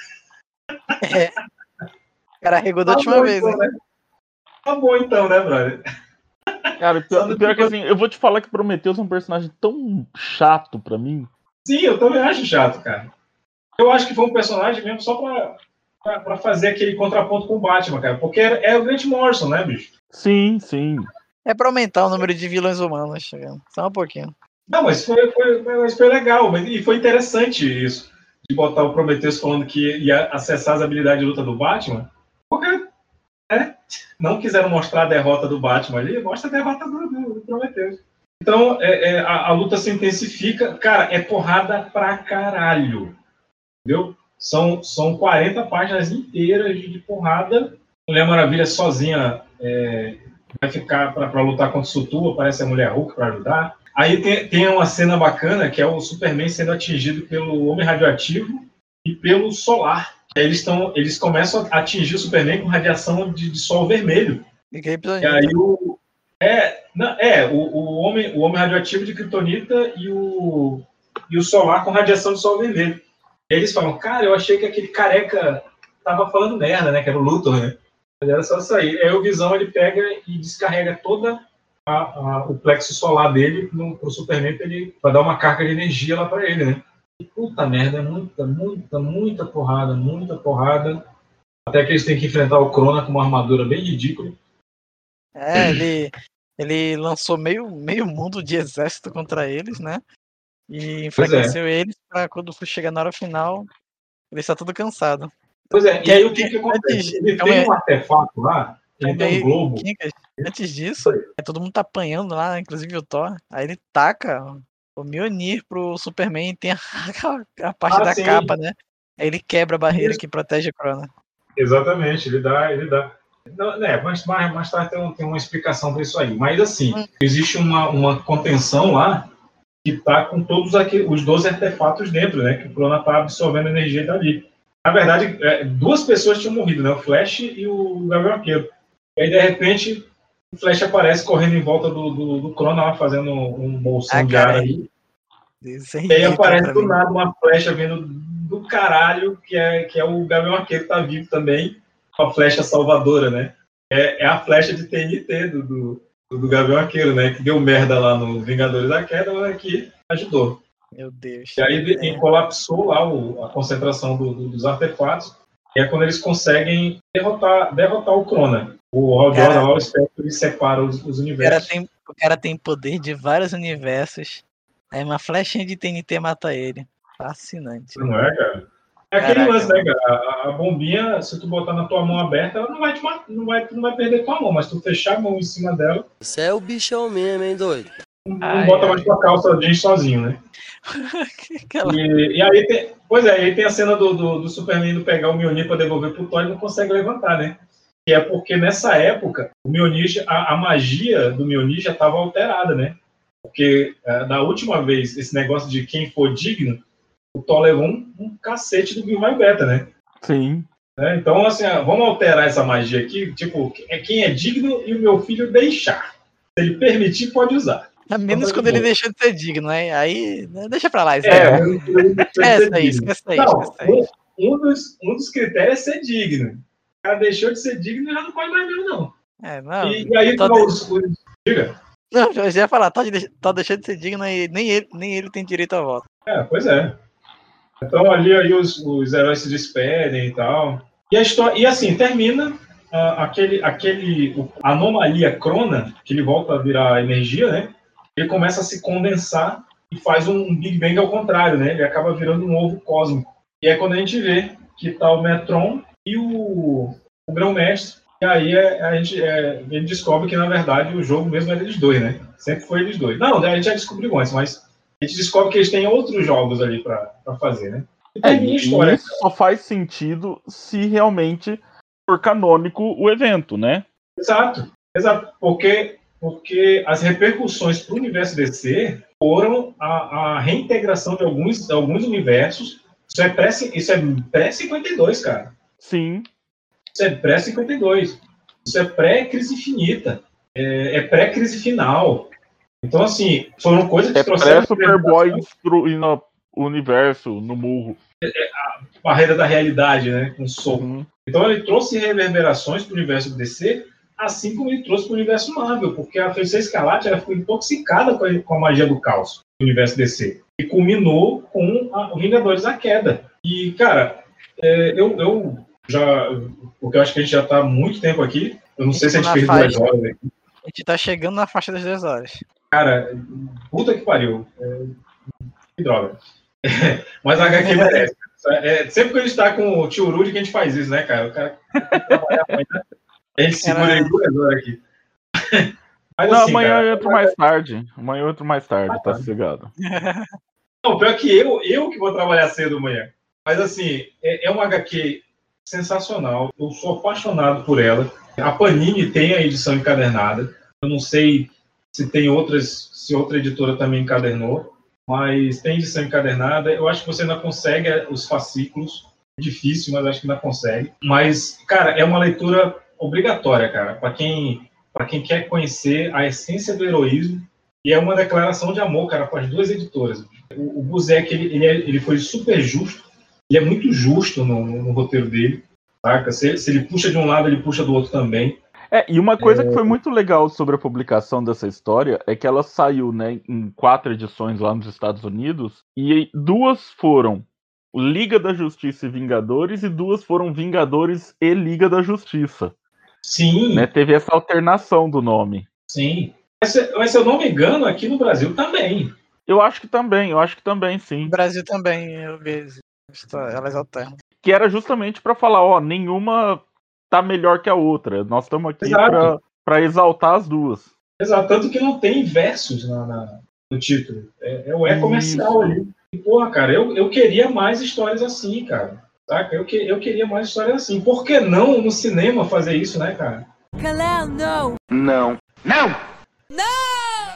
O cara regou da última vez, então, né? Tá bom então, né, brother? Cara, pior que assim, eu vou te falar que Prometheus é um personagem tão chato pra mim. Sim, eu também acho chato, cara. Eu acho que foi um personagem mesmo só pra fazer aquele contraponto com o Batman, cara. Porque é o Grant Morrison, né, bicho? Sim, sim. É pra aumentar o número de vilões humanos, chegando. Só um pouquinho. Não, mas foi legal. E foi interessante isso. De botar o Prometheus falando que ia acessar as habilidades de luta do Batman. Porque, não quiseram mostrar a derrota do Batman ali, mostra a derrota do Prometheus. Então, a luta se intensifica. Cara, é porrada pra caralho. Entendeu? São 40 páginas inteiras de porrada. Mulher Maravilha sozinha vai ficar para lutar contra o Sutu, aparece a Mulher Hulk para ajudar. Aí tem uma cena bacana que é o Superman sendo atingido pelo Homem Radioativo e pelo Solar. Aí eles começam a atingir o Superman com radiação de sol vermelho. E aí o Homem Radioativo de Kryptonita e o Solar com radiação de sol vermelho. E eles falam, cara, eu achei que aquele careca tava falando merda, né? Que era o Luthor, né? Mas era só sair. Aí o Visão ele pega e descarrega toda o plexo solar dele pro Superman pra dar uma carga de energia lá pra ele, né? E puta merda, muita porrada. Até que eles têm que enfrentar o Krona com uma armadura bem ridícula. Ele lançou meio mundo de exército contra eles, né? E enfraqueceu eles pra quando for chegar na hora final, ele está tudo cansado. Pois é, e aí o que acontece? Ele tem um artefato lá, ele tem um globo. Antes disso, todo mundo tá apanhando lá, inclusive o Thor. Aí ele taca o Mjolnir pro Superman e tem a parte da capa, né? Aí ele quebra a barreira que protege o Krona. Exatamente, ele dá. Não, mais tarde tem uma explicação para isso aí. Mas assim, existe uma contenção lá que tá com todos os 12 artefatos dentro, né? Que o Krona tá absorvendo energia dali. Na verdade, 2 pessoas tinham morrido, né? O Flash e o Gavião Arqueiro. E aí, de repente, o Flash aparece correndo em volta do Krona lá, fazendo um bolsão de ar aí. E aí aparece do nada uma flecha vindo do caralho, que é o Gavião Arqueiro que tá vivo também, com a flecha salvadora, né? É a flecha de TNT do Gavião Arqueiro, né? Que deu merda lá no Vingadores da Queda, mas aqui ajudou. Meu Deus. E aí colapsou lá a concentração dos artefatos, e é quando eles conseguem derrotar o Krona. O Hal Jordan lá, o espectro, separa os universos. O cara tem poder de vários universos, aí uma flechinha de TNT mata ele. Fascinante. Não é, cara? É aquele lance, né, cara? A bombinha, se tu botar na tua mão aberta, ela não vai te matar, tu não vai perder tua mão, mas tu fechar a mão em cima dela... Você é o bichão mesmo, hein, doido? Não bota mais tua calça jeans sozinho, né? E aí aí tem a cena do Superman indo pegar o Mjolnir pra devolver pro Thor e não consegue levantar, né? Que é porque nessa época o Mjolnir, a magia do Mjolnir já estava alterada, né? Porque da última vez, esse negócio de quem for digno, o Thor levou um cacete do Bill Vai Beta, né? Sim. Então, assim, vamos alterar essa magia aqui, tipo, quem é digno e o meu filho deixar. Se ele permitir, pode usar. A menos quando ele deixou de ser digno, né? Aí, deixa pra lá. Esquece aí. Um dos critérios é ser digno. O cara deixou de ser digno e já não pode mais mesmo, não. Não. E aí, diga. Não, eu já ia falar, tá deixando de ser digno e nem ele tem direito a voto. Pois é. Então ali aí os heróis se despedem e tal. E a história, e assim, termina a anomalia Krona, que ele volta a virar energia, né? Ele começa a se condensar e faz um Big Bang ao contrário, né? Ele acaba virando um ovo cósmico. E é quando a gente vê que tá o Metron e o Grão-Mestre. E aí a gente descobre que, na verdade, o jogo mesmo é deles dois, né? Sempre foi eles dois. Não, a gente já descobriu antes, mas a gente descobre que eles têm outros jogos ali pra fazer, né? E história. Isso só faz sentido se realmente for canônico o evento, né? Exato. Porque as repercussões para o universo DC foram a reintegração de alguns universos. Isso é pré-52, cara. Sim. Isso é pré-52. Isso é pré-crise infinita. É pré-crise final. Então, assim, foram coisas que trouxeram... Pré-Superboy destruindo o universo no murro. A barreira da realidade, né? Com soco. Então, ele trouxe reverberações para o universo DC, assim como ele trouxe para o universo Marvel, porque a Feiticeira Escarlate ela ficou intoxicada com a magia do caos do universo DC. E culminou com o Vingadores da Queda. E, cara, porque eu acho que a gente já está há muito tempo aqui. Eu não sei se a gente perdeu 2 horas aqui. A gente tá chegando na faixa das 2 horas. Cara, puta que pariu. Que droga. Mas a HQ merece. Sempre que a gente tá com o tio Rudy que a gente faz isso, né, cara? O cara trabalhar amanhã. A gente segura aí 2 horas aqui. Mas, não, assim, amanhã cara, eu entro mais tarde. Amanhã eu entro mais tarde, tá sossegado. Não, pior que eu que vou trabalhar cedo amanhã. Mas assim, é uma HQ sensacional. Eu sou apaixonado por ela. A Panini tem a edição encadernada. Eu não sei se outra editora também encadernou, mas tem edição encadernada. Eu acho que você ainda consegue os fascículos. É difícil, mas acho que ainda consegue. Mas, cara, é uma leitura obrigatória, cara, para quem quer conhecer a essência do heroísmo. E é uma declaração de amor, cara, com as duas editoras. O Busiek, ele foi super justo. Ele é muito justo no roteiro dele. Saca? Se ele puxa de um lado, ele puxa do outro também. E uma coisa que foi muito legal sobre a publicação dessa história é que ela saiu, né, em 4 edições lá nos Estados Unidos, e 2 foram Liga da Justiça e Vingadores, e 2 foram Vingadores e Liga da Justiça. Sim. Né, teve essa alternação do nome. Sim. Mas se eu não me engano, aqui no Brasil também. Eu acho que também, sim. No Brasil também, eu vejo. Elas alternam. Que era justamente para falar, nenhuma tá melhor que a outra. Nós estamos aqui para exaltar as duas. Exato, tanto que não tem versos no título. É o comercial ali. E, porra, cara, eu queria mais histórias assim, cara. Saca? Eu queria mais histórias assim. Por que não no cinema fazer isso, né, cara? Kal-El, não! Não! Não! Não!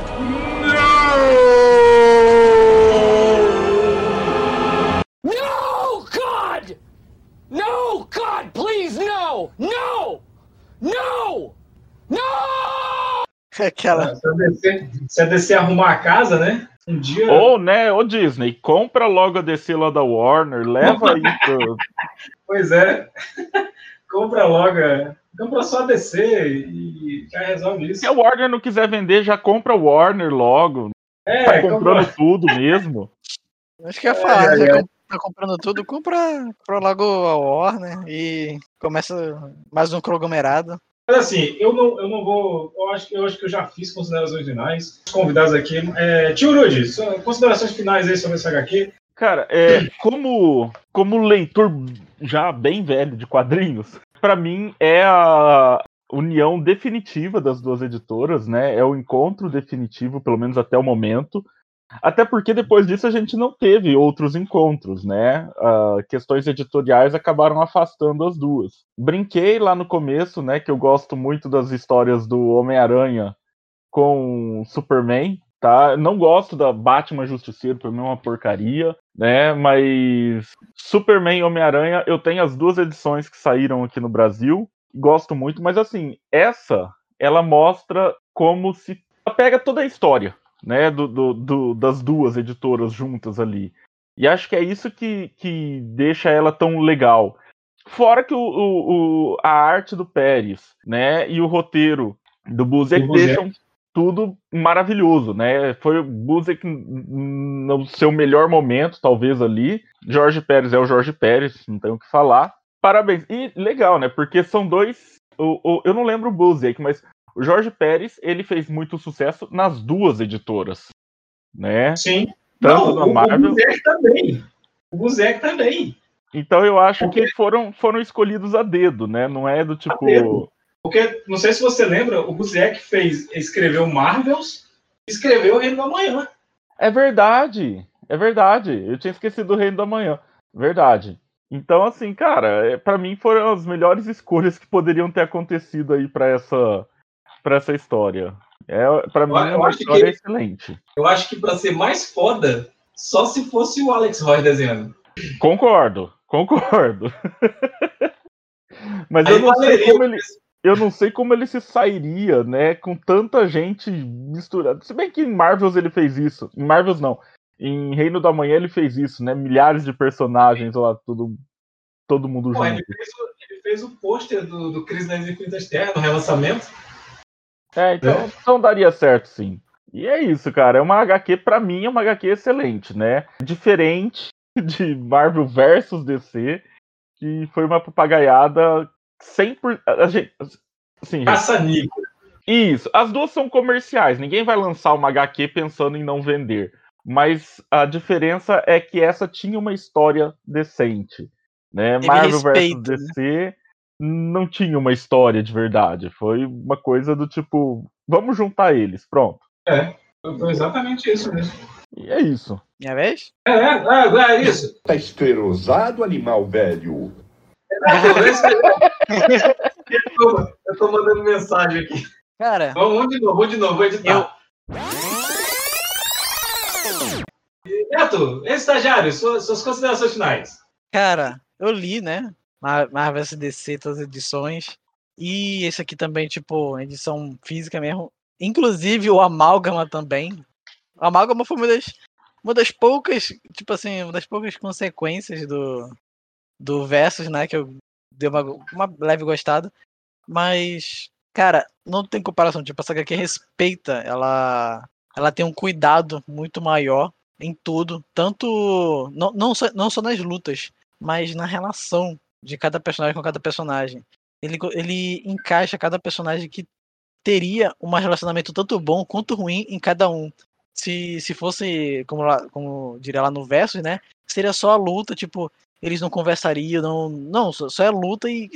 No, God! No, God, please, no! No! No! No! Aquela... Se a DC arrumar a casa, né? Um dia... Ô Disney, compra logo a DC lá da Warner, leva aí pro... Pois é. Compra logo, compra só a DC e já resolve isso. Se a Warner não quiser vender, já compra a Warner logo. Tá comprando tudo mesmo. Acho que ia falar, já tá comprando tudo, compra logo a Warner e começa mais um conglomerado. Mas assim, eu não vou. Eu acho que eu já fiz considerações finais. Os convidados aqui. Tio Rudy, considerações finais aí sobre esse HQ. Cara, como leitor já bem velho de quadrinhos, pra mim é a união definitiva das duas editoras, né? É o encontro definitivo, pelo menos até o momento. Até porque depois disso a gente não teve outros encontros, né? Questões editoriais acabaram afastando as duas. Brinquei lá no começo, né? Que eu gosto muito das histórias do Homem-Aranha com Superman, tá? Não gosto da Batman Justiceiro, pra mim é uma porcaria, né? Mas Superman e Homem-Aranha, eu tenho as 2 edições que saíram aqui no Brasil. Gosto muito, mas assim, ela mostra como se... Ela pega toda a história, né, das duas editoras juntas ali. E acho que é isso que deixa ela tão legal. Fora que a arte do Pérez, né, e o roteiro do Busiek deixam tudo maravilhoso, né? Foi o Busiek no seu melhor momento, talvez ali. Jorge Pérez é o Jorge Pérez, não tenho o que falar. Parabéns. E legal, né? Porque são 2... eu não lembro o Busiek, mas o Jorge Pérez, ele fez muito sucesso nas 2 editoras, né? Sim. Tanto na Marvel... O Busiek também. Então eu acho que foram escolhidos a dedo, né? Não é do tipo... Porque, não sei se você lembra, o Busiek escreveu Marvels e escreveu O Reino da Manhã. É verdade. Eu tinha esquecido o Reino da Manhã. Verdade. Então, assim, cara, pra mim foram as melhores escolhas que poderiam ter acontecido aí pra essa história. Pra mim é uma história excelente. Eu acho que pra ser mais foda, só se fosse o Alex Roy desenhando. Concordo. Mas aí eu não sei como ele se sairia, né, com tanta gente misturada. Se bem que em Marvels ele fez isso. Em Marvels não. Em Reino da Manhã ele fez isso, né? Milhares de personagens lá, todo mundo junto. Ele fez o pôster do Crise nas Infinitas Terras, no relançamento. Então daria certo, sim. E é isso, cara. É uma HQ, pra mim, é uma HQ excelente, né? Diferente de Marvel versus DC, que foi uma papagaiada 100%... Assim, caça-níquel. Isso. As 2 são comerciais. Ninguém vai lançar uma HQ pensando em não vender. Mas a diferença é que essa tinha uma história decente, né? Marvel vs DC não tinha uma história de verdade. Foi uma coisa do tipo, vamos juntar eles, pronto. Foi exatamente isso mesmo. E é isso. Minha vez? É isso. Tá esterosado, animal velho. Eu tô mandando mensagem aqui. Cara. Vamos de novo, vou editar. Neto, estagiário, suas considerações finais. Cara, eu li, né? Marvel DC, todas as edições. E esse aqui também, tipo, edição física mesmo. Inclusive o Amálgama também. O Amálgama foi uma das poucas, tipo assim, uma das poucas consequências do Versus, né? Que eu dei uma leve gostada. Mas, cara, não tem comparação. Tipo, essa HQ respeita. Ela tem um cuidado muito maior em tudo. Tanto. Não só nas lutas, mas na relação de cada personagem com cada personagem. Ele encaixa cada personagem que teria um relacionamento tanto bom quanto ruim em cada um. Se fosse, como diria lá no Versus, né? Seria só a luta, tipo, eles não conversariam, não só é luta e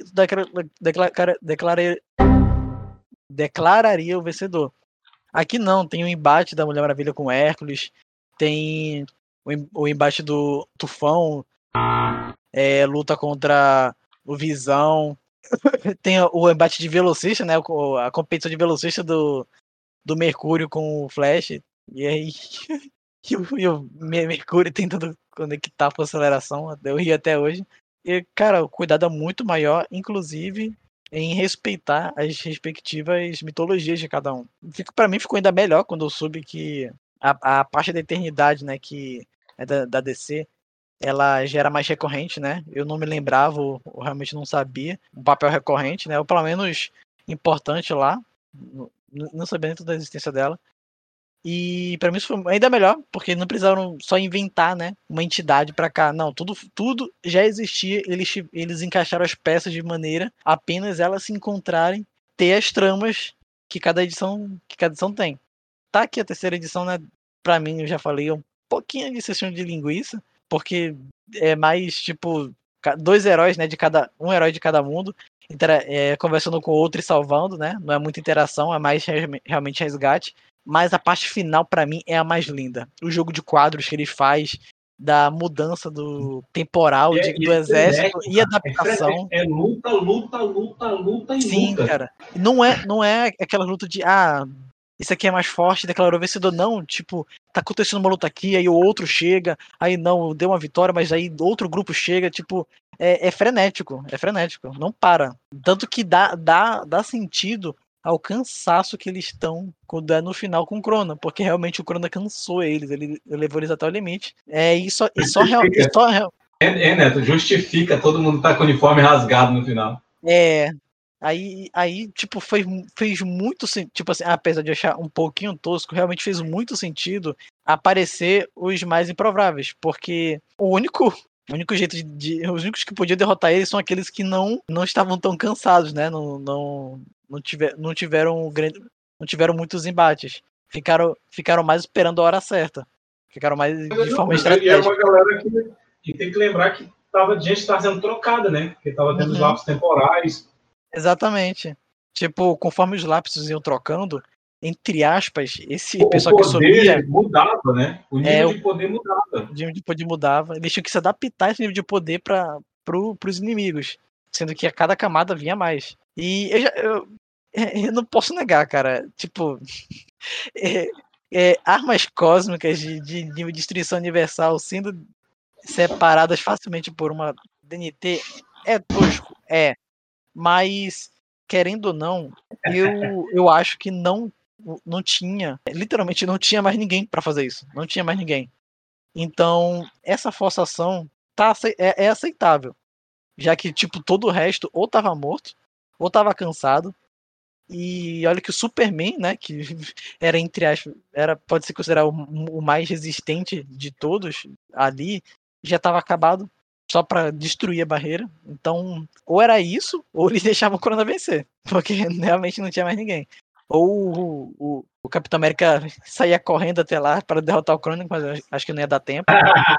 declararia o vencedor. Aqui não, tem o embate da Mulher Maravilha com o Hércules, tem o embate do Tufão, luta contra o Visão, tem o embate de velocista, né? A competição de velocista do Mercúrio com o Flash, e aí e o Mercúrio tentando conectar com a aceleração, eu ri até hoje. E, cara, o cuidado é muito maior, inclusive em respeitar as respectivas mitologias de cada um. Pra mim ficou ainda melhor quando eu soube que a parte da eternidade, né, que é da DC, ela já era mais recorrente, né? Eu não me lembrava, ou realmente não sabia. Um papel recorrente, né? Ou pelo menos importante lá. Não sabia nem toda a existência dela. E pra mim isso foi ainda melhor, porque não precisaram só inventar, né, uma entidade pra cá. Não, tudo já existia, eles encaixaram as peças de maneira apenas elas se encontrarem, ter as tramas que cada edição tem. Tá aqui a terceira edição, né, pra mim, eu já falei, um pouquinho de sessão de linguiça, porque é mais, tipo, dois heróis, né, um herói de cada mundo, conversando com o outro e salvando, né, não é muita interação, é mais realmente resgate. Mas a parte final, pra mim, é a mais linda. O jogo de quadros que ele faz, da mudança do temporal do exército e adaptação. É luta e sim, luta. Cara. Não é aquela luta de, isso aqui é mais forte, declarou vencedor. Não, tipo, tá acontecendo uma luta aqui, aí o outro chega, aí não, deu uma vitória, mas aí outro grupo chega, tipo, é frenético, não para. Tanto que dá sentido ao cansaço que eles estão no final com o Crona, porque realmente o Crona cansou eles, ele levou eles até o limite. Neto, justifica, todo mundo tá com o uniforme rasgado no final. Aí tipo, fez muito sentido, tipo assim, apesar de achar um pouquinho tosco, realmente fez muito sentido aparecer os mais improváveis, porque o único jeito os únicos que podiam derrotar eles são aqueles que não estavam tão cansados, né? Não tiveram muitos embates. Ficaram mais esperando a hora certa. Ficaram mais de forma estratégica. E é uma galera que tem que lembrar que gente tá sendo trocada, né? Porque tava tendo os lapsos temporais. Exatamente. Tipo, conforme os lapsos iam trocando, entre aspas, esse pessoal que subia mudava, né? O nível de poder mudava. O nível de poder mudava. Eles tinham que se adaptar a esse nível de poder para os inimigos, sendo que a cada camada vinha mais. E eu não posso negar, cara. Tipo, armas cósmicas de nível de destruição universal sendo separadas facilmente por uma DNT é tosco, mas querendo ou não, eu acho que não tinha, literalmente não tinha mais ninguém para fazer isso, não tinha mais ninguém. Então essa forçação é aceitável, já que tipo todo o resto ou tava morto ou tava cansado. E olha que o Superman, né, que era entre aspas, pode ser considerado o mais resistente de todos ali, já estava acabado só para destruir a barreira. Então, ou era isso, ou eles deixavam o Corona vencer, porque realmente não tinha mais ninguém. Ou o Capitão América saía correndo até lá para derrotar o Crônico, mas eu acho que não ia dar tempo.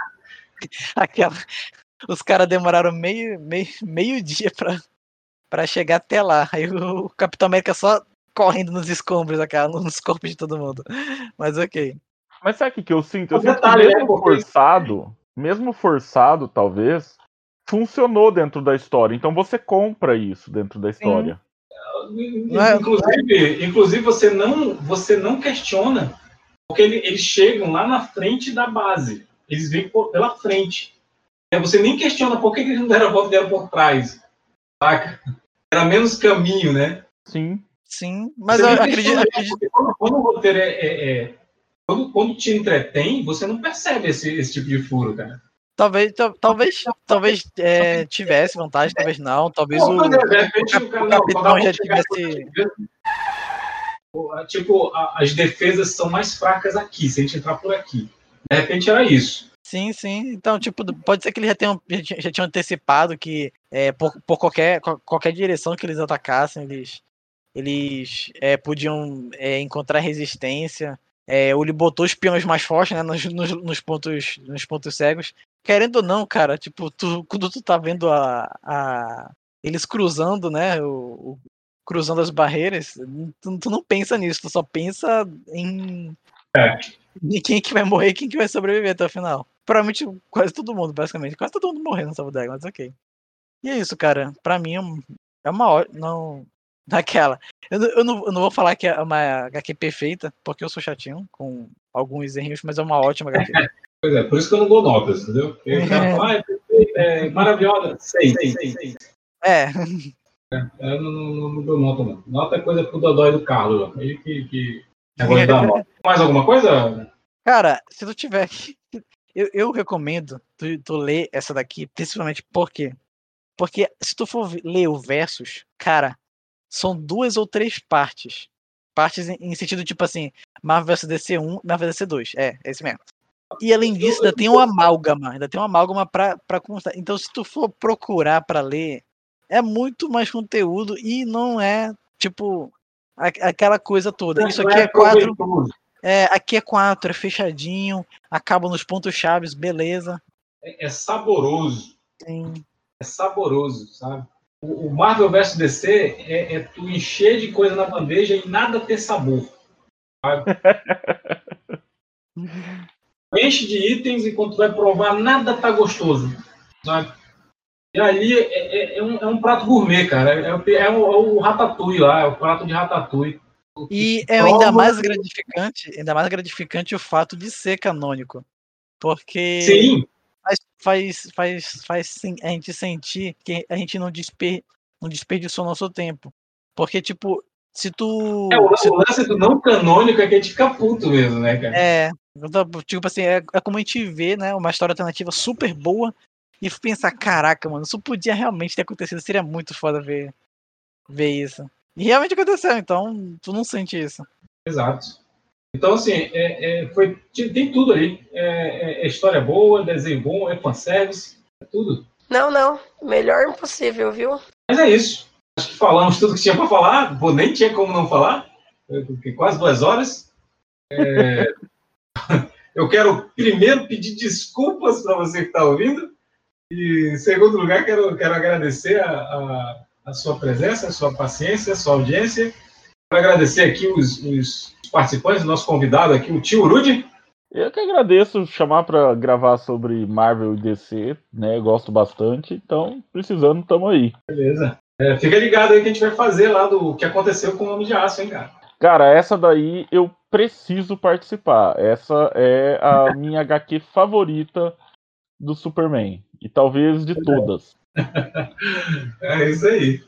Os caras demoraram meio dia para chegar até lá. Aí o Capitão América só correndo nos escombros, nos corpos de todo mundo. Mas ok. Mas sabe o que eu sinto? Eu sinto que mesmo forçado, talvez, funcionou dentro da história. Então você compra isso dentro da história. Inclusive você não questiona, porque eles chegam lá na frente da base. Eles vêm pela frente. Você nem questiona por que eles não deram a volta e vieram por trás. Saca? Era menos caminho, né? Sim, mas eu acredito. Quando o roteiro quando te entretém, você não percebe esse tipo de furo, cara. Talvez tivesse vantagem, talvez não. Talvez o capitão já tivesse. Tipo, as defesas são mais fracas aqui, se a gente entrar por aqui. De repente era isso. Sim. Então, tipo, pode ser que eles já tinham antecipado que por qualquer direção que eles atacassem, eles podiam encontrar resistência. Ele botou os peões mais fortes, né, nos pontos cegos. Querendo ou não, cara, tipo, quando tu tá vendo eles cruzando, né, cruzando as barreiras, tu não pensa nisso, tu só pensa em quem que vai morrer e quem que vai sobreviver até o final. Provavelmente quase todo mundo, basicamente. Quase todo mundo morreu nessa bodega, mas ok. E é isso, cara. Pra mim é uma não daquela. Eu não vou falar que é uma HQ perfeita, porque eu sou chatinho com alguns errinhos, mas é uma ótima HQ. Pois é, por isso que eu não dou notas, entendeu? Porque o cara fala, é perfeita, é maravilhosa. Sei. Eu não dou nota, não. Nota é coisa pro Dodói do Carlos. Ele que agora dá nota. Mais alguma coisa? Cara, se tu tiver. Eu recomendo tu ler essa daqui, principalmente por quê? Porque se tu for ler o Versus, cara, são 2 ou 3 partes. Partes em sentido tipo assim, Marvel vs DC 1, Marvel vs DC 2. É esse mesmo. E além disso, ainda tem um amálgama pra constar. Então, se tu for procurar pra ler, é muito mais conteúdo e não é, tipo, aquela coisa toda. Isso aqui é 4. Aqui é 4, é fechadinho, acaba nos pontos chaves, beleza. É saboroso. Sim. É saboroso, sabe? O Marvel vs DC é tu encher de coisa na bandeja e nada ter sabor. Sabe? Enche de itens e quando tu vai provar, nada tá gostoso. Sabe? E ali é um prato gourmet, cara. É o ratatouille lá, é o prato de ratatouille. E é ainda mais gratificante o fato de ser canônico. Porque sim. Faz a gente sentir que a gente não desperdiçou nosso tempo. Porque, tipo, se tu. O lance do não canônico é que a gente fica puto mesmo, né, cara? Tipo assim, é como a gente vê, né, uma história alternativa super boa e pensar, caraca, mano, isso podia realmente ter acontecido, seria muito foda ver isso. E realmente aconteceu, então tu não sente isso. Exato. Então, assim, tem tudo ali. É história boa, desenho bom, é fanservice, é tudo. Não. Melhor impossível, viu? Mas é isso. Acho que falamos tudo que tinha para falar. Nem tinha como não falar. Porque quase 2 horas. Eu quero primeiro pedir desculpas para você que está ouvindo. E, em segundo lugar, quero agradecer a sua presença, a sua paciência, a sua audiência. Quero agradecer aqui os participantes, o nosso convidado aqui, o tio Rudy. Eu que agradeço chamar para gravar sobre Marvel e DC, né? Gosto bastante, então, precisando, estamos aí. Beleza. Fica ligado aí que a gente vai fazer lá do que aconteceu com o Homem de Aço, hein, cara? Cara, essa daí eu preciso participar. Essa é a minha HQ favorita do Superman. E talvez de todas. É isso aí.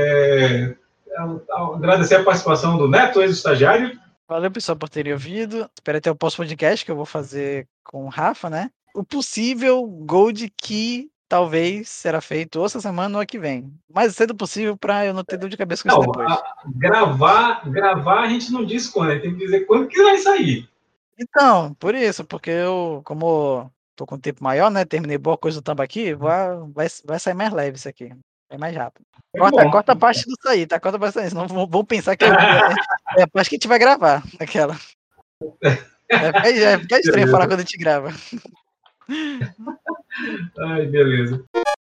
Agradecer a participação do Neto, ex-estagiário. Valeu, pessoal, por terem ouvido. Espero até o próximo podcast que eu vou fazer com o Rafa, né? O possível Gold que talvez será feito ou essa semana ou a que vem. O mais cedo possível para eu não ter dor de cabeça com isso depois. Gravar a gente não diz quando, a gente tem que dizer quando que vai sair. Então, por isso, porque eu, como tô com um tempo maior, né? Terminei boa coisa do Tambaqui, vai sair mais leve isso aqui. É mais rápido. Corta a parte do sair, tá? Corta a parte do sair. Senão vão pensar que é a parte que a gente vai gravar. Aquela. Vai ficar estranho falar quando a gente grava. Ai, beleza.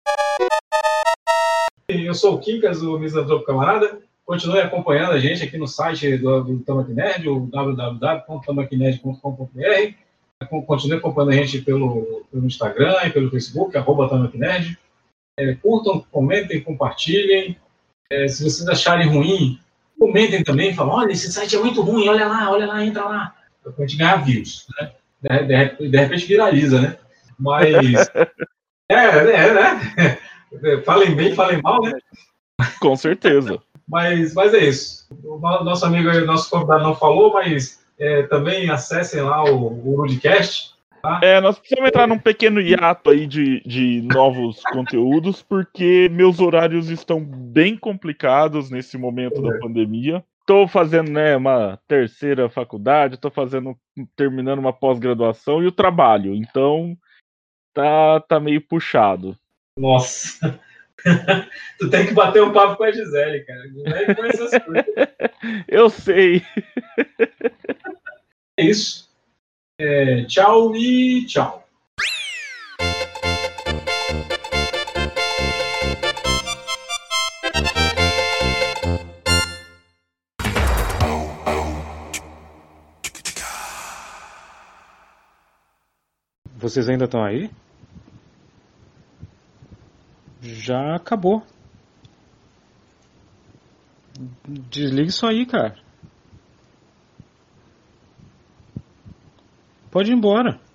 Eu sou o Quincas, o Misantropo Camarada. Continue acompanhando a gente aqui no site do Tamaki Nerd, o www.tamakinerd.com.br. Continue acompanhando a gente pelo Instagram e pelo Facebook, @Tamaki Nerd. Curtam, comentem, compartilhem. Se vocês acharem ruim, comentem também, falam, olha, esse site é muito ruim, olha lá, entra lá. Pra gente ganhar views, né? De repente viraliza, né? Mas, né? Falem bem, falem mal, né? Com certeza. Mas é isso. O nosso amigo, nosso convidado não falou, mas também acessem lá o Rudecast. Tá? Nós precisamos entrar num pequeno hiato aí de novos conteúdos, porque meus horários estão bem complicados nesse momento da pandemia. Estou fazendo, né, uma terceira faculdade, terminando uma pós-graduação e o trabalho, então tá meio puxado. Nossa, tu tem que bater um papo com a Gisele, cara. Não é com essas coisas. Eu sei. É isso. Tchau e tchau. Vocês ainda estão aí? Já acabou. Desliga isso aí, cara. Pode ir embora.